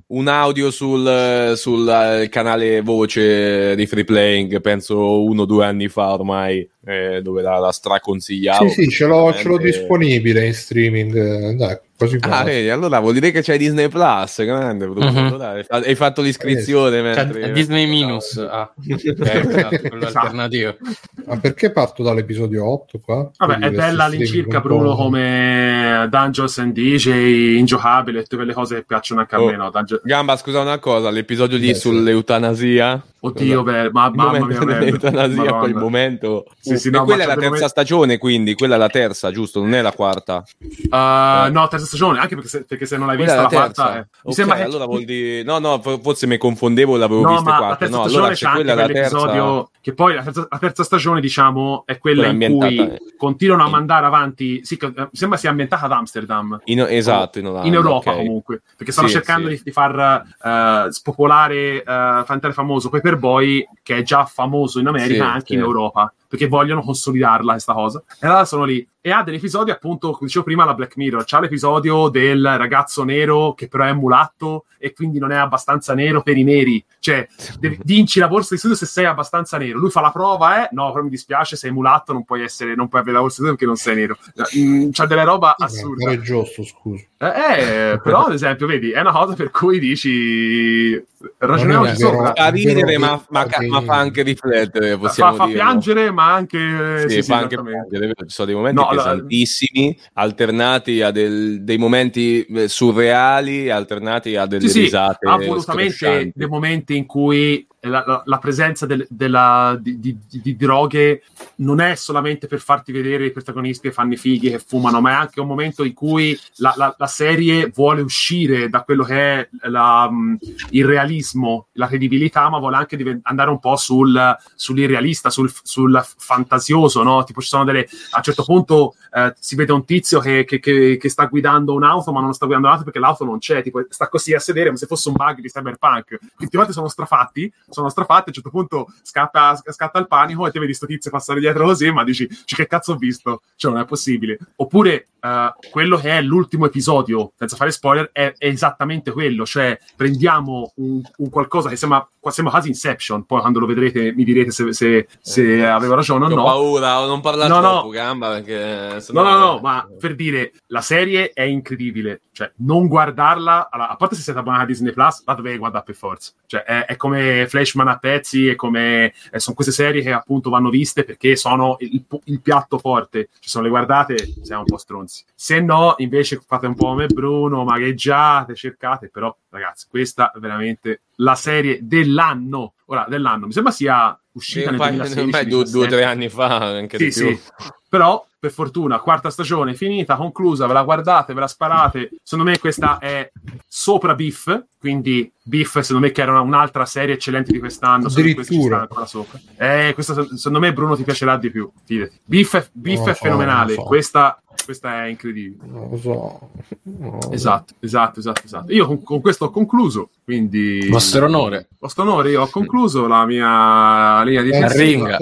un audio sul, sul uh, canale voce di Free Playing, penso uno o due anni fa ormai, eh, dove la, la straconsigliavo. Sì, sì, ce l'ho, ce l'ho disponibile in streaming, dai. Così ah, vedi, allora vuol dire che c'è Disney Plus, grande, mm-hmm. Hai fatto l'iscrizione, eh, mentre... C'è Disney Minus, ah, esatto, quello alternativo. Ma perché parto dall'episodio otto qua? Vabbè, è bella all'incirca, Bruno, come Dungeons and D J, ingiocabile, tutte quelle cose che piacciono anche a oh, me, no? Dungeon... Gamba, scusa una cosa, l'episodio lì Beh, sull'eutanasia... Oddio, beh, ma, mamma mia, l'eutanasia, quel momento. Sì, sì, e no, quella è la terza momento... stagione, quindi quella è la terza, giusto? Non è la quarta. Uh, eh. No, terza stagione, anche perché se, perché se non l'hai quella vista la, la quarta, eh. mi okay, sembra che... allora vuol dire no, no, forse mi confondevo, l'avevo no, vista ma quattro. La terza no, stagione allora c'è anche quell'episodio terza... che poi la terza, la terza stagione, diciamo, è quella, quella in cui eh. continuano a mandare avanti. Sì, mi sembra sia ambientata ad Amsterdam. In, esatto, in, Olanda, in Europa okay. comunque, perché stanno sì, cercando sì. Di, di far uh, spopolare, uh, far famoso Paperboy, che è già famoso in America, sì, anche sì. in Europa, perché vogliono consolidarla questa cosa. E allora sono lì e ha degli episodi, appunto, come dicevo prima, la Black Mirror. C'ha l'episodio del ragazzo nero che però è mulatto e quindi non è abbastanza nero per i neri. Cioè, devi, vinci la borsa di studio se sei abbastanza nero. Lui fa la prova, eh? No, però mi dispiace, sei mulatto, non puoi essere, non puoi avere la borsa di studio perché non sei nero. Mm, c'ha delle roba assurde. È giusto, scusa. Eh, eh, però, ad esempio, vedi, è una cosa per cui dici... ragioniamoci sopra. Fa ridere, ma, ma, ma fa anche riflettere, possiamo fa, fa dire. piangere, ma anche... Sì, sì, fa sì, anche piangere. Ci sono dei momenti no, pesantissimi, la... alternati a del, dei momenti surreali, alternati a delle sì, risate sì, assolutamente dei momenti in cui la, la, la presenza del, della, di, di, di droghe non è solamente per farti vedere i protagonisti che fanno i fighi, che fumano, ma è anche un momento in cui la, la, la serie vuole uscire da quello che è la, il realismo, la credibilità, ma vuole anche divent- andare un po' sul, sull'irrealista, sul, sul fantasioso, no? Tipo ci sono delle... a un certo punto eh, si vede un tizio che, che, che, che sta guidando un'auto, ma non sta guidando un'auto perché l'auto non c'è, tipo sta così a sedere come se fosse un bug di Cyberpunk. Ultimamente sono strafatti, sono strafatti, a un certo punto scatta, scatta il panico e te vedi sto tizio passare dietro così, ma dici, che cazzo ho visto? Cioè non è possibile. Oppure uh, quello che è l'ultimo episodio, senza fare spoiler, è, è esattamente quello, cioè prendiamo un, un qualcosa che sembra, sembra quasi Inception, poi quando lo vedrete mi direte se, se, se eh, avevo ragione o no. Ho paura, o non parlare no, troppo, no. Gamba, perché... No, no, no, ma per dire, la serie è incredibile, cioè non guardarla, allora, a parte se siete abbonati a Disney Plus, la dovete guardare per forza, cioè è, è come Flashman a pezzi, è come eh, sono queste serie che appunto vanno viste perché sono il, il piatto forte, cioè se non le guardate siamo un po' stronzi, se no invece fate un po' come Bruno, magheggiate, cercate, però ragazzi questa è veramente la serie dell'anno, ora dell'anno, mi sembra sia uscita nel duemilasedici, due o due, tre anni fa, anche sì, di più. Sì. Però per fortuna quarta stagione finita, conclusa, ve la guardate, ve la sparate. Secondo me questa è sopra Beef, quindi Beef secondo me che era una, un'altra serie eccellente di quest'anno, addirittura ancora sopra. Eh, questa secondo me Bruno ti piacerà di più, fidati. Beef è, Beef no, è fenomenale, no, no. questa questa è incredibile. Non lo so. Non lo esatto, so. esatto, esatto, esatto. Io con, con questo ho concluso, quindi... Vostro onore. Vostro onore, io ho concluso la mia linea di pensiero.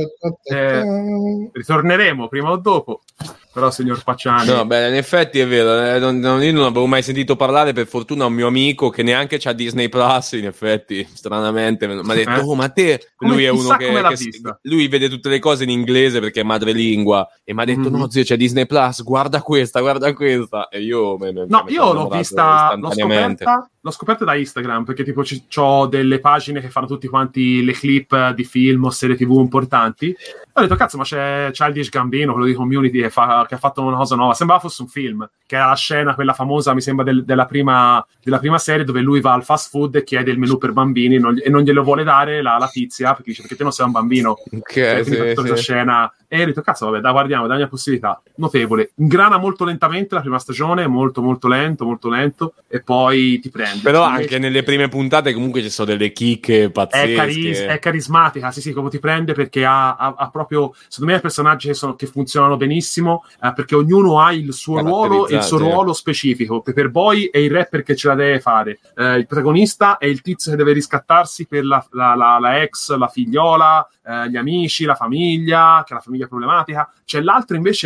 Eh, ritorneremo prima o dopo. Però, signor Pacciani... No, beh, in effetti è vero, eh, non, non, io non avevo mai sentito parlare, per fortuna un mio amico che neanche c'ha Disney Plus, in effetti, stranamente, mi ha detto, eh? oh, ma te... Come, lui è uno che, che lui vede tutte le cose in inglese perché è madrelingua, e mi ha detto, mm-hmm. no zio, c'è Disney Plus, guarda questa, guarda questa, e io... Me, me, no, me io l'ho vista, l'ho scoperta, l'ho scoperta da Instagram, perché tipo c- c'ho delle pagine che fanno tutti quanti le clip di film o serie tv importanti. Ho detto, cazzo, ma c'è Childish Gambino, quello di Community, che, fa, che ha fatto una cosa nuova. Sembrava fosse un film, che era la scena, quella famosa, mi sembra, del, della, prima, della prima serie, dove lui va al fast food e chiede il menù per bambini non, e non glielo vuole dare la, la tizia, perché dice, perché te non sei un bambino. Okay, sì, tutta questa sì. scena. E ho detto, cazzo, vabbè, da guardiamo, dai una possibilità. Notevole. Ingrana molto lentamente la prima stagione, molto, molto lento, molto lento, e poi ti prende. Però invece, anche nelle prime puntate comunque ci sono delle chicche pazzesche. È, caris- è carismatica, sì, sì, come ti prende, perché ha, ha, ha proprio, secondo me, personaggi che, sono, che funzionano benissimo, eh, perché ognuno ha il suo ruolo e il suo ruolo specifico. Paperboy è il rapper che ce la deve fare, eh, il protagonista è il tizio che deve riscattarsi per la, la, la, la ex, la figliola, eh, gli amici, la famiglia, che è la famiglia problematica. C'è l'altro invece è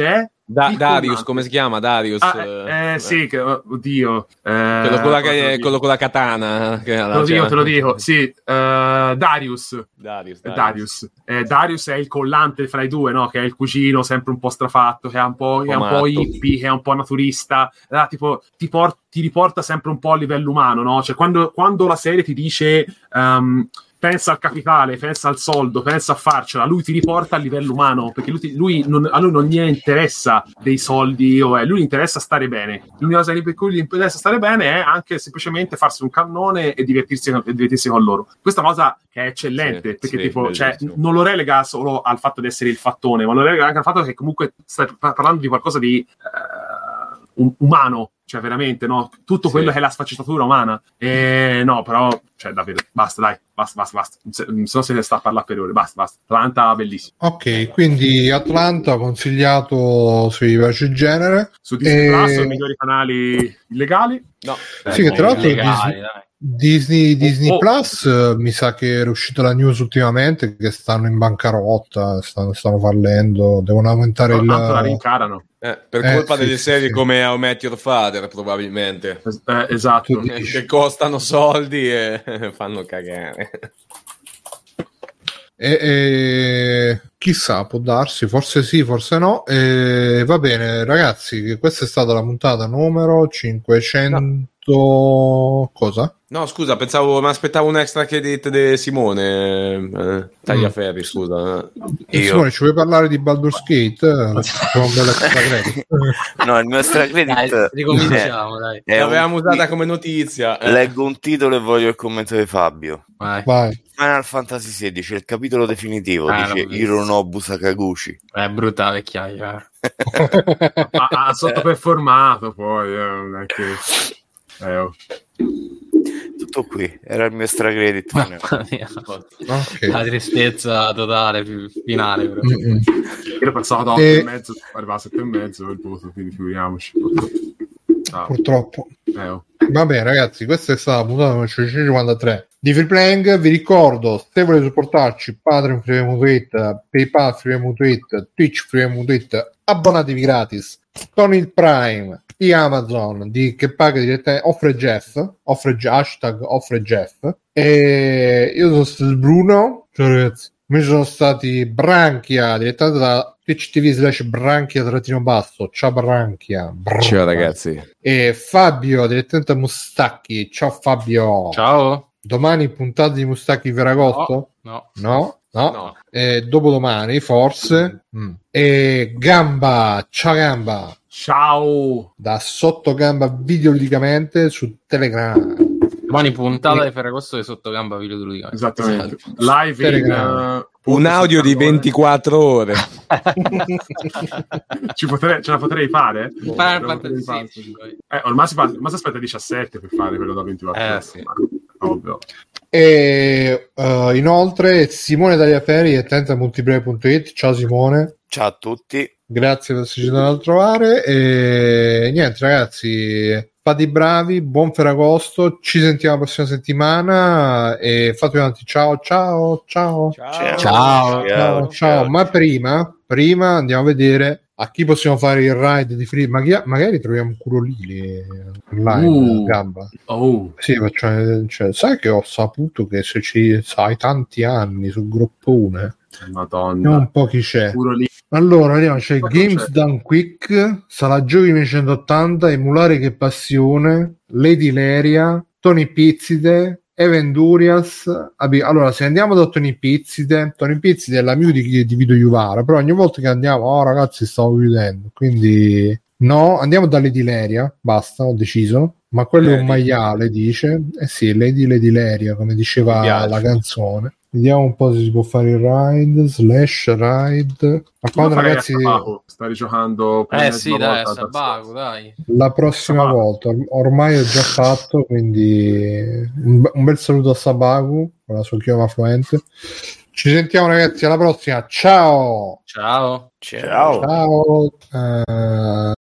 Da- Darius, come si chiama? Darius? Ah, eh, eh, sì, che, oddio. Eh, quello, con la, che, quello con la katana. Che te lo dico, te lo dico. Sì, uh, Darius. Darius. Darius. Darius. Eh, Darius è il collante fra i due, no? Che è il cugino sempre un po' strafatto, che è un po', è un po' hippie, che è un po' naturista. Eh, tipo, ti, por- ti riporta sempre un po' a livello umano, no? Cioè, quando, quando la serie ti dice... Um, pensa al capitale, pensa al soldo, pensa a farcela, lui ti riporta a livello umano, perché lui, ti, lui non, a lui non gli interessa dei soldi, o è, lui gli interessa stare bene. L'unica cosa per cui gli interessa stare bene è anche semplicemente farsi un cannone e divertirsi, e divertirsi con loro. Questa cosa che è eccellente, sì, perché sì, tipo, cioè, non lo relega solo al fatto di essere il fattone, ma lo relega anche al fatto che comunque stai parlando di qualcosa di uh, um, umano, cioè veramente, no? Tutto quello sì. che è la sfaccettatura umana. E no, però, cioè davvero, basta, dai, basta, basta, basta. Se, se no se ne sta a parlare per ore, basta, basta. Atlanta, bellissimo. Ok, quindi Atlanta consigliato sui vari genere. Su Disney e... Plus, sono i migliori canali illegali. No. Sì, che tra l'altro Disney, Disney, Disney oh, Plus oh. mi sa che è uscita la news ultimamente che stanno in bancarotta, stanno, stanno fallendo, devono aumentare no, il... Tanto la rincarano. Eh, per colpa eh, delle sì, serie sì. come How I Met Your Father probabilmente eh, esatto eh, che costano soldi e fanno cagare e, e, chissà, può darsi, forse sì, forse no. E, va bene ragazzi, questa è stata la puntata numero cinquecento no. cosa? No, scusa, pensavo, mi aspettavo un extra credit di Simone. Eh, Tagliaferri, mm. scusa. Io... Simone, ci vuoi parlare di Baldur's Gate? un bel extra credit. No, il mio extra credit. Dai, ricominciamo, dai. L'avevamo un... usata come notizia. Eh. Leggo un titolo e voglio il commento di Fabio. Vai. Vai. Final Fantasy sedici, il capitolo definitivo, ah, dice Hironobu Sakaguchi. È brutta vecchiaia. ha, ha sottoperformato poi. Eh, non è che... Eh, oh. Tutto qui, era il mio extra credit. Okay. La tristezza totale finale però. Mm-hmm. Io pensavo da otto e mezzo arrivava a sette e mezzo il voto, quindi figuriamoci. Ah. Purtroppo eh, oh. Va bene ragazzi, questa è stata la puntata numero cinquecentocinquantatré di Free Playing. Vi ricordo, se volete supportarci, Patreon freemutuit, PayPal freemutuit, Twitch freemutuit, abbonatevi gratis con il Prime di Amazon di che paga direttamente, offre Jeff, offre hashtag offre Jeff. E io sono stato Bruno, ciao ragazzi, mi sono stati Branchia direttamente da Twitch T V slash Branchia trattino basso, ciao Branchia, Branchia. Ciao ragazzi. E Fabio direttamente da Mustacchi, ciao Fabio. Ciao. Domani puntata di Mustacchi Ferragotto? No. No? No? No. no. E dopodomani forse. Mm. E Gamba, ciao Gamba. Ciao. Da Sottogamba videoludicamente su Telegram. Domani puntata di Ferragosto di Sottogamba videoludicamente. Esattamente. Live in, uh, un audio di ventiquattro ore. Ci potrei, ce la potrei fare? Oh, potrei fare. Sì, eh, ormai si, fa, ormai si aspetta diciassette per fare quello da ventiquattro eh, ore. Sì. Ovvio. E uh, inoltre Simone Tagliaferri e tenta multiplayer punto it. Ciao Simone. Ciao a tutti. Grazie per esserci andato a trovare. E niente ragazzi, fate i bravi, buon Ferragosto, ci sentiamo la prossima settimana e fate avanti. Ciao ciao ciao ciao ciao, ciao, ciao, ciao. Ma prima prima andiamo a vedere a chi possiamo fare il ride di free. Ma chi, magari troviamo un culo lì online uh, Gamba. Oh. Sì, facciamo, cioè, sai che ho saputo che se ci sai tanti anni sul gruppone. Madonna, non un po' chi c'è. Allora vediamo, c'è Games c'è. Done Quick, Sala Giochi millecentottanta, Emulare che passione, Lady Leria, Tony Pizzide, Evendurias. Allora se andiamo da Tony Pizzide, Tony Pizzide è l'amico di, di Vito Iuvara, però ogni volta che andiamo, oh ragazzi stavo chiudendo, quindi no, andiamo da Lady Leria, basta, ho deciso. Ma quello Lady. È un maiale, dice. Eh sì, Lady Lady Leria, come diceva la canzone. Vediamo un po' se si può fare il ride, slash ride. Ma quando ragazzi... Sta rigiocando eh sì, dai, Sabaku, dai. La prossima Sabaku. volta, ormai ho già fatto, quindi un, un bel saluto a Sabaku, con la sua chioma fluente. Ci sentiamo ragazzi, alla prossima, ciao! Ciao! Ciao! Ciao! Uh...